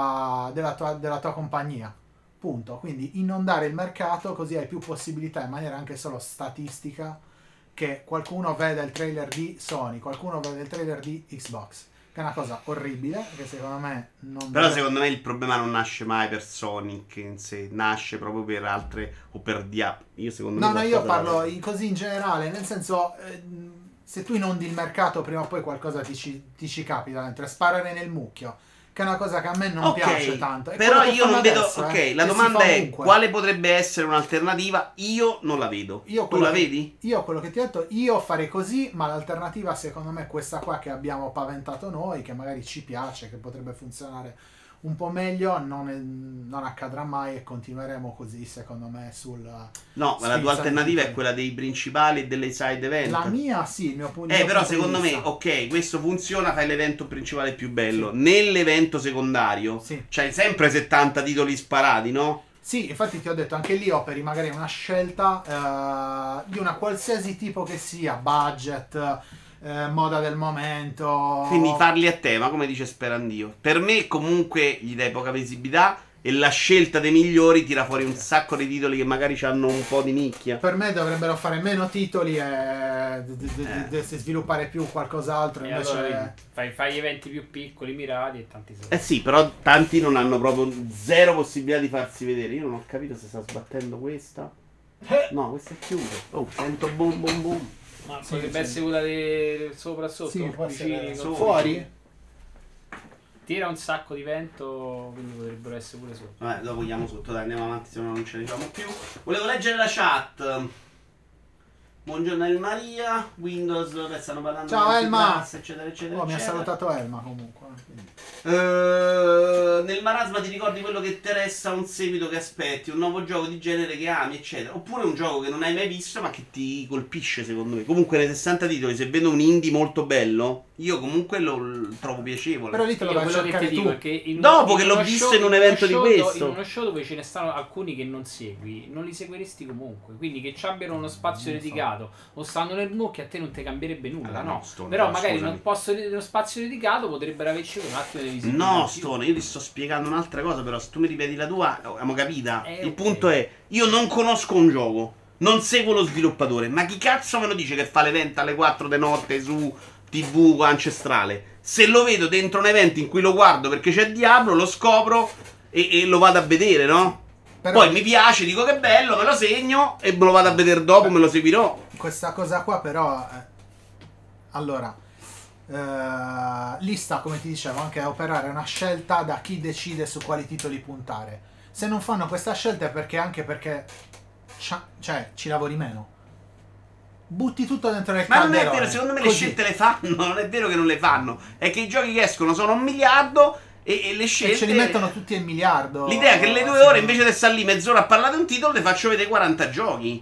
tua compagnia, punto. Quindi inondare il mercato, così hai più possibilità in maniera anche solo statistica che qualcuno veda il trailer di Sony, qualcuno veda il trailer di Xbox, che è una cosa orribile, che secondo me non Però deve... secondo me il problema non nasce mai per Sonic in sé, nasce proprio per altre o per Diablo. Io secondo me No, io qualcosa parlo la- così in generale, nel senso, se tu inondi il mercato prima o poi qualcosa ti ci capita dentro, e sparare nel mucchio, che è una cosa che a me non Ok, piace tanto. È però quello che io non fanno vedo. adesso, Ok, che la si domanda fa è ovunque. quale potrebbe essere un'alternativa? Io non la vedo. Io Tu quello la che- vedi? Io quello che ti ho detto, io farei così, ma l'alternativa secondo me è questa qua che abbiamo paventato noi, che magari ci piace, che potrebbe funzionare un po' meglio, non accadrà mai e continueremo così secondo me sul... No, ma la tua sfilza alternativa di è quella dei principali e delle side event. La mia sì, il mio punto Però di secondo me, vista. ok, questo funziona, fai l'evento principale più bello. Nell'evento secondario Sì. c'hai sempre 70 titoli sparati, no? Sì, infatti ti ho detto, anche lì operi magari una scelta di una qualsiasi tipo che sia, budget, moda del momento. Quindi farli a tema, come dice Sperandio. Per me comunque gli dai poca visibilità e la scelta dei migliori tira fuori un sacco di titoli che magari hanno un po' di nicchia. Per me dovrebbero fare meno titoli e sviluppare più qualcos'altro. E Invece allora vedi, fai gli eventi più piccoli, mirati e tanti soldi. Eh sì, però tanti non hanno proprio zero possibilità di farsi vedere. Io non ho capito se sta sbattendo questa. No, questa è chiusa. Oh, sento boom boom boom. Ma Sì, potrebbe sì. essere quella di sopra sotto, Sì, può vicini, essere con- fuori? Tira un sacco di vento, quindi potrebbero essere pure sotto. Vabbè, lo vogliamo sotto, dai, andiamo avanti, se no non ce ne facciamo più. Volevo leggere la chat. Buongiorno El Maria, Windows, vabbè, stanno parlando Ciao, di Elma. classe, eccetera, eccetera, Oh, mi ha eccetera. salutato Elma comunque. quindi. Nel marasma ti ricordi quello che interessa, un seguito che aspetti, un nuovo gioco di genere che ami, eccetera. Oppure un gioco che non hai mai visto ma che ti colpisce, secondo me. Comunque nei 60 titoli, se vedo un indie molto bello, io comunque lo trovo piacevole. Però lì te lo Io vai a quello che cercare ti tu. dico è che Dopo che l'ho uno visto show- in un evento di show questo. in uno show dove ce ne stanno alcuni che non segui, non li seguiresti comunque. Quindi che ci abbiano uno spazio Non so. dedicato o stanno nel mucchio, a te non ti cambierebbe nulla, Allora, no? no, Stone, Però però, magari scusami. nello spazio dedicato potrebbero averci un attimo di visibilità. No, in più. Stone, io ti sto spiegando un'altra cosa, però se tu mi ripeti la tua, abbiamo capita. Il Ok. punto è, io non conosco un gioco, non seguo lo sviluppatore, ma chi cazzo me lo dice che fa l'evento alle 4 di notte su TV ancestrale? Se lo vedo dentro un evento in cui lo guardo perché c'è Diablo, lo scopro e lo vado a vedere, no? Però Poi mi piace, dico che bello, me lo segno e me lo vado a vedere dopo, me lo seguirò. questa cosa qua però allora lì sta, come ti dicevo, anche a operare una scelta da chi decide su quali titoli puntare. Se non fanno questa scelta è perché cioè ci lavori meno, butti tutto dentro nel Ma non è calderone. vero, secondo me le Così. scelte le fanno, non è vero che non le fanno. È che i giochi che escono sono 1 miliardo E le E scelte... ce li mettono tutti al miliardo. L'idea è che le 2 ore, invece di stare lì mezz'ora a parlare di un titolo, ti faccio vedere 40 giochi.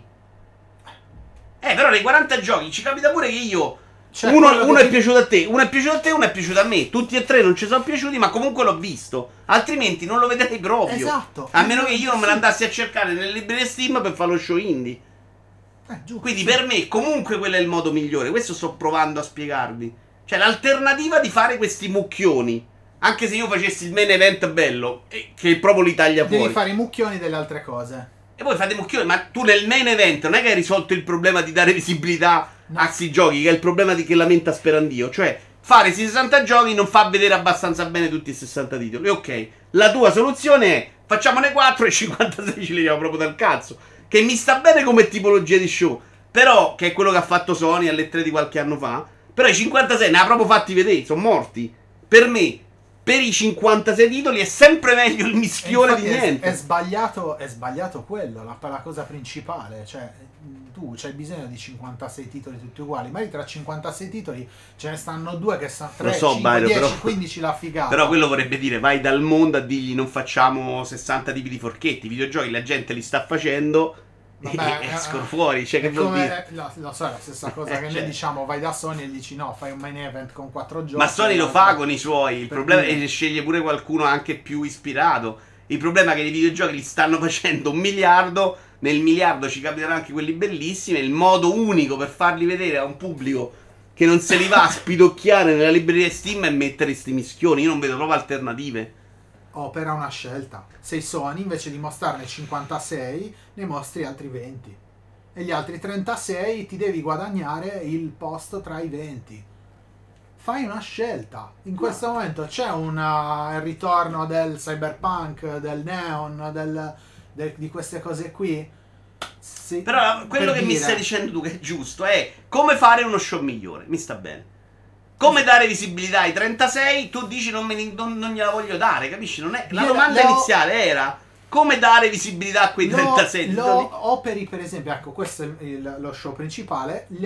Però nei 40 giochi ci capita pure che io... Cioè, uno è piaciuto a te, uno è piaciuto a te, uno è piaciuto a me. Tutti e tre non ci sono piaciuti, ma comunque l'ho visto. Altrimenti non lo vedrei proprio. Esatto. A meno che io non me l'andassi a cercare nelle librerie Steam per fare lo show indie. Giusto. Quindi per me comunque quello è il modo migliore. Questo sto provando a spiegarvi. Cioè l'alternativa di fare questi mucchioni. Anche se io facessi il main event bello, che proprio li taglia fuori. Devi fare i mucchioni delle altre cose. E poi fate mucchioni, ma tu nel main event non è che hai risolto il problema di dare visibilità a questi giochi, che è il problema di che lamenta Sperandio. Cioè, fare 60 giochi non fa vedere abbastanza bene tutti i 60 titoli. Ok, la tua soluzione è facciamone 4 e 56 ci leviamo proprio dal cazzo. Che mi sta bene come tipologia di show. Però, che è quello che ha fatto Sony alle 3 di qualche anno fa. Però i 56 ne ha proprio fatti vedere, sono morti. Per me, per i 56 titoli è sempre meglio il mischione di niente. È sbagliato quello, la cosa principale. Cioè, tu c'hai bisogno di 56 titoli tutti uguali, ma tra 56 titoli ce ne stanno 2 che sono 3, 5, Byron, 10, però, 15 la figata. Però quello vorrebbe dire vai dal mondo a dirgli non facciamo 60 tipi di forchetti. I videogiochi la gente li sta facendo. Vabbè, e escono fuori, cioè che vuol dire? Lo so, è la stessa cosa che noi diciamo, vai da Sony e dici no, fai un main event con 4 giochi. Ma Sony lo fa con i suoi, il problema è dire. che sceglie pure qualcuno anche più ispirato. Il problema è che i videogiochi li stanno facendo 1 miliardo, nel miliardo ci capiteranno anche quelli bellissimi, e il modo unico per farli vedere a un pubblico che non se li va a spidocchiare nella libreria Steam è mettere sti mischioni. Io non vedo proprio alternative. Opera una scelta. Sei Sony, invece di mostrarne 56, ne mostri altri 20. E gli altri 36 ti devi guadagnare il posto tra i 20. Fai una scelta. In questo momento c'è il ritorno del Cyberpunk, del Neon, di queste cose qui. Però quello che mi stai dicendo tu che è giusto è come fare uno show migliore. Mi sta bene. Come dare visibilità ai 36? Tu dici non gliela voglio dare, capisci? Non è, la domanda iniziale era come dare visibilità a quei 36 titoli? Operi, per esempio, ecco, questo è lo show principale. Quegli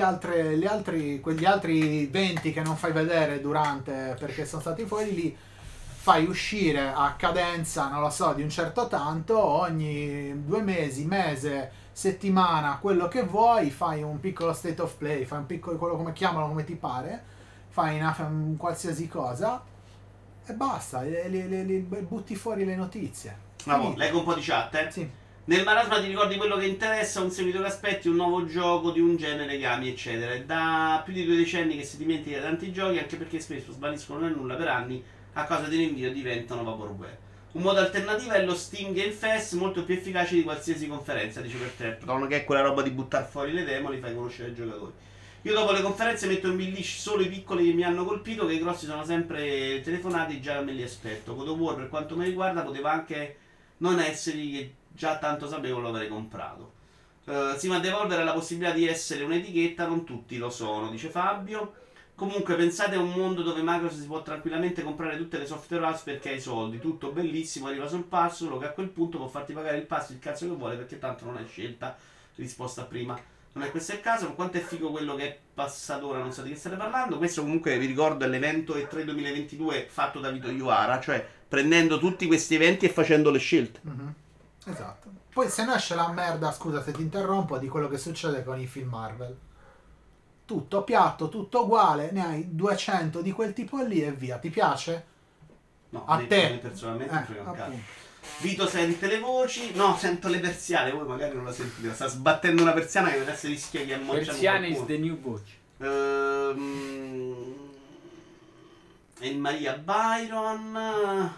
altri 20 che non fai vedere durante perché sono stati fuori, li fai uscire a cadenza, non lo so, di un certo tanto, ogni 2 mesi, mese, settimana, quello che vuoi, fai un piccolo state of play, fai un piccolo, quello come chiamalo, come ti pare. Fai qualsiasi cosa e basta, butti fuori le notizie. Leggo un po' di chat, Sì. Nel marasma ti ricordi quello che interessa, un seguito che aspetti, un nuovo gioco di un genere che ami, eccetera. È da più di 2 decenni che si dimentica tanti giochi, anche perché spesso svaniscono nel nulla per anni a causa di rinvio e diventano vaporware. Un modo alternativo è lo Steam Game Fest, molto più efficace di qualsiasi conferenza, dice per Trapton, che è quella roba di buttare fuori le demo, li fai conoscere ai giocatori. Io dopo le conferenze metto in billisci solo i piccoli che mi hanno colpito, che i grossi sono sempre telefonati, già me li aspetto. God of War, per quanto mi riguarda, poteva anche non essergli, che già tanto sapevo lo avrei comprato. Sì, ma Devolver ha la possibilità di essere un'etichetta, non tutti lo sono, dice Fabio. Comunque pensate a un mondo dove Microsoft si può tranquillamente comprare tutte le software house perché ha i soldi, tutto bellissimo, arriva sul passo, solo che a quel punto può farti pagare il passo il cazzo che vuole perché tanto non hai scelta. Risposta prima. Non è questo il caso, ma quanto è figo quello che è passato ora, non so di che state parlando. Questo comunque vi ricordo è l'evento E3 2022 fatto da Vito Iuara, cioè prendendo tutti questi eventi e facendo le scelte. Esatto. Poi se no esce la merda, scusa se ti interrompo, di quello che succede con i film Marvel. Tutto piatto, tutto uguale, ne hai 200 di quel tipo lì e via. Ti piace? No, a te personalmente non frega un cazzo. Vito sente le voci, no, sento le persiane, voi magari non la sentite, sta sbattendo una persiana che adesso rischia che ammocciano Persiane is the new voice. E Maria Byron.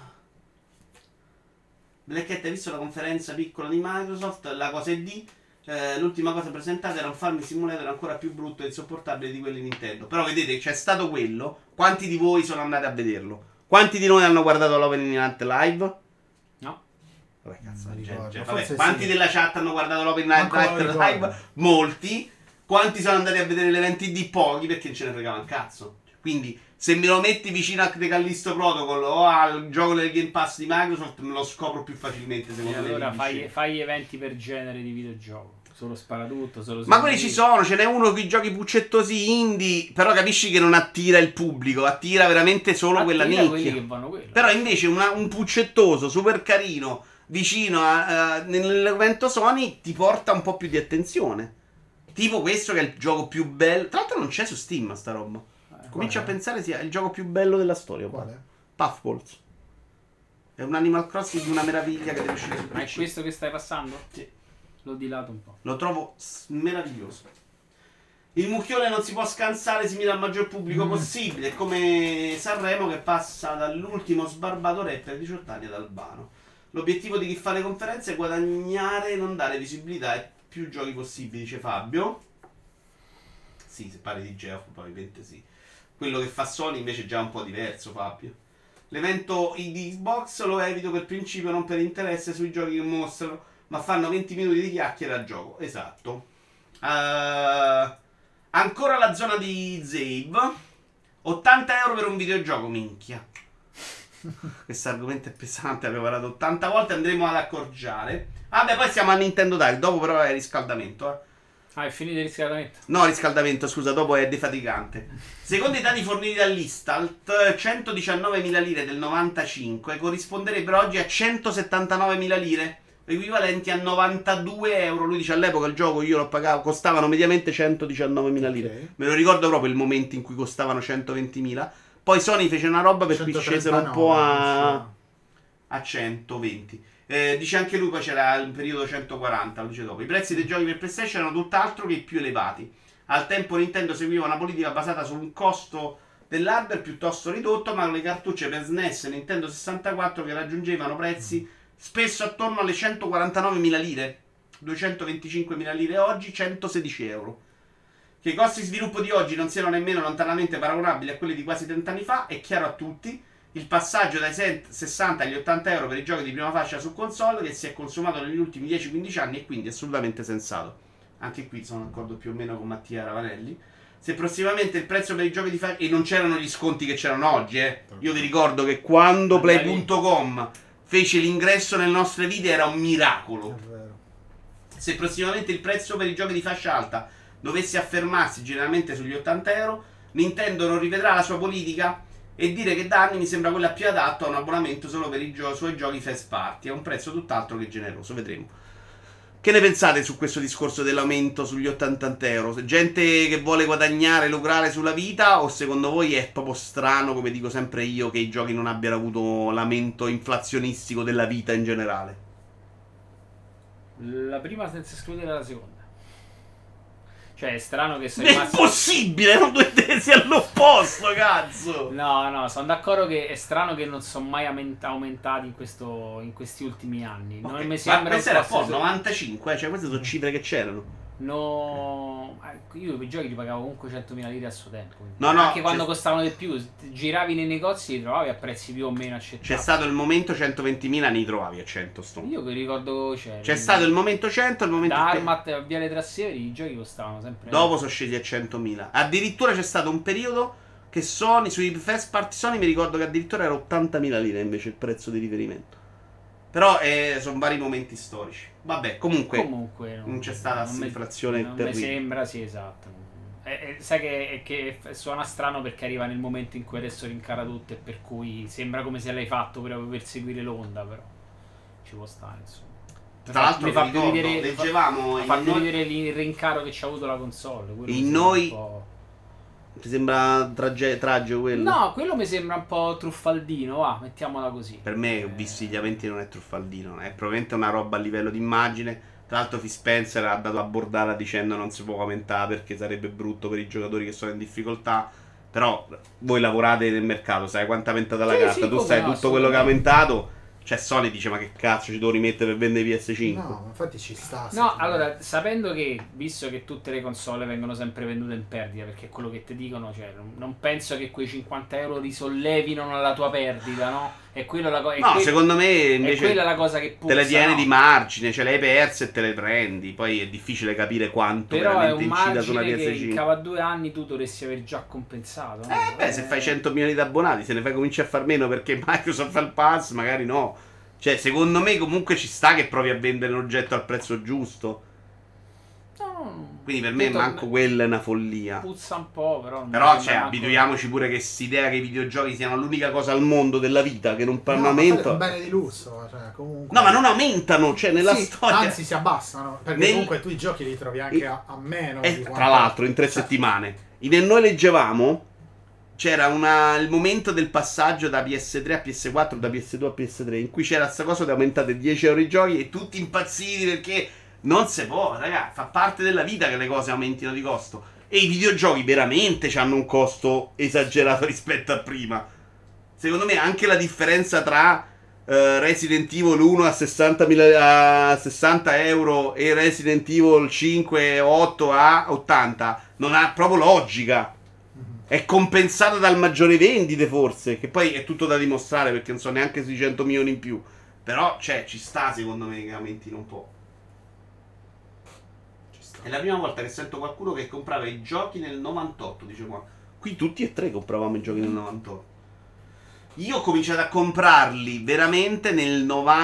Black Cat, hai visto la conferenza piccola di Microsoft? La cosa è di l'ultima cosa presentata era un Farming Simulator ancora più brutto e insopportabile di quelli Nintendo. Però vedete, c'è stato quello. Quanti di voi sono andati a vederlo? Quanti di noi hanno guardato l'Opening Night Live? No. Vabbè, cazzo, Forse quanti sì. della chat hanno guardato l'Opening Night Live? Molti. Quanti sono andati a vedere l'evento di pochi perché non ce ne fregava un cazzo. Quindi se me lo metti vicino a The Callisto Protocol o al gioco del Game Pass di Microsoft me lo scopro più facilmente, secondo me. Allora fai eventi per genere di videogioco. Solo sparatutto, solo Ma quelli ci sono, ce n'è uno con i giochi puccettosi indie, però capisci che non attira il pubblico, attira veramente solo quella quelli nicchia. che vanno quello. Però invece un puccettoso super carino vicino nell'evento Sony ti porta un po' più di attenzione. Tipo questo che è il gioco più bello. Tra l'altro non c'è su Steam sta roba. Comincio a pensare sia il gioco più bello della storia. Qual è? Puffballs. È un Animal Crossing di una meraviglia che deve uscire su Ma è PC. questo che stai passando? Sì. L'ho dilato un po'. Lo trovo meraviglioso. Il mucchione non si può scansare, si mira al maggior pubblico possibile. È come Sanremo che passa dall'ultimo sbarbato rapper di 18 anni ad Albano. L'obiettivo di chi fa le conferenze è guadagnare e non dare visibilità ai più giochi possibili, dice Fabio. Sì, se parli di Geoff probabilmente sì. Quello che fa Sony invece è già un po' diverso, Fabio. L'evento di Xbox lo evito per principio, non per interesse sui giochi che mostrano, ma fanno 20 minuti di chiacchiere a gioco. Esatto. Ancora la zona di Zabe. 80 euro per un videogioco, minchia. Questo argomento è pesante, abbiamo parlato 80 volte, andremo ad accorgiare. Vabbè, poi siamo a Nintendo Direct, dopo però è riscaldamento. Ah, è finito il riscaldamento? No, riscaldamento, scusa, dopo è defaticante. Secondo i dati forniti dall'Instant, 119.000 lire del 95 corrisponderebbero oggi a 179.000 lire, equivalenti a 92 euro. Lui dice all'epoca il gioco io lo pagavo, costavano mediamente 119.000 lire. Ok. Me lo ricordo proprio il momento in cui costavano 120.000. Poi Sony fece una roba per cui scesero un po' 139, a 120. Dice anche lui, poi c'era il periodo 140, lo dice dopo. I prezzi dei giochi per PlayStation erano tutt'altro che più elevati. Al tempo Nintendo seguiva una politica basata su un costo dell'hardware piuttosto ridotto, ma con le cartucce per SNES e Nintendo 64 che raggiungevano prezzi spesso attorno alle 149.000 lire, 225.000 lire oggi, 116 euro. Che i costi di sviluppo di oggi non siano nemmeno lontanamente paragonabili a quelli di quasi 30 anni fa è chiaro a tutti. Il passaggio dai 60 agli 80 euro per i giochi di prima fascia su console che si è consumato negli ultimi 10-15 anni è quindi assolutamente sensato. Anche qui sono d'accordo più o meno con Mattia Ravanelli. Se prossimamente il prezzo per i giochi di fascia... E non c'erano gli sconti che c'erano oggi, Io vi ricordo che quando Play.com fece l'ingresso nelle nostre vite era un miracolo. È vero. Se prossimamente il prezzo per i giochi di fascia alta dovesse affermarsi generalmente sugli 80 euro, Nintendo non rivedrà la sua politica e dire che da anni mi sembra quella più adatta a un abbonamento solo per i suoi giochi first party. È un prezzo tutt'altro che generoso, vedremo. Che ne pensate su questo discorso dell'aumento sugli 80 euro? Gente che vuole guadagnare, lucrare sulla vita, o secondo voi è proprio strano, come dico sempre io, che i giochi non abbiano avuto l'aumento inflazionistico della vita in generale? La prima senza escludere la seconda. Cioè, è strano che sia È rimasto... impossibile, non due tesi all'opposto, cazzo! No, sono d'accordo che è strano che non sono mai aumentati in questi ultimi anni. Non Ok, mi sembra questo era fosse- 95, cioè queste sono cifre che c'erano. No, io i giochi li pagavo comunque 100.000 lire a suo tempo. Quindi. No, no, Anche quando c'è- costavano di più, giravi nei negozi e li trovavi a prezzi più o meno accettabili. C'è stato il momento 120.000, ne trovavi a 100 sto. Io che ricordo C'è stato il momento 100, il momento da Armat a Viale Trastevere i giochi costavano sempre. dopo sono scesi a 100.000. Addirittura c'è stato un periodo che Sony, sui first party Sony mi ricordo che addirittura era 80.000 lire invece il prezzo di riferimento. Però sono vari momenti storici. Vabbè, comunque non c'è stata questa inflazione non mi terribile. sembra, sì, esatto. Sai che suona strano perché arriva nel momento in cui adesso rincara tutto e per cui sembra come se l'hai fatto proprio per seguire l'onda, però ci può stare, insomma. Tra l'altro mi fa mi più ricordo, ridere, leggevamo fa in più noi- ridere il rincaro che ci ha avuto la console. quello In mi sembra noi- un po'- Ti sembra tragico quello? No, quello mi sembra un po' truffaldino, va, mettiamola così. Per me, ho visto gli eventi, non è truffaldino, è probabilmente una roba a livello di immagine. Tra l'altro Phil Spencer ha dato la bordata dicendo non si può aumentare perché sarebbe brutto per i giocatori che sono in difficoltà. Però voi lavorate nel mercato, sai quanto ha aumentato la Sì, carta, sì, tu come sai no, tutto quello che ha assolutamente. aumentato. Cioè Sony dice ma che cazzo ci devo rimettere per vendere PS5? No, ma infatti ci sta. No, secondo me. allora, sapendo che, visto che tutte le console vengono sempre vendute in perdita, perché è quello che ti dicono, cioè, non penso che quei 50 euro risollevino la tua perdita, no? È quello la cosa. No, secondo me è invece quella la cosa che puzza, te le tieni no? di margine, ce le hai perse e te le prendi. Poi è difficile capire quanto Però è veramente un incida su una margine che in PS5. cava 2 anni tu dovresti aver già compensato, no? Beh, se fai 100 milioni di abbonati, se ne fai cominci a far meno perché Microsoft fa il pass, magari no. Cioè, secondo me comunque ci sta che provi a vendere un oggetto al prezzo giusto. No. Quindi per me Detto, manco quella è una follia. Puzza un po', però. non mi Però, sembra cioè, manco- abituiamoci pure che quest'idea che i videogiochi siano l'unica cosa al mondo della vita che non fanno No, ma quello è aumento. un bene di lusso, cioè, comunque. No, ma non aumentano, cioè, nella Sì, storia. anzi si abbassano, perché Nel- comunque tu i giochi li trovi anche a meno di Tra quanto- l'altro, in 3 settimane. In Noi leggevamo. C'era il momento del passaggio da PS3 a PS4, da PS2 a PS3, in cui c'era sta cosa di aumentate 10 euro i giochi e tutti impazziti perché non si può, raga, fa parte della vita che le cose aumentino di costo. E i videogiochi veramente hanno un costo esagerato rispetto a prima. Secondo me anche la differenza tra Resident Evil 1 a 60 euro e Resident Evil 5 o 8 a 80 non ha proprio logica. È compensata dal maggiore vendite, forse. Che poi è tutto da dimostrare perché non so neanche sui 100 milioni in più. Però, cioè, ci sta secondo me che aumentino un po'. Ci sta. È la prima volta che sento qualcuno che comprava i giochi nel 98, dice qua. Qui tutti e tre compravamo i giochi nel 98. Io ho cominciato a comprarli veramente nel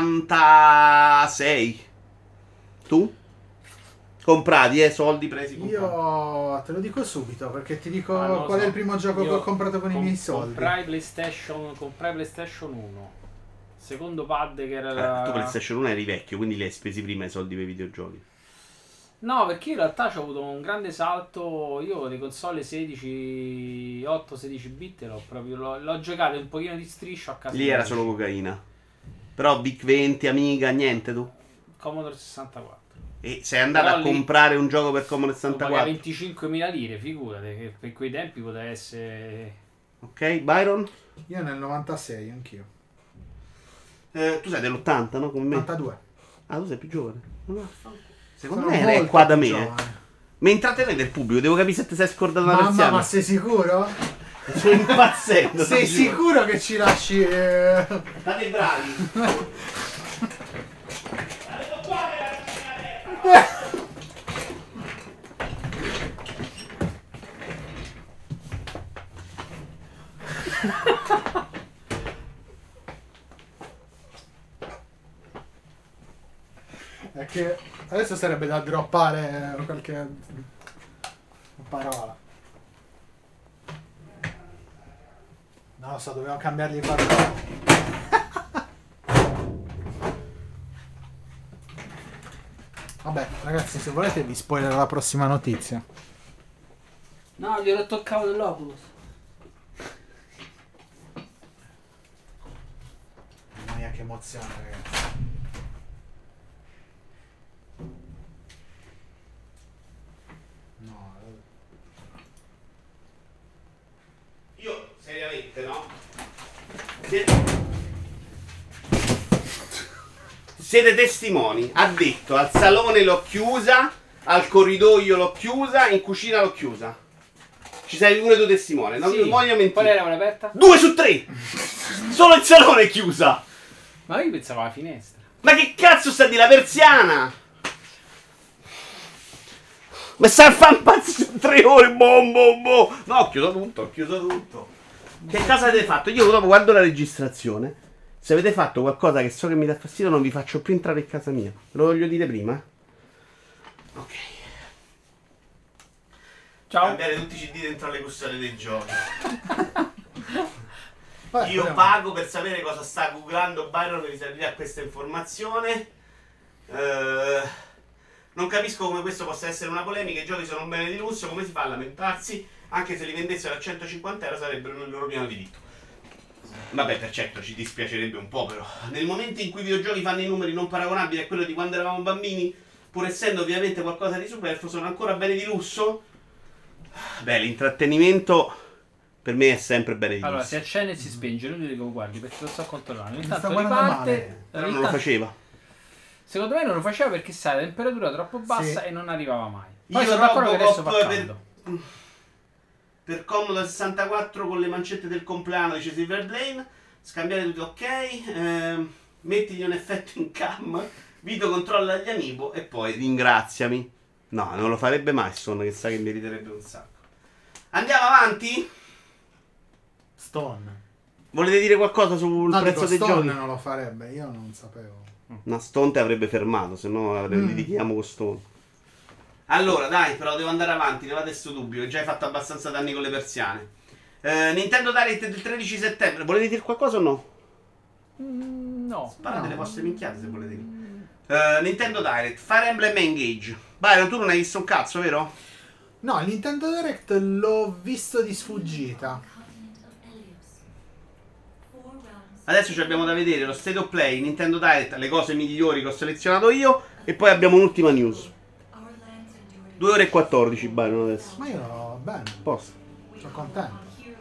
96. Tu? Comprati, soldi presi. Comprati. Io te lo dico subito perché ti dico Ah, non lo qual so. è il primo gioco che Io ho comprato con i miei soldi. comprai PlayStation 1. Secondo pad che era Tu PlayStation 1 eri vecchio, quindi li hai spesi prima i soldi per i videogiochi. No, perché in realtà ho avuto un grande salto. Io le console 8-16 bit l'ho giocate un pochino di striscio a casa. Lì era solo cocaina. Però Vic 20, Amiga, niente tu. Commodore 64. E sei andato Però a lì comprare un gioco per Commodore Lo pagava 64. 25.000 lire, figurate, che per quei tempi poteva essere... Ok, Byron? Io nel 96, anch'io. Tu sei dell'80, no? Come me. 92. Ah, tu sei più giovane. Secondo Sono me è molto qua da più me. giovane. Mi intrattenete il pubblico, devo capire se ti sei scordato una Mamma, persiana. ma sei sicuro? Sto impazzendo. Sei ti giuro. sicuro che ci lasci... State bravi. È che adesso sarebbe da droppare qualche parola. Non lo so, dobbiamo cambiargli parola. Vabbè, ragazzi, se volete vi spoilerò la prossima notizia. No, gli ho rotto il cavo dell'Oculus. Mamma mia, che emozione, ragazzi. No, Io, seriamente, no? Siete testimoni. Ha detto, al salone l'ho chiusa, al corridoio l'ho chiusa, in cucina l'ho chiusa. Ci sei uno dei testimoni, non voglio mentire. Qual era quella aperta? 2 su 3. Solo il salone è chiusa. Ma io pensavo alla finestra. Ma che cazzo sta di la persiana? Ma sta a fare impazzire 3 ore, bom bom bom. No, ho chiuso tutto. Che cosa avete fatto? Io dopo guardo la registrazione. Se avete fatto qualcosa che so che mi dà fastidio, non vi faccio più entrare in casa mia. Ve lo voglio dire prima. Ok. Ciao. Cambiare tutti i CD dentro alle custode dei giochi. vabbè, Io proviamo. pago per sapere cosa sta googlando Byron per risalire a questa informazione. Non capisco come questo possa essere una polemica. I giochi sono un bene di lusso. Come si fa a lamentarsi? Anche se li vendessero a 150 euro sarebbero nel loro pieno diritto. Vabbè, per certo ci dispiacerebbe un po', però. Nel momento in cui i videogiochi fanno i numeri non paragonabili a quello di quando eravamo bambini, pur essendo ovviamente qualcosa di superfluo, sono ancora beni di lusso? Beh, l'intrattenimento per me è sempre bene di lusso. Allora, si accende e si spenge, non dico guardi perché lo sto controllando. sta Intanto guardando riparte. male. Però non lo faceva. Secondo me non lo faceva perché sai, la temperatura troppo bassa Sì. e non arrivava mai. Poi Io sono d'accordo che adesso fa Robocop caldo. per Commodore 64 con le mancette del compleanno dice Silver Blaine. Scambiare tutti, ok. Mettigli un effetto in cam. Vito controlla gli amiibo e poi ringraziami. No, non lo farebbe mai Stone, che sa che meriterebbe un sacco. Andiamo avanti? Stone. Volete dire qualcosa sul No, prezzo dico, dei Stone giochi? non lo farebbe, io non sapevo. No, Stone ti avrebbe fermato, se no litighiamo con Stone. Allora, dai, però devo andare avanti, levate sto dubbio, che già hai fatto abbastanza danni con le persiane. Nintendo Direct del 13 settembre, volete dire qualcosa o no? No. Sparate No. le vostre minchiate se volete dire. Nintendo Direct, Fire Emblem Engage. Byron, tu non hai visto un cazzo, vero? No, il Nintendo Direct l'ho visto di sfuggita. Adesso ci abbiamo da vedere lo State of Play, Nintendo Direct, le cose migliori che ho selezionato io. E poi abbiamo un'ultima news. 2 ore e 14, Byron, adesso. Ma io, bene, Posto. sono contento.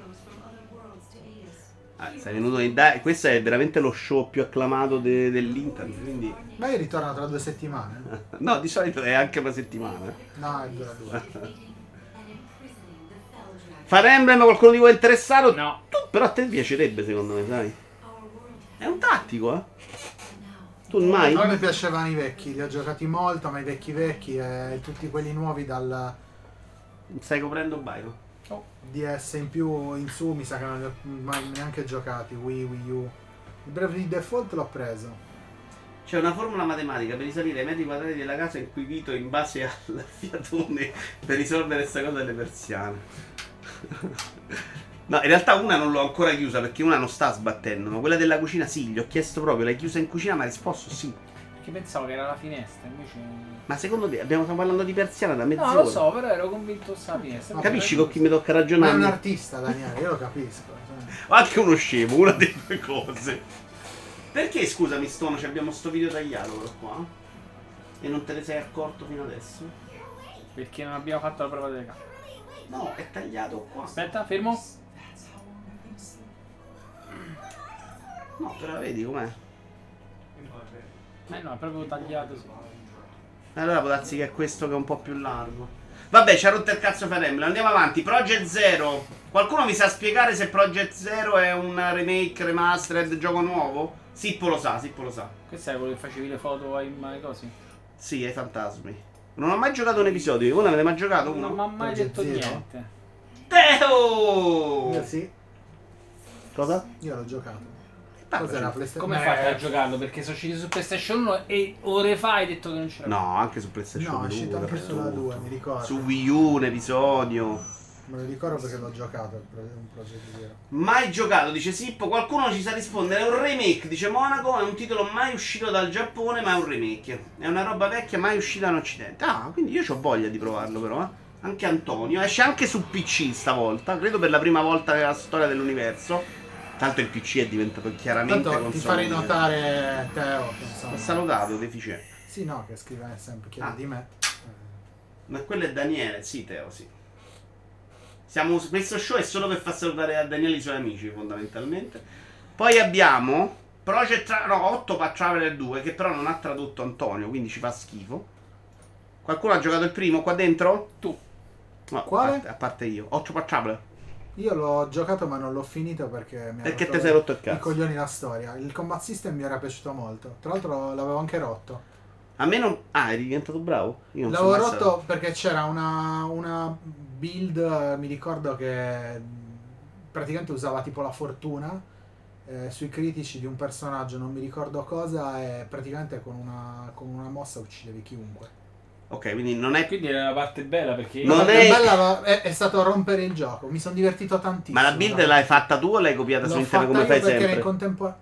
Sei venuto in questo è veramente lo show più acclamato dell'internet, quindi... Ma io ritorno tra 2 settimane. No, di solito è anche una settimana. No, è dura 2. Fire Emblem, qualcuno di voi è interessato? No. Però a te piacerebbe, secondo me, sai? È un tattico, Tu mai? A me piacevano i vecchi, li ho giocati molto, ma i vecchi e tutti quelli nuovi dal Stai coprendo Byron? DS in più in su mi sa che non li ho mai neanche giocati. Wii U. Il Bravely Default l'ho preso. C'è una formula matematica per risalire ai metri quadrati della casa in cui Vito in base al fiatone per risolvere questa cosa delle persiane. No, in realtà una non l'ho ancora chiusa perché una non sta sbattendo, ma quella della cucina sì, gli ho chiesto proprio, l'hai chiusa in cucina, ma ha risposto sì. Perché pensavo che era la finestra, invece... Ma secondo te, stiamo parlando di persiana da No, mezz'ora? lo so, però ero convinto sta finestra. Capisci con chi mi tocca Ma è ragionare? un artista, Daniele, io lo capisco. Cioè. O anche uno scemo, una delle due cose. Perché, scusami, Stono, abbiamo sto video tagliato però qua? E non te ne sei accorto fino adesso? Perché non abbiamo fatto la prova delle camere. No, è tagliato qua. Aspetta, fermo. No, però vedi com'è? No, è proprio tagliato. Sì. Allora può darsi che è questo che è un po' più largo. Vabbè, ci ha rotto il cazzo Fire Emblem. Andiamo avanti. Project Zero. Qualcuno mi sa spiegare se Project Zero è un remake, remastered, gioco nuovo? Sippo lo sa, Sippo lo sa. Questo è quello che facevi le foto ai cosi? Sì, ai fantasmi. Non ho mai giocato un episodio. Voi ne avete mai giocato uno? Non mi ha mai Project detto Zero? niente. Teo! Io sì, Cosa? io l'ho giocato. Parla, Cos'era cioè. PlayStation? Come fai a giocarlo? Perché sono usciti su PlayStation 1 e ore fa hai detto che non c'era. No, anche su PlayStation No, 2. è uscito anche sulla dappertutto. 2, mi ricordo. Su Wii U un episodio. Me lo ricordo perché l'ho giocato, un Project Zero. Mai giocato, dice Sippo. Qualcuno ci sa rispondere. È un remake, dice Monaco. È un titolo mai uscito dal Giappone, ma è un remake. È una roba vecchia, mai uscita in Occidente. Ah, quindi io ho voglia di provarlo, però. Anche Antonio. Esce anche su PC stavolta. Credo per la prima volta nella storia dell'universo. Tanto il PC è diventato chiaramente Tanto ti console farei universal. notare Teo, che Ho insomma. salutato, deficiente. Sì, no, che scrive sempre, chiede Ah. di me. Ma quello è Daniele, sì, Teo, sì. Siamo su questo show è solo per far salutare a Daniele i suoi amici, fondamentalmente. Poi abbiamo Project 8 Path Traveler 2, che però non ha tradotto Antonio, quindi ci fa schifo. Qualcuno ha giocato il primo qua dentro? Tu. No, Quale? A parte io. 8 Path Traveler. Io l'ho giocato ma non l'ho finito perché mi ha Perché rotto te sei rotto il i cazzo. coglioni la storia. Il combat system mi era piaciuto molto. Tra l'altro l'avevo anche rotto. A me non... Ah, eri diventato bravo? Io non L'avevo sono mai rotto stato. perché c'era una build, mi ricordo che praticamente usava tipo la fortuna sui critici di un personaggio, non mi ricordo cosa, e praticamente con una mossa uccidevi chiunque. Ok, quindi non è... Quindi era la parte bella perché Non La è- parte bella è stato rompere il gioco, mi sono divertito tantissimo. Ma la build dai. l'hai fatta tu o l'hai copiata su L'ho internet fatta come io fai perché sempre? nel contemporaneo.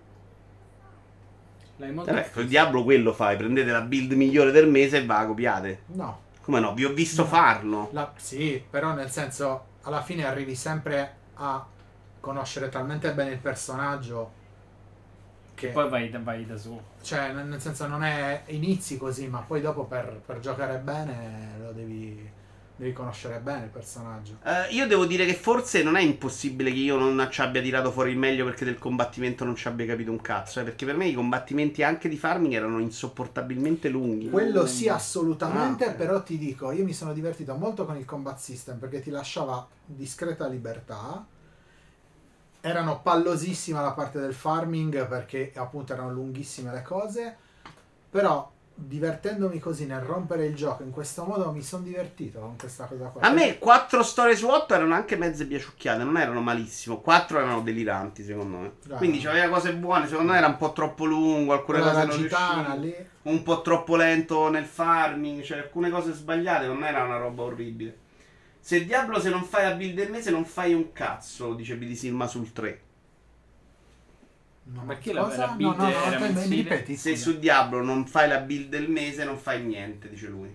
l'hai molto Vabbè, col Diablo quello fai, prendete la build migliore del mese e va, copiate. No. Come no? Vi ho visto No. farlo. Sì, però nel senso, alla fine arrivi sempre a conoscere talmente bene il personaggio che, Poi vai da solo. cioè, nel senso, non è inizi così, ma poi dopo per giocare bene lo devi conoscere bene il personaggio. Io devo dire che forse non è impossibile che io non ci abbia tirato fuori il meglio perché del combattimento non ci abbia capito un cazzo. Perché per me i combattimenti anche di farming erano insopportabilmente lunghi. Quello sì, assolutamente, Ah, ok. però ti dico, io mi sono divertito molto con il combat system perché ti lasciava discreta libertà. Erano pallosissima la parte del farming perché appunto erano lunghissime le cose, però divertendomi così nel rompere il gioco in questo modo, mi sono divertito con questa cosa qua. A me 4 storie su 8 erano anche mezze piaciucchiate, non erano malissimo. 4 erano deliranti, secondo me. Dai. Quindi c'aveva cose buone, secondo me era un po' troppo lungo, alcune Quella cose non gitana riuscivo. lì. Un po' troppo lento nel farming, cioè alcune cose sbagliate, non era una roba orribile. Se Diablo se non fai la build del mese non fai un cazzo, dice BD Silma sul 3. No, Perché cosa? la build era mi mensile? ripeti? Se scusa. su Diablo non fai la build del mese non fai niente, dice lui.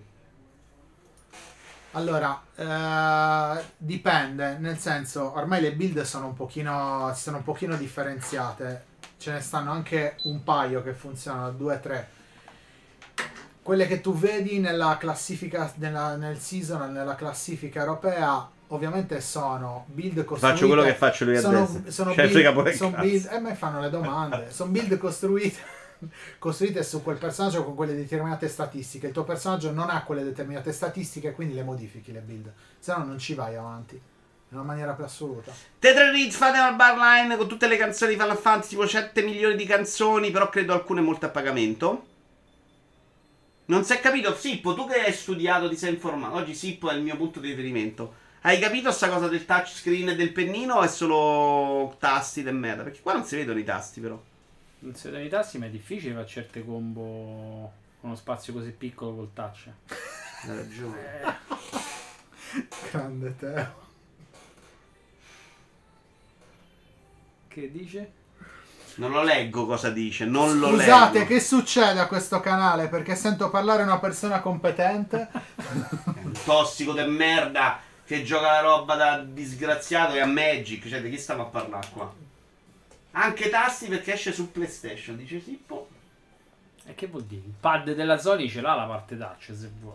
Allora, dipende, nel senso, ormai le build sono un pochino differenziate. Ce ne stanno anche un paio che funzionano, 2 o 3. Quelle che tu vedi nella classifica, nel season, nella classifica europea, ovviamente sono build costruite. Faccio quello che faccio lui a destra. Sono Cioè, frega pure il sono cazzo. build, me fanno le domande. Sono build costruite su quel personaggio con quelle determinate statistiche. Il tuo personaggio non ha quelle determinate statistiche, quindi le modifichi le build. Se no non ci vai avanti. In una maniera più assoluta. Tetra Reed fate una barline con tutte le canzoni di Final Fantasy, tipo 7 milioni di canzoni, però credo alcune molte a pagamento. Non si è capito, Sippo, tu che hai studiato, ti sei informato. Oggi Sippo è il mio punto di riferimento. Hai capito sta cosa del touchscreen e del pennino o è solo tasti de merda? Perché qua non si vedono i tasti però. Non si vedono i tasti, ma è difficile fare certe combo con uno spazio così piccolo col touch. Hai ragione. Grande Teo. Che dice? Non lo leggo cosa dice, non lo leggo. Scusate, che succede a questo canale? Perché sento parlare una persona competente. È un tossico de merda che gioca la roba da disgraziato e a Magic. Cioè, di chi stiamo a parlare qua? Anche tasti perché esce su PlayStation, dice Sippo. E che vuol dire? Il pad della Sony ce l'ha la parte touch, se vuoi.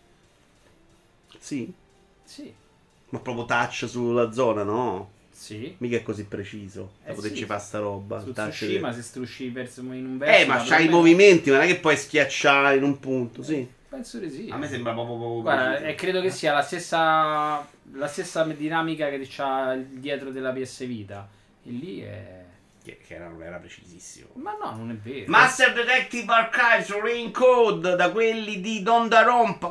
Sì, Sì, ma proprio touch sulla zona, no? sì. Mica è così preciso da poterci sì. fare sta roba. Su il touch Tsushima del- se strusci verso in un verso... ma la c'hai i problema- movimenti, ma non è che puoi schiacciare in un punto, sì. Penso di sì. A me sembra proprio poco Guarda, preciso. e credo che sia la stessa dinamica che c'ha il dietro della PS Vita. E lì è... Che non era precisissimo. Ma no, non è vero. Master Detective Archives Rain Code da quelli di Dondarompa.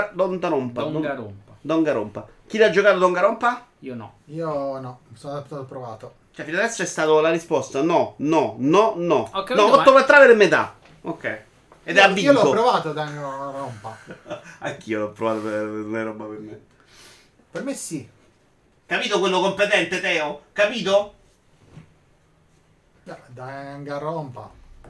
Dongarompa. Chi l'ha giocato Dongarompa? Io no. Io no, sono stato provato. Cioè, fino adesso è stata la risposta no, no, no, no. Ho capito, No, 8 ma- 4 e metà. Ok. Ed ha Io l'ho vinto. provato da rompa. Anch'io l'ho provato non è roba per me. Per me sì. Capito quello competente, Teo? Capito? Da rompa.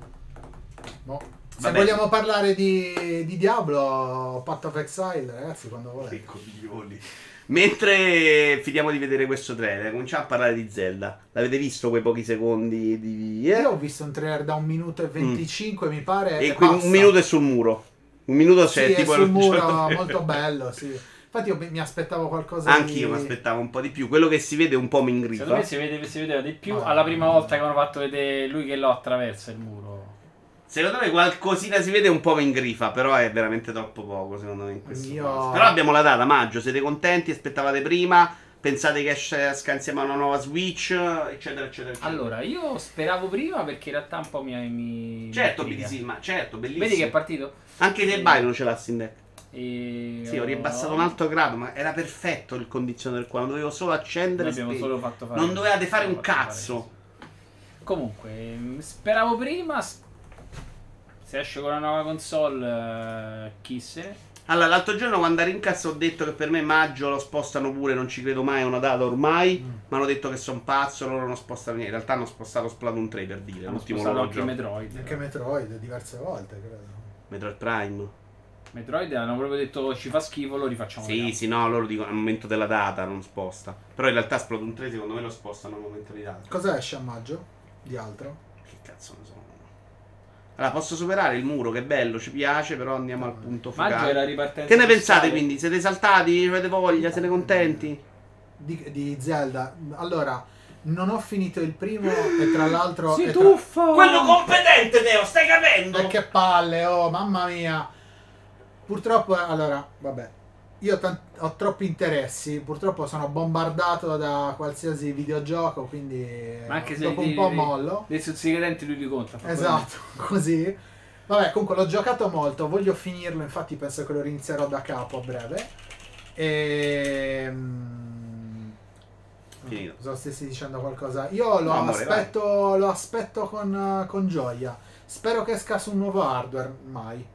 No. Se Vabbè. vogliamo parlare di Diablo, Path of Exile, ragazzi, quando volete. Che coglioni. Mentre finiamo di vedere questo trailer, cominciamo a parlare di Zelda. L'avete visto quei pochi secondi di... Io ho visto un trailer da 1 minuto e 25, mi pare. E qui basta. un minuto è sul muro. Un minuto Sì, c'è è tipo... sul muro, molto bello, sì. Infatti io mi aspettavo qualcosa Anch'io mi aspettavo un po' di più. Quello che si vede un po' mi ingrifa. Secondo me si vedeva di più Ah. alla prima volta che hanno fatto vedere lui che lo attraversa il muro. Secondo me qualcosina si vede un po' mi ingrifa, però è veramente troppo poco secondo me in questo Io- caso. Però abbiamo la data, maggio, siete contenti? Aspettavate prima? Pensate che esca insieme a una nuova Switch? Eccetera, eccetera, eccetera. Allora, io speravo prima perché in realtà un po' mi Certo, intriga. BD Silma, certo, bellissimo. Vedi che è partito? Anche te Byron ce l'ha in deck. E... Sì, ho riabbassato un altro grado, ma era perfetto il condizionatore qua, non dovevo solo accendere e Abbiamo spegnere. solo fatto fare Non dovevate fare un abbiamo fatto cazzo. Comunque, speravo prima. Se esce con una nuova console, chi se ne. Allora, l'altro giorno quando a Rincas ho detto che per me maggio lo spostano pure, non ci credo mai, è una data ormai. Mi hanno detto che sono pazzo, loro non spostano niente. In realtà hanno spostato Splatoon 3 per dire, Hanno l'ultimo spostato loro anche gioco. Metroid. Anche Metroid diverse volte, credo. Metroid Prime. Metroid hanno proprio detto ci fa schifo, lo rifacciamo. Sì, vedere. sì, no, loro dicono al momento della data non sposta. Però in realtà Splatoon 3 secondo me lo spostano al momento di data. Cosa esce a maggio? Di altro? Che cazzo ne so. Allora, posso superare il muro, che bello, ci piace, però andiamo al punto Maggio è focale. la ripartenza. Che ne pensate fiscale. quindi? Siete saltati? Avete voglia? Siete contenti? Di Zelda. Allora, non ho finito il primo e tra l'altro... Si e tuffa! Quello competente, Teo, stai capendo? E che palle, oh, mamma mia. Purtroppo, allora, vabbè. Io ho troppi interessi, purtroppo sono bombardato da qualsiasi videogioco, quindi Ma anche se dopo un po' mollo. dei stuzzicadenti lui li conta. fa Esatto, così. Vabbè, comunque l'ho giocato molto, voglio finirlo, infatti penso che lo inizierò da capo a breve. E... Finito. Cosa stessi dicendo qualcosa? Io lo No, amore, aspetto con gioia. Spero che esca su un nuovo hardware, mai.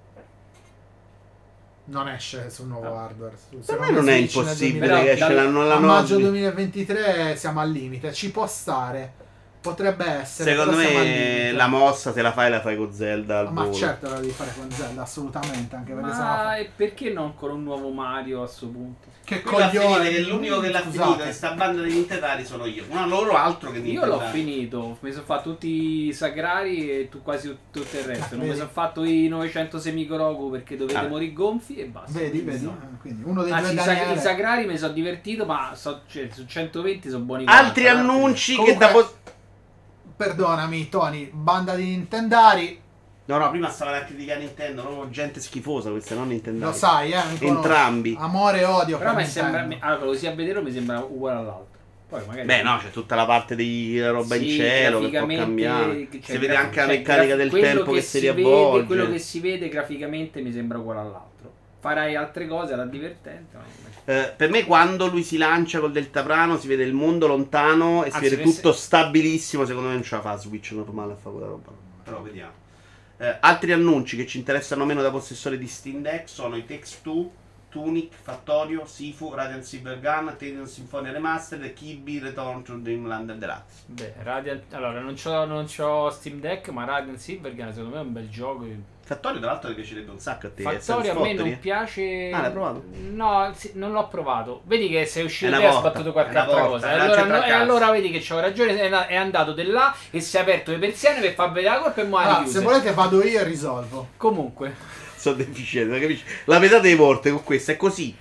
Non esce su un nuovo hardware. Per me non è Switch nel impossibile 2000 che esce la a maggio nuova. 2023 siamo al limite, ci può stare. Potrebbe essere. Secondo però siamo al me limite. la mossa, se la fai con Zelda al Ma volo. certo la devi fare con Zelda, assolutamente, anche perché se no fa- Ma e perché non con un nuovo Mario a sto punto? Che Qui va a coglione, finire che l'unico che l'ha scusate. finito di sta banda degli interdari sono io. No, loro altro che Io l'ho Nintendari. finito, mi sono fatto tutti i Sagrari e tu quasi tutto il resto. Non mi Vedi? sono fatto i 900 Semigoroku perché dovete Ah. morire gonfi e basta. Vedi. Quindi uno dei Anzi, due i Daniele. Sagrari mi sono divertito, ma cioè, su 120 sono buoni. Altri 40, annunci Comunque- che da Perdonami, Tony, banda di Nintendari, No, prima stavano a criticare Nintendo, proprio gente schifosa questa, non Nintendo. lo sai, mi conosci. Entrambi. Amore e odio Però per mi sembra, Nintendo. allora, così a vederlo mi sembra uguale all'altro. Poi magari Beh, no, c'è tutta la parte di roba in Sì, cielo che può graficamente, cambiare. cioè, Si vede anche la cioè, meccanica del quello tempo che si riavvolge. Quello che si vede graficamente mi sembra uguale all'altro. Farai altre cose, era divertente. Ma... Per me quando lui si lancia col deltaplano si vede il mondo lontano e si Anzi, vede tutto stabilissimo. Secondo me non ce la fa Switch normale a fare quella roba. Però vediamo. Altri annunci che ci interessano meno da possessore di Steam Deck sono i Takes Two, Tunic, Factorio, Sifu, Radiant Silvergun, Tedium Symphonia Remastered e Kirby Return to Dreamland Deluxe. Beh, Radiant, allora non c'ho Steam Deck, ma Radiant Silvergun secondo me è un bel gioco. Factorio tra l'altro ti piacerebbe un sacco a te. Factorio a me non piace. Ah, l'hai provato? No, sì, non l'ho provato. Vedi che sei uscito È te una e hai porta, sbattuto qualche è una altra porta, cosa. è E una allora, centracassa. e allora vedi che c'ho ragione. È andato di là e si è aperto le persiane per far vedere la colpa e mo' ha Allora, richiuse. se volete vado io e risolvo. Comunque. Sono deficiente, capisci? La metà delle volte con questa è così.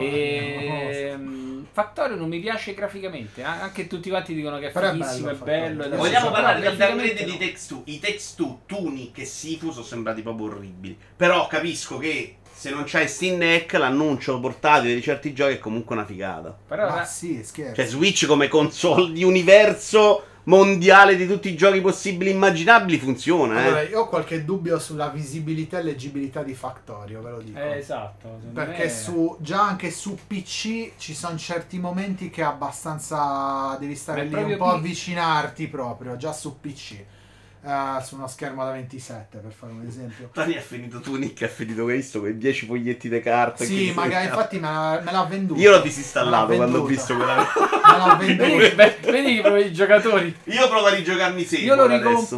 Factorio non mi piace graficamente. Anche tutti quanti dicono che è Però è fighissimo, è bello bello. Factorio. Vogliamo però parlare del graficamente downgrade no. di Takes Two. I Takes Two, Tunic e Sifu sono sembrati proprio orribili. Però capisco che se non c'hai Steam Deck l'annuncio portatile di certi giochi è comunque una figata. Però Ma sì, scherzo. Cioè Switch come console di universo mondiale di tutti i giochi possibili e immaginabili funziona, Allora, io ho qualche dubbio sulla visibilità e leggibilità di Factorio, ve lo dico. esatto. secondo Perché me- già anche su PC ci sono certi momenti che abbastanza devi stare Ma è lì un proprio po' pi- avvicinarti proprio, già su PC. Su uno schermo da 27 per fare un esempio. Tony ha finito Tunic, ha finito questo con i 10 foglietti di carta. Sì, che magari disegnava. infatti me l'ha venduto. Io l'ho Me disinstallato l'ha quando ho venduto. visto quella. Me l'ha venduto. Vedi proprio i giocatori. Io provo a rigiocarmi sempre. Io lo adesso.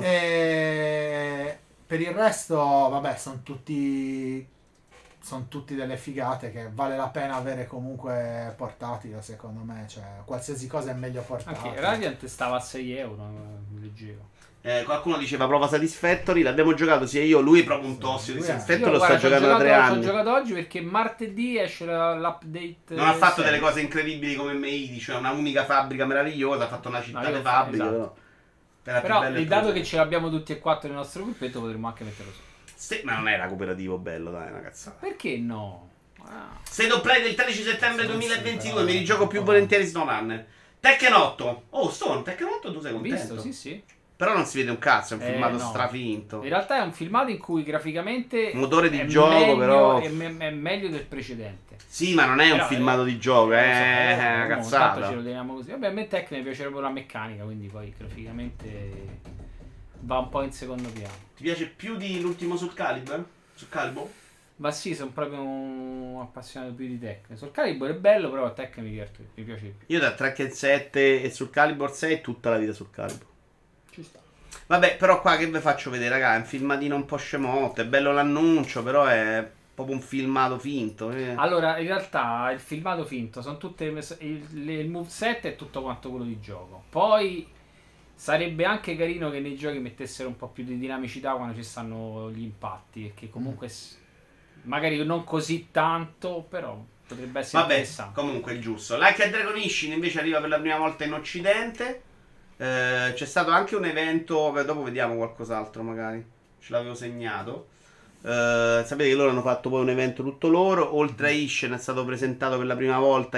Per il resto, vabbè, sono tutti delle figate che vale la pena avere comunque portatile, secondo me. Cioè, qualsiasi cosa è meglio portatile. Anche Radiant stava a 6 euro, leggevo. Qualcuno diceva prova Satisfactory, l'abbiamo giocato sia io, lui è proprio un tossico di Lui è- Satisfactory, Io, lo sta guarda, giocando da 3 Ci ho anni. giocato oggi perché martedì esce l'update. Non ha fatto 6. delle cose incredibili come Meidi, cioè una unica fabbrica meravigliosa, ha fatto una città No, io di ho- fabbriche, esatto. però. Però, bella il dato che ce l'abbiamo tutti e quattro nel nostro gruppetto, potremmo anche metterlo su. Ma non era cooperativo bello, dai, una cazzata. Perché no? Ah. State of Play del 13 settembre 2022, però- mi rigioco più volentieri SnowRunner. Tekken 8. Oh, Stone, Tekken 8 tu sei Ho contento? visto, sì, sì. Però non si vede un cazzo, è un filmato No. strafinto. In realtà è un filmato in cui graficamente Motore di è gioco, meglio- però. è meglio del precedente. Sì, ma non è un Però, filmato di gioco, lo so, è una tanto ce cazzata. lo teniamo così. Vabbè, a me Tekken mi piacerebbe la meccanica, quindi poi graficamente va un po' in secondo piano. Ti piace più di l'ultimo sul Calibur? Sul Calibur? Ma sì, sono proprio un appassionato più di Tekken. Sul Calibur è bello, però a Tekken mi piace di più. Io da Tekken 7 e sul Calibur 6 tutta la vita sul Calibur. Ci sta. Vabbè, però qua che vi faccio vedere, raga, è un filmatino un po' scemotto, è bello l'annuncio, però è proprio un filmato finto. Allora, in realtà il filmato finto sono tutte il moveset è tutto quanto quello di gioco. Poi sarebbe anche carino che nei giochi mettessero un po' più di dinamicità quando ci stanno gli impatti, e che comunque magari non così tanto, però potrebbe essere Vabbè, interessante. comunque è giusto. Like a Dragon Ishin invece arriva per la prima volta in Occidente. C'è stato anche un evento, dopo vediamo qualcos'altro magari, ce l'avevo segnato. Sapete che loro hanno fatto poi un evento tutto loro. Oltre a Ishin è stato presentato per la prima volta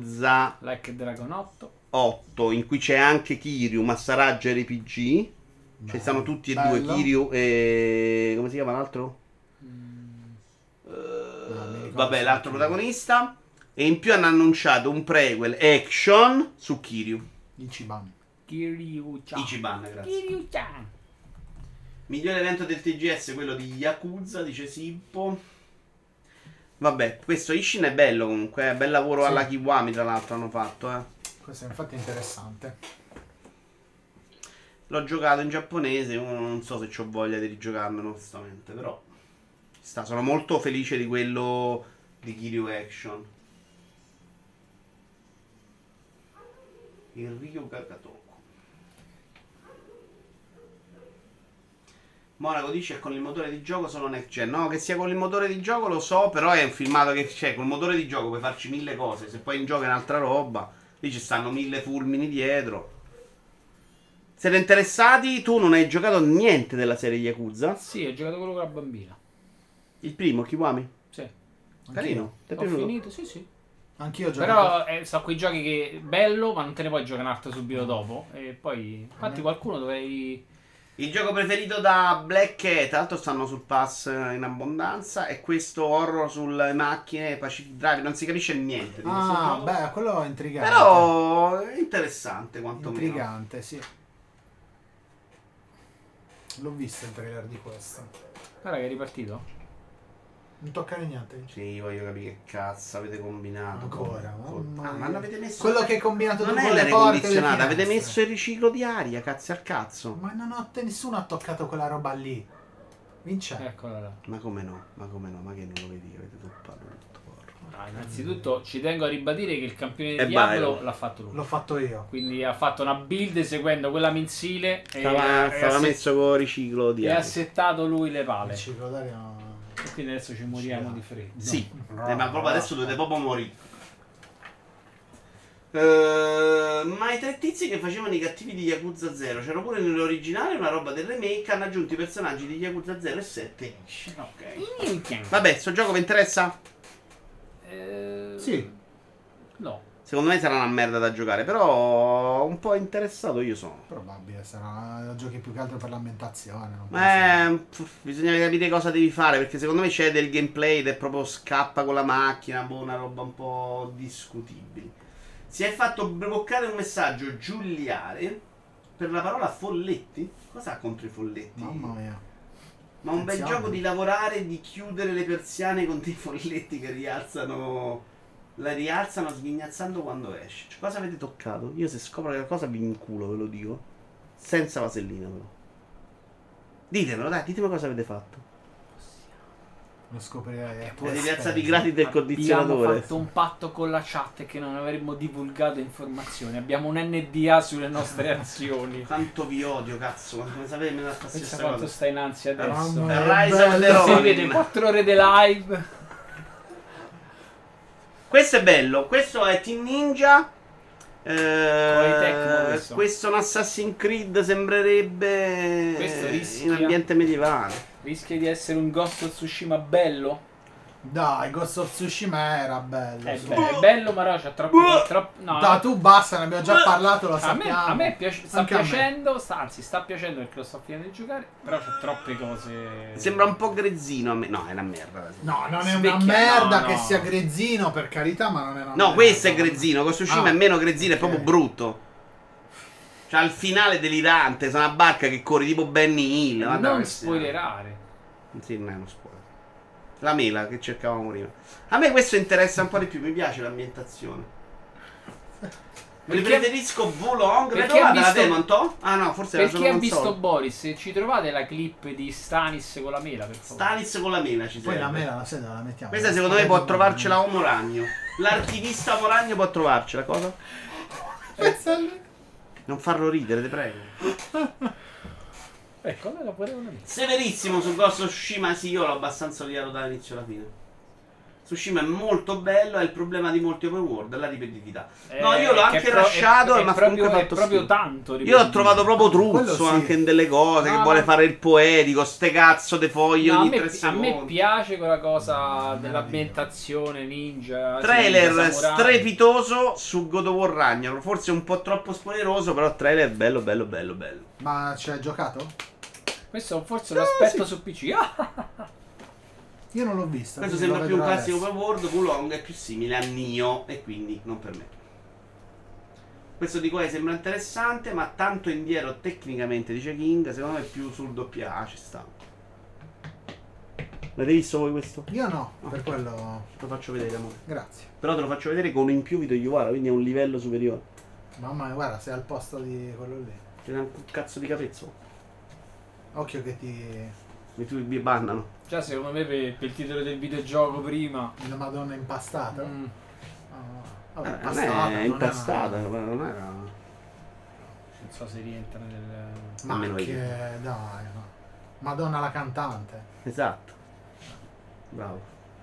Like a Dragon 8. 8, in cui c'è anche Kiryu, Massaraggio RPG. Ci stanno tutti e Bello. due, Kiryu e... come si chiama l'altro? mi ricordo Vabbè, se l'altro Kiryu. protagonista. E in più hanno annunciato un prequel action su Kiryu. Ichiban. Kiryu-chan. Ichiban, grazie. Kiryu-chan. Migliore evento del TGS, quello di Yakuza, dice Sippo. Vabbè, questo Ishin è bello comunque, bel lavoro Sì. alla Kiwami tra l'altro hanno fatto, Questo è infatti interessante. L'ho giocato in giapponese, non so se ho voglia di rigiocarmelo onestamente, però sono molto felice di quello di Kiryu Action. Il Ryu Kakatoku. Monaco dice che con il motore di gioco solo next gen. No, che sia con il motore di gioco lo so, però è un filmato che c'è, col motore di gioco puoi farci 1000 cose, se poi in gioco è un'altra roba, lì ci stanno 1000 fulmini dietro. Siete interessati? Tu non hai giocato niente della serie Yakuza? Sì, ho giocato quello con la bambina. Il primo, Kiwami? Sì. Carino, ti è Ho piaciuto? finito, sì, sì. Anch'io ho giocato. Però so quei giochi che bello, ma non te ne puoi giocare un altro subito dopo. E poi, infatti, qualcuno dovrei. Il gioco preferito da Black Cat, tra l'altro stanno sul pass in abbondanza, è questo horror sulle macchine, Pacific Drive, non si capisce niente di questo Ah, gioco. beh, quello è intrigante. Però è interessante quantomeno. Intrigante, sì. L'ho visto il trailer di questo. Guarda che è ripartito. Non toccare niente. Sì, voglio capire che cazzo avete combinato. Ancora, mamma Ma mia. non avete messo... Quello che hai combinato tu non con è le l'aria porte e le condizionata, avete finestre. messo il riciclo di aria, cazzo al cazzo. Ma nessuno ha toccato quella roba lì. Vince. Eccola là. Ma come no? Ma come no? Ma che non lo vedi che avete toppato tutto porco. Ah, innanzitutto ci tengo a ribadire che il campione di È Diablo Byron. l'ha fatto lui. L'ho fatto io. Quindi ha fatto una build seguendo quella mensile e Stava messo con riciclo di e ha aria. settato lui le pale. Il ciclo d'aria no. E quindi adesso ci moriamo di freddo. Sì, No. ma proprio adesso dovete proprio morire. Ma i tre tizi che facevano i cattivi di Yakuza 0 c'era pure nell'originale una roba del remake. Hanno aggiunto i personaggi di Yakuza 0 e 7. Ok. Vabbè, sto gioco vi interessa? Sì. No. Secondo me sarà una merda da giocare, però un po' interessato io sono. Probabile, sarà giochi più che altro per l'ambientazione. Non penso. Bisogna capire cosa devi fare, perché secondo me c'è del gameplay ed è proprio scappa con la macchina, boh, una roba un po' discutibile. Si è fatto bloccare un messaggio giuliare per la parola folletti. Cosa ha contro i folletti? Mamma mia. Ma un bel Attenzione. gioco di lavorare, di chiudere le persiane con dei folletti che rialzano. La rialzano sghignazzando quando esce. Cioè, cosa avete toccato? Io se scopro che qualcosa vi inculo, ve lo dico. Senza vasellina però. Ditemelo, dai, ditemi cosa avete fatto. Lo scoprirei. Avete rialzato i gradi del Abbiamo condizionatore. fatto un patto con la chat che non avremmo divulgato informazioni. Abbiamo un NDA sulle nostre azioni. Quanto vi odio, cazzo. Come sapete me la fa Pensa stessa quanto cosa. sta in ansia adesso. Mamma Rise of the bello. Si vede Ronin. 4 ore di live. Questo è bello. Questo è Team Ninja. Tecmo, questo. Questo è un Assassin's Creed sembrerebbe Questo rischia- in ambiente medievale. Rischia di essere un Ghost of Tsushima bello. Dai, Ghost of Tsushima era bello. È, su. è bello, ma no, c'ha troppi. No, Dai, tu basta, ne abbiamo già parlato, lo a me, sappiamo. a me sta Anche a me. piacendo, anzi sta piacendo perché lo sto finendo di giocare, però c'ha troppe cose. Sembra un po' grezzino a me. No, è una merda. No, non è una Svecchia- merda no, che no. sia grezzino, per carità, ma non è una merda. No, questo è grezzino. Con Tsushima Ah, è meno grezzino, è ok. proprio brutto. C'ha il finale delirante. Sono una barca che corre tipo Benny Hill. Guarda Non questi- spoilerare. Sì, non è uno spoiler. La mela che cercavamo prima. A me questo interessa un po' di più. Mi piace l'ambientazione. Preferisco Volong. perché Perché ha la visto- demo, Anto? Ah no, forse era Per solo chi ha console. visto Boris, ci trovate la clip di Stanis con la mela, per favore? Stanis con la mela ci Poi la serve. mela la sede la mettiamo. Questa secondo me può trovarcela Uomo Ragno. L'archivista Uomo Ragno può trovarcela. Cosa? Non farlo ridere, te prego. Ecco, allora pure una mela. Severissimo su Ghost of Tsushima. Sì, io l'ho abbastanza odiato dall'inizio alla fine. Tsushima è molto bello, è il problema di molti open world, è la ripetitività. No, io l'ho anche lasciato, ma comunque è proprio tanto io l'ho trovato proprio Quello truzzo sì. anche in delle cose, No, che vuole ma- fare il poetico, ste cazzo de fogli No, ogni 3 a me secondi. piace quella cosa No, dell'ambientazione ninja. Trailer ninja, samurai. strepitoso su God of War Ragnarok, forse un po' troppo spoileroso, però trailer bello bello bello bello. Ma ci hai giocato? Questo forse lo aspetto su PC. Io non l'ho visto. Questo quindi sembra lo più un vedrò classico adesso. open world, Wulong è più simile a Nioh e quindi non per me. Questo di qua sembra interessante, ma tanto indietro tecnicamente, dice King, secondo me è più sul doppia ci sta. L'avete visto voi questo? Io no, per quello. Te lo faccio vedere, amore. Grazie. Però te lo faccio vedere con in più video Iwara, quindi è un livello superiore. Mamma mia, guarda, sei al posto di quello lì. C'è un cazzo di capezzo. Occhio che ti. E tu mi bannano. Già secondo me per il titolo del videogioco prima. La Madonna impastata. Mm. Ah, vabbè, Non impastata. è non impastata, una- ma non era. Non so se rientra nel. Ma Nemmeno che. io. Dai, no. Madonna la cantante. Esatto. Bravo.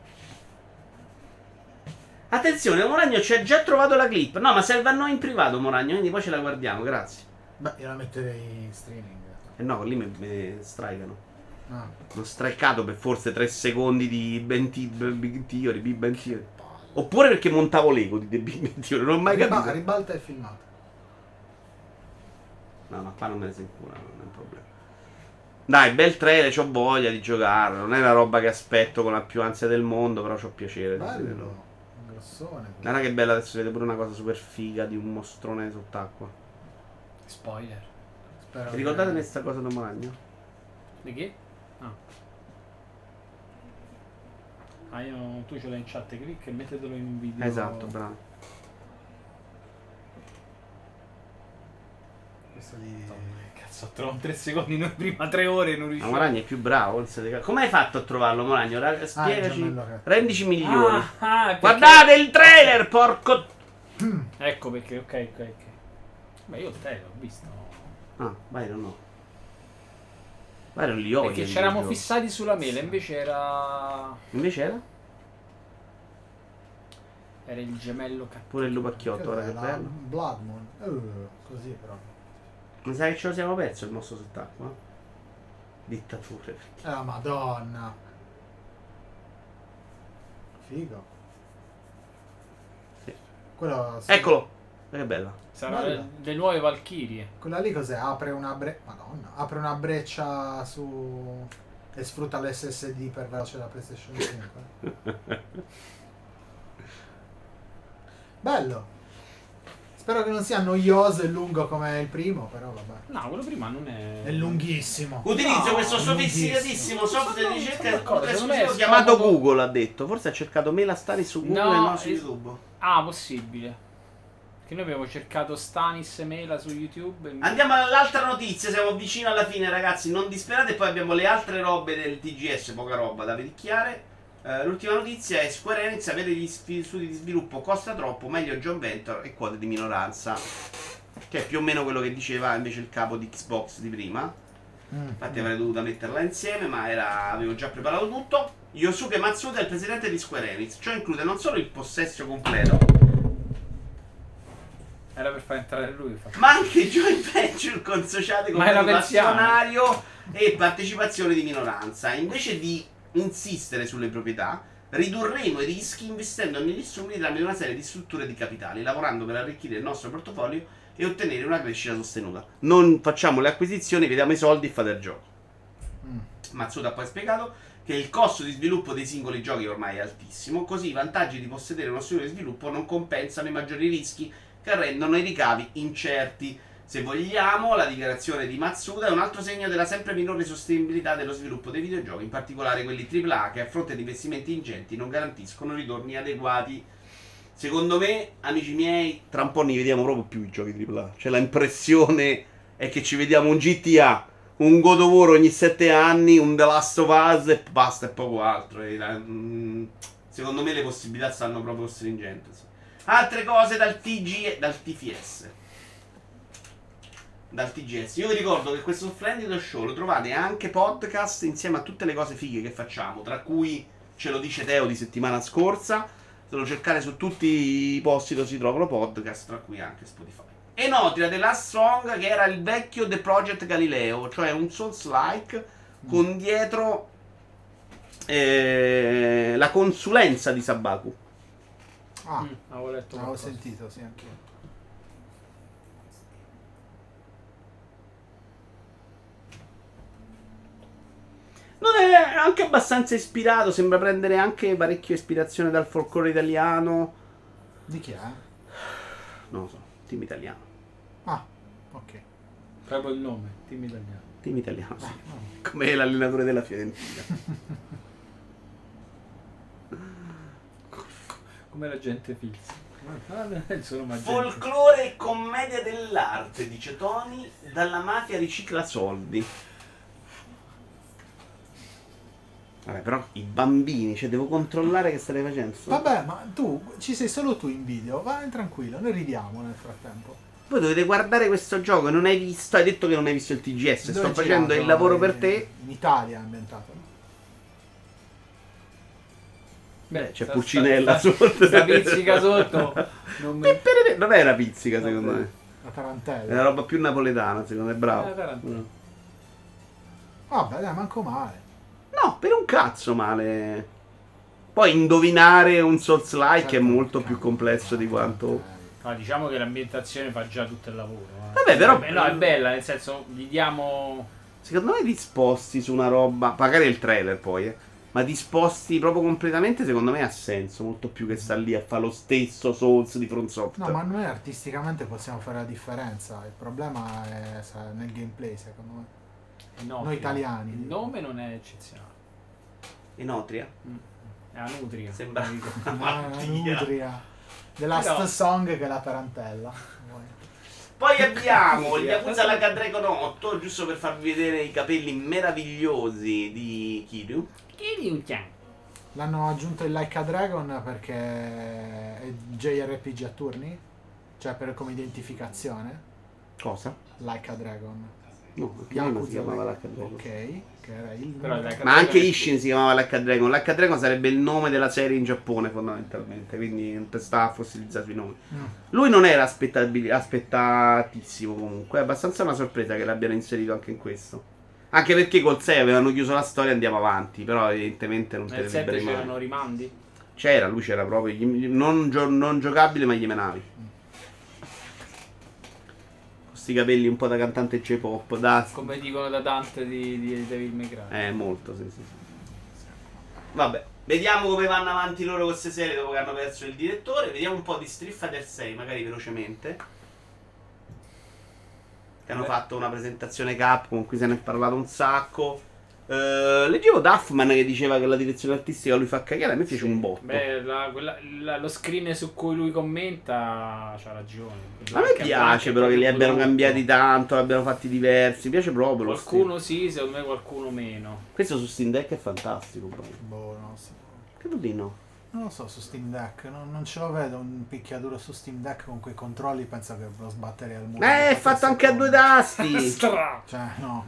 Attenzione, Moragno ci ha già trovato la clip. No, ma serve a noi in privato, Moragno, quindi poi ce la guardiamo, grazie. Beh, io la metterei in streaming. E no, lì mi strikano. Ah, L'ho stricato per forse 3 secondi di Big Theory, Big Bang Theory. Oppure perché montavo l'ego di The Big Bang Theory, non ho mai capito. ribalta il filmato. No, ma qua non me ne sento cura, non è un problema. Dai, bel trailer, c'ho voglia di giocare. Non è una roba che aspetto con la più ansia del mondo, però c'ho piacere di vederlo. Bello. Un grossone. Guarda che bella, adesso vede pure una cosa super figa di un mostrone sott'acqua. Spoiler. Spero Vi ricordate che- questa cosa da Moragno? Di che? Ah, tu ce l'hai in chat, clicca e mettetelo in un video. Esatto, bravo. Questo di. Cazzo, trovo 3 secondi, noi prima 3 ore non Ma riusciamo. Moragno è più bravo, non siete come hai fatto a trovarlo, Moragno? Spiegaci. gemello che- Rendici milioni. è perché- Guardate il trailer, porco. Ecco perché, ok. Beh, io il trailer l'ho visto. Ah, Byron no. Byron li odia. Perché il c'eravamo videogioco. fissati sulla mela, invece era. Invece era? Era il gemello cattivo. Pure il lupacchiotto, guarda che la bello. Blood Moon. Così proprio. Mi sa che ce lo siamo perso il mostro sott'acqua? Dittature. Madonna. Figo. Sì. Quello. Eccolo! Che bella. Saranno Bello. le nuove Valchirie. Quella lì cos'è? Madonna. Apre una breccia su. E sfrutta l'SSD per veloce la PlayStation 5. Bello. Spero che non sia noioso e lungo come il primo, però vabbè. No, quello prima non è. È lunghissimo. Utilizzo No, questo è sofisticatissimo software di Sono ricerca d'accordo, secondo me è esclusivo chiamato scomodo. Google, ha detto. Forse ha cercato Mela Stani su Google No, e non su es- YouTube. Ah, possibile. Che noi abbiamo cercato Stanis Mela su YouTube. e- Andiamo all'altra notizia, siamo vicino alla fine ragazzi, non disperate, poi abbiamo le altre robe del TGS, poca roba da vedicchiare. L'ultima notizia è Square Enix, avere gli studi di sviluppo costa troppo, meglio John Venture e quote di minoranza. Che è più o meno quello che diceva invece il capo di Xbox di prima. Infatti avrei dovuto metterla insieme, ma avevo già preparato tutto. Yosuke Matsuda è il presidente di Square Enix. Ciò include non solo il possesso completo, Era per far entrare lui, infatti. ma anche i joint venture consociate con Ma era voto persiano. azionario e partecipazione di minoranza. Invece di insistere sulle proprietà, ridurremo i rischi investendo negli studi tramite una serie di strutture di capitali, lavorando per arricchire il nostro portafoglio e ottenere una crescita sostenuta. Non facciamo le acquisizioni, vediamo i soldi e fate il gioco. Matsuda ha poi spiegato che il costo di sviluppo dei singoli giochi ormai è altissimo, così i vantaggi di possedere uno studio di sviluppo non compensano i maggiori rischi che rendono i ricavi incerti. Se vogliamo, la dichiarazione di Matsuda è un altro segno della sempre minore sostenibilità dello sviluppo dei videogiochi, in particolare quelli AAA che a fronte di investimenti ingenti non garantiscono ritorni adeguati. Secondo me, amici miei, tra un po' ne vediamo proprio più i giochi AAA. Cioè l'impressione è che ci vediamo un GTA, un God of War ogni 7 anni, un The Last of Us e basta e poco altro. Secondo me le possibilità stanno proprio stringenti. Sì. Altre cose dal TGS. Dal TGS. Io vi ricordo che questo splendido show lo trovate anche podcast insieme a tutte le cose fighe che facciamo, tra cui ce lo dice Teo di settimana scorsa. Se lo cercare su tutti i posti dove si trovano podcast, tra cui anche Spotify. E Notria The Last Song, che era il vecchio The Project Galileo, cioè un Souls-like con dietro la consulenza di Sabaku. Ah, avevo letto l'avevo qualcosa. sentito, sì, anche Non è anche abbastanza ispirato, sembra prendere anche parecchio ispirazione dal folklore italiano. Di chi è? Non lo so, team italiano. Ah, ok. Proprio il nome, team italiano. Team italiano, sì. Come l'allenatore della Fiorentina. Come la gente Fils. Sono maggiore. Folklore e commedia dell'arte, dice Tony, dalla mafia ricicla soldi. Vabbè, però i bambini, cioè devo controllare che state facendo. Vabbè, ma tu ci sei solo tu in video, vai tranquillo, noi ridiamo nel frattempo. Voi dovete guardare questo gioco, non hai visto, hai detto che non hai visto il TGS, Dove sto è facendo girato? il lavoro per te. In Italia è ambientato, no? Beh, c'è sta- Pulcinella sta- sotto. sta pizzica sotto. Non mi... Non era pizzica, secondo me. La È tarantella. una roba più napoletana, secondo me, bravo. tarantella. Vabbè, dai, manco male. No, per un cazzo male. Poi indovinare un Souls-like è Certo, molto cazzo. più complesso di quanto... No, diciamo che l'ambientazione fa già tutto il lavoro. Vabbè, però- No, è bella, nel senso, gli diamo... Secondo me disposti su una roba, magari il trailer poi, ma disposti proprio completamente, secondo me ha senso, molto più che sta lì a fare lo stesso Souls di From Software. No, ma noi artisticamente possiamo fare la differenza. Il problema è nel gameplay, secondo me. No, Noi italiani. Il nome non è eccezionale. Enotria? È a Nutria. Sembra Dico. una Ah, malattia. Nutria. The Last Però- Song che è la tarantella. Poi abbiamo gli Yakuza Like a Dragon 8, giusto per farvi vedere i capelli meravigliosi di Kiryu. Chiedi un chan. L'hanno aggiunto il Like a Dragon perché è JRPG a turni? Cioè come identificazione? Cosa? Like a Dragon. No, prima si chiamava Like a Dragon. Ok, che era il Però Like a Ma anche Dragon è Ishin si chiamava Like a Dragon. Like a Dragon sarebbe il nome della serie in Giappone fondamentalmente, quindi stava fossilizzato i nomi. Mm. Lui non era aspettatissimo comunque, è abbastanza una sorpresa che l'abbiano inserito anche in questo. Anche perché col 6 avevano chiuso la storia e andiamo avanti, però evidentemente non te Nel ne 7 liberi mai. c'erano rimandi. C'era, lui c'era proprio, non giocabile ma gli menavi. Con sti capelli un po' da cantante J-pop, da... Come dicono da Dante di Devil May Cry. molto, sì, sì, sì. Vabbè, vediamo come vanno avanti loro con queste serie dopo che hanno perso il direttore. Vediamo un po' di Street Fighter 6, magari velocemente. Che hanno fatto una presentazione Capcom con cui se ne è parlato un sacco. Leggevo Duffman che diceva che la direzione artistica lui fa cagare, a me piace un botto. Beh, lo screen su cui lui commenta c'ha ragione. A me piace però che li abbiano cambiati tanto, li abbiano fatti diversi, mi piace proprio lo Qualcuno sì, secondo me qualcuno meno. Questo su Steam Deck è fantastico poi. Boh, non lo so. Che vuol dire no? Non lo so su Steam Deck, non ce lo vedo un picchiaduro su Steam Deck con quei controlli, penso che lo sbatterei al muro. È fatto anche a 2 tasti. Stra! Cioè, no.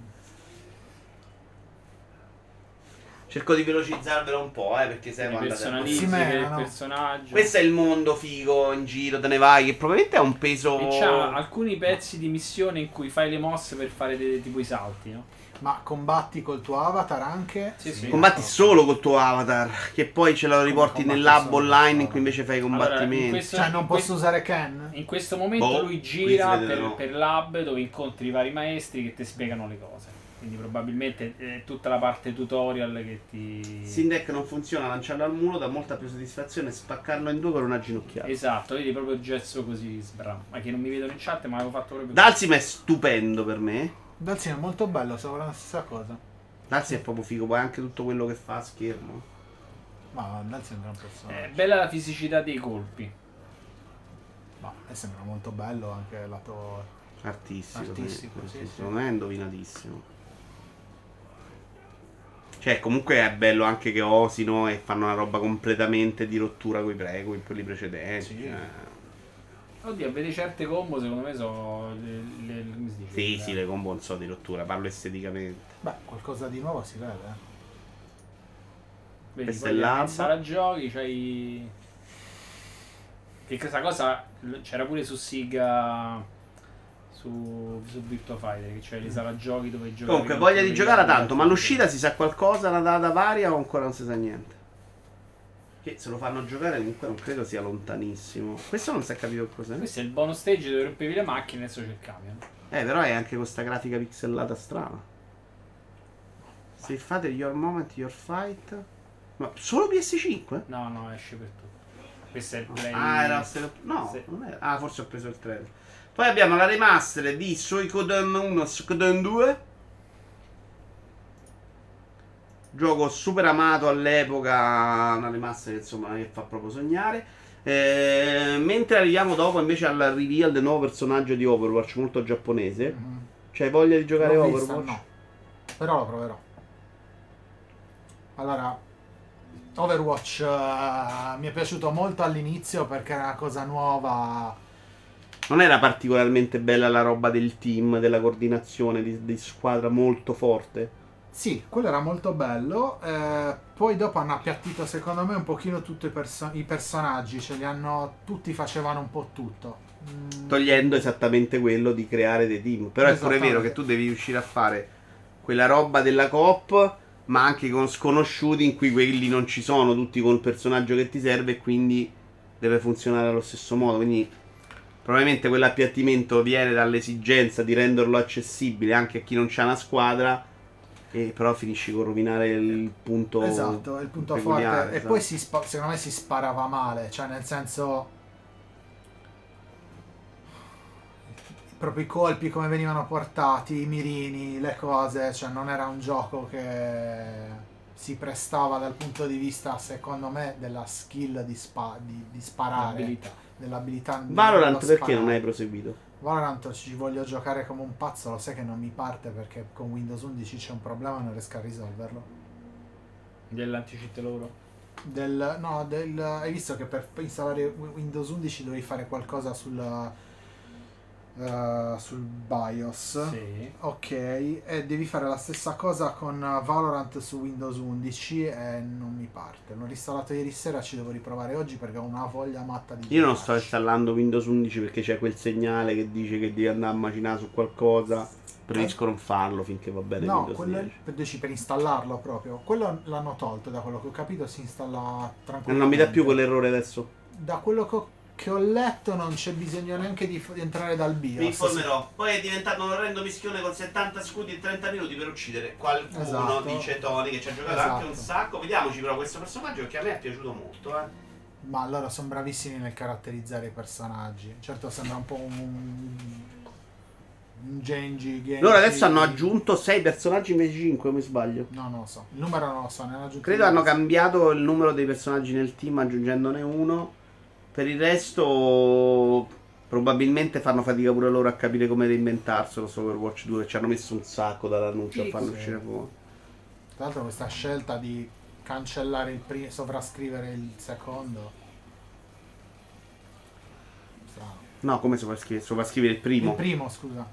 Cerco di velocizzarvelo un po', perché sai quando Personalizzi Si mena, il no? personaggio. questo è il mondo figo in giro, te ne vai, che probabilmente ha un peso. E c'ha alcuni pezzi di missione in cui fai le mosse per fare tipo i salti, no? Ma combatti col tuo avatar anche? Sì, sì. Combatti solo col tuo avatar, che poi ce lo riporti Combatti nel lab solo. online in cui invece fai i Allora, in combattimenti. questo- Cioè, non in posso usare Ken? In questo momento Boh, lui qui gira si vede per, no. per lab dove incontri i vari maestri che ti spiegano le cose. Quindi probabilmente è tutta la parte tutorial che ti... Steam Deck non funziona, lanciarlo al muro dà molta più soddisfazione, spaccarlo in due con una ginocchiata. Esatto, vedi proprio il gesto così sbram. Ma che non mi vedono in chat, ma avevo fatto proprio... Dalsim è stupendo per me. Dalsim è molto bello, sembra la stessa cosa. Dalsim è proprio figo, poi anche tutto quello che fa a schermo. Ma Dalsim è un gran personaggio. È bella la fisicità dei colpi. Ma sembra molto bello anche il lato... Artistico, Artistico, sì. sì, Secondo me è indovinatissimo. Cioè, comunque è bello anche che osino e fanno una roba completamente di rottura coi quelli precedenti. Sì. Cioè. Oddio, vedi certe combo secondo me sono... come si dice? Sì, sì, le combo non so di rottura, parlo esteticamente. Beh, qualcosa di nuovo si vede. Vedi, Questa è poi in l'hub. sala giochi c'hai... Che questa cosa c'era pure su Siga, su Virtua Fighter, che c'è le sala giochi dove giocare. Comunque, contro voglia di gli giocare altri tanto, ma giocatori. l'uscita si sa qualcosa, una data varia o ancora non si sa niente? Che se lo fanno giocare comunque non credo sia lontanissimo. Questo non si è capito cos'è. Questo è il bonus stage dove rompevi le macchine, adesso c'è il camion. Però è anche questa grafica pixellata strana. Se fate your moment, your fight. Ma solo PS5? No, no, esce per tutto. Questo è il play. Ah, era. No, Sì. non era. Ah, forse ho preso il trailer. Poi abbiamo la remaster di Suikoden 1 e Suikoden 2. Gioco super amato all'epoca. Una remaster che insomma che fa proprio sognare. Mentre arriviamo dopo invece al reveal del nuovo personaggio di Overwatch, molto giapponese. C'hai voglia di giocare L'ho vista, Overwatch? no. Però lo proverò. Allora, Overwatch mi è piaciuto molto all'inizio perché era una cosa nuova. Non era particolarmente bella la roba del team, della coordinazione di squadra molto forte. Sì, quello era molto bello. Poi dopo hanno appiattito secondo me un pochino tutti i personaggi, ce li hanno, tutti facevano un po' tutto. Togliendo esattamente quello di creare dei team. Però è pure vero che tu devi riuscire a fare quella roba della coop, ma anche con sconosciuti in cui quelli non ci sono, tutti con il personaggio che ti serve e quindi deve funzionare allo stesso modo. Quindi probabilmente quell'appiattimento viene dall'esigenza di renderlo accessibile anche a chi non c'ha una squadra. E però finisci con rovinare il punto. Esatto, il punto peculiare, forte. E esatto. poi secondo me si sparava male, cioè nel senso, proprio i colpi come venivano portati, i mirini, le cose, cioè non era un gioco che si prestava dal punto di vista, secondo me, della skill di sparare, Abilità. dell'abilità Valorant dello perché sparare. non hai proseguito? Valorant ci voglio giocare come un pazzo, lo sai che non mi parte perché con Windows 11 c'è un problema e non riesco a risolverlo. Dell'anti-cheat loro. Hai visto che per installare Windows 11 dovevi fare qualcosa sul BIOS? Sì. Ok, e devi fare la stessa cosa con Valorant su Windows 11 e non mi parte. L'ho installato ieri sera, ci devo riprovare oggi perché ho una voglia matta di Io non sto giocarci. installando Windows 11 perché c'è quel segnale che dice che devi andare a macinare su qualcosa. Preferisco non farlo finché va bene No, Windows quello 10. per installarlo proprio. Quello l'hanno tolto, da quello che ho capito si installa E tranquillamente. non mi dà più quell'errore adesso. Da quello che ho letto non c'è bisogno neanche di entrare dal BIOS. Mi informerò. Poi è diventato un orrendo mischione con 70 scudi in 30 minuti per uccidere qualcuno, Esatto. dice Tony, che ci ha giocato Esatto. anche un sacco. Vediamoci però questo personaggio perché a me è piaciuto molto, Ma allora sono bravissimi nel caratterizzare i personaggi. Certo sembra un po' un Genji. Loro adesso hanno aggiunto 6 personaggi invece di 5, mi sbaglio. No, non lo so. Il numero non lo so, ne hanno aggiunto. Credo hanno cambiato il numero dei personaggi nel team aggiungendone uno. Per il resto probabilmente fanno fatica pure loro a capire come reinventarselo su Overwatch 2. Ci hanno messo un sacco dall'annuncio a farlo Sì. uscire fuori. Tra l'altro questa scelta di cancellare il primo, sovrascrivere il secondo. Strano. No, come sovrascrivere? Sovrascrivere il primo. Il primo, scusa.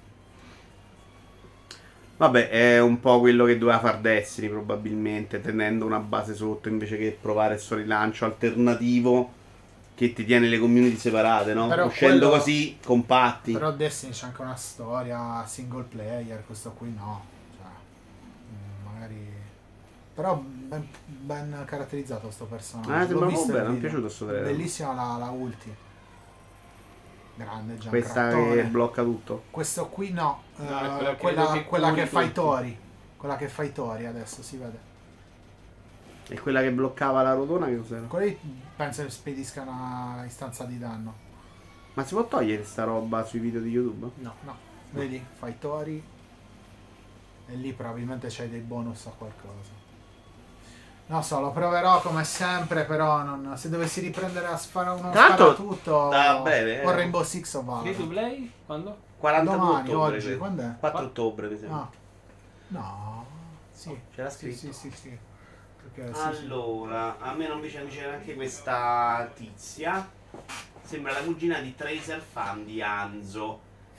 Vabbè, è un po' quello che doveva far Destiny probabilmente, tenendo una base sotto invece che provare questo rilancio alternativo che ti tiene le community separate, no? Però Uscendo quello- così compatti. Però Destiny c'è anche una storia single player, questo qui no. Cioè, magari. Però ben caratterizzato sto personaggio. Ah, sembra L'ho visto bene, il mi è video. piaciuto sto trailer. Bellissima la ulti. Grande Questa Giancarlo. che blocca tutto. Questo qui no, No, è quella quella che che fa i tutti. tori. Quella che fa i tori adesso si vede. E quella che bloccava la rotona che cos'era? Quelli penso che spedisca una istanza di danno. Ma si può togliere sta roba sui video di YouTube? No. No, vedi, fa i tori. E lì probabilmente c'hai dei bonus a qualcosa. Non so, lo proverò come sempre, però se dovessi riprendere a sparare uno Tra l'altro, tutto da breve, o Rainbow Six o Free to Valorant. play? Quando? 42 Domani, ottobre. oggi, credo. quando è? 4 ottobre, mi sembra. Ah. No, sì. C'era Sì, scritto. sì. Perché, sì. Allora, a me non mi c'era anche questa tizia. Sembra la cugina di Tracer fan di Hanzo.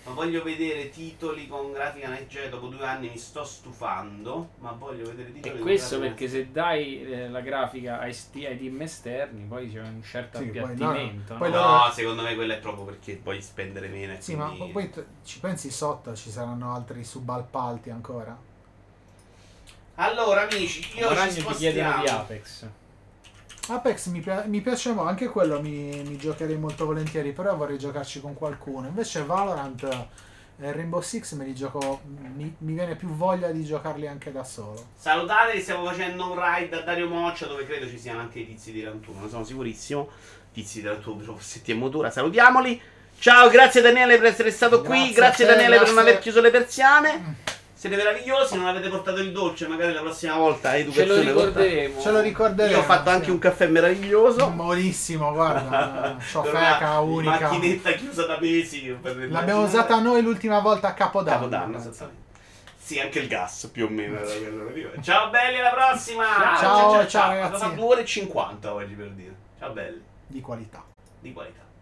Ma voglio vedere titoli con grafica next gen. Dopo 2 anni mi sto stufando. Ma voglio vedere titoli E con questo grafica perché se dai la grafica ai team esterni, poi c'è un certo Sì, poi appiattimento. no, poi no? loro- No, secondo me quello è proprio perché puoi spendere meno. E Sì, ma quindi- poi ci pensi sotto ci saranno altri subappalti ancora? Allora, amici, io ci Ragno ti chiedono di spostiamo. Apex. Apex mi piace molto, anche quello mi giocherei molto volentieri, però vorrei giocarci con qualcuno. Invece Valorant e Rainbow Six me li gioco, mi viene più voglia di giocarli anche da solo. Salutate che stiamo facendo un raid a Dario Moccia dove credo ci siano anche i tizi di Rantuno, ne sono sicurissimo. Tizi di Rantuno, Fossetti e Motura, salutiamoli. Ciao, grazie Daniele per essere stato qui, grazie a te, Daniele per non grazie. aver chiuso le persiane. Siete meravigliosi, non avete portato il dolce, magari la prossima volta Ce lo educazione ricorderemo. Ce lo ricorderemo. Io ho fatto anche un caffè meraviglioso. Buonissimo, guarda, c'ho Per feca una unica. macchinetta chiusa da mesi. per L'abbiamo immaginare. usata noi l'ultima volta a Capodanno. Capodanno, penso. esattamente. Sì, anche il gas più o meno era quello. Ciao belli, alla prossima! Ciao, ciao, Abbiamo ragazzi. fatto 2 ore e 50 oggi per dire. Ciao belli, Di qualità. di qualità.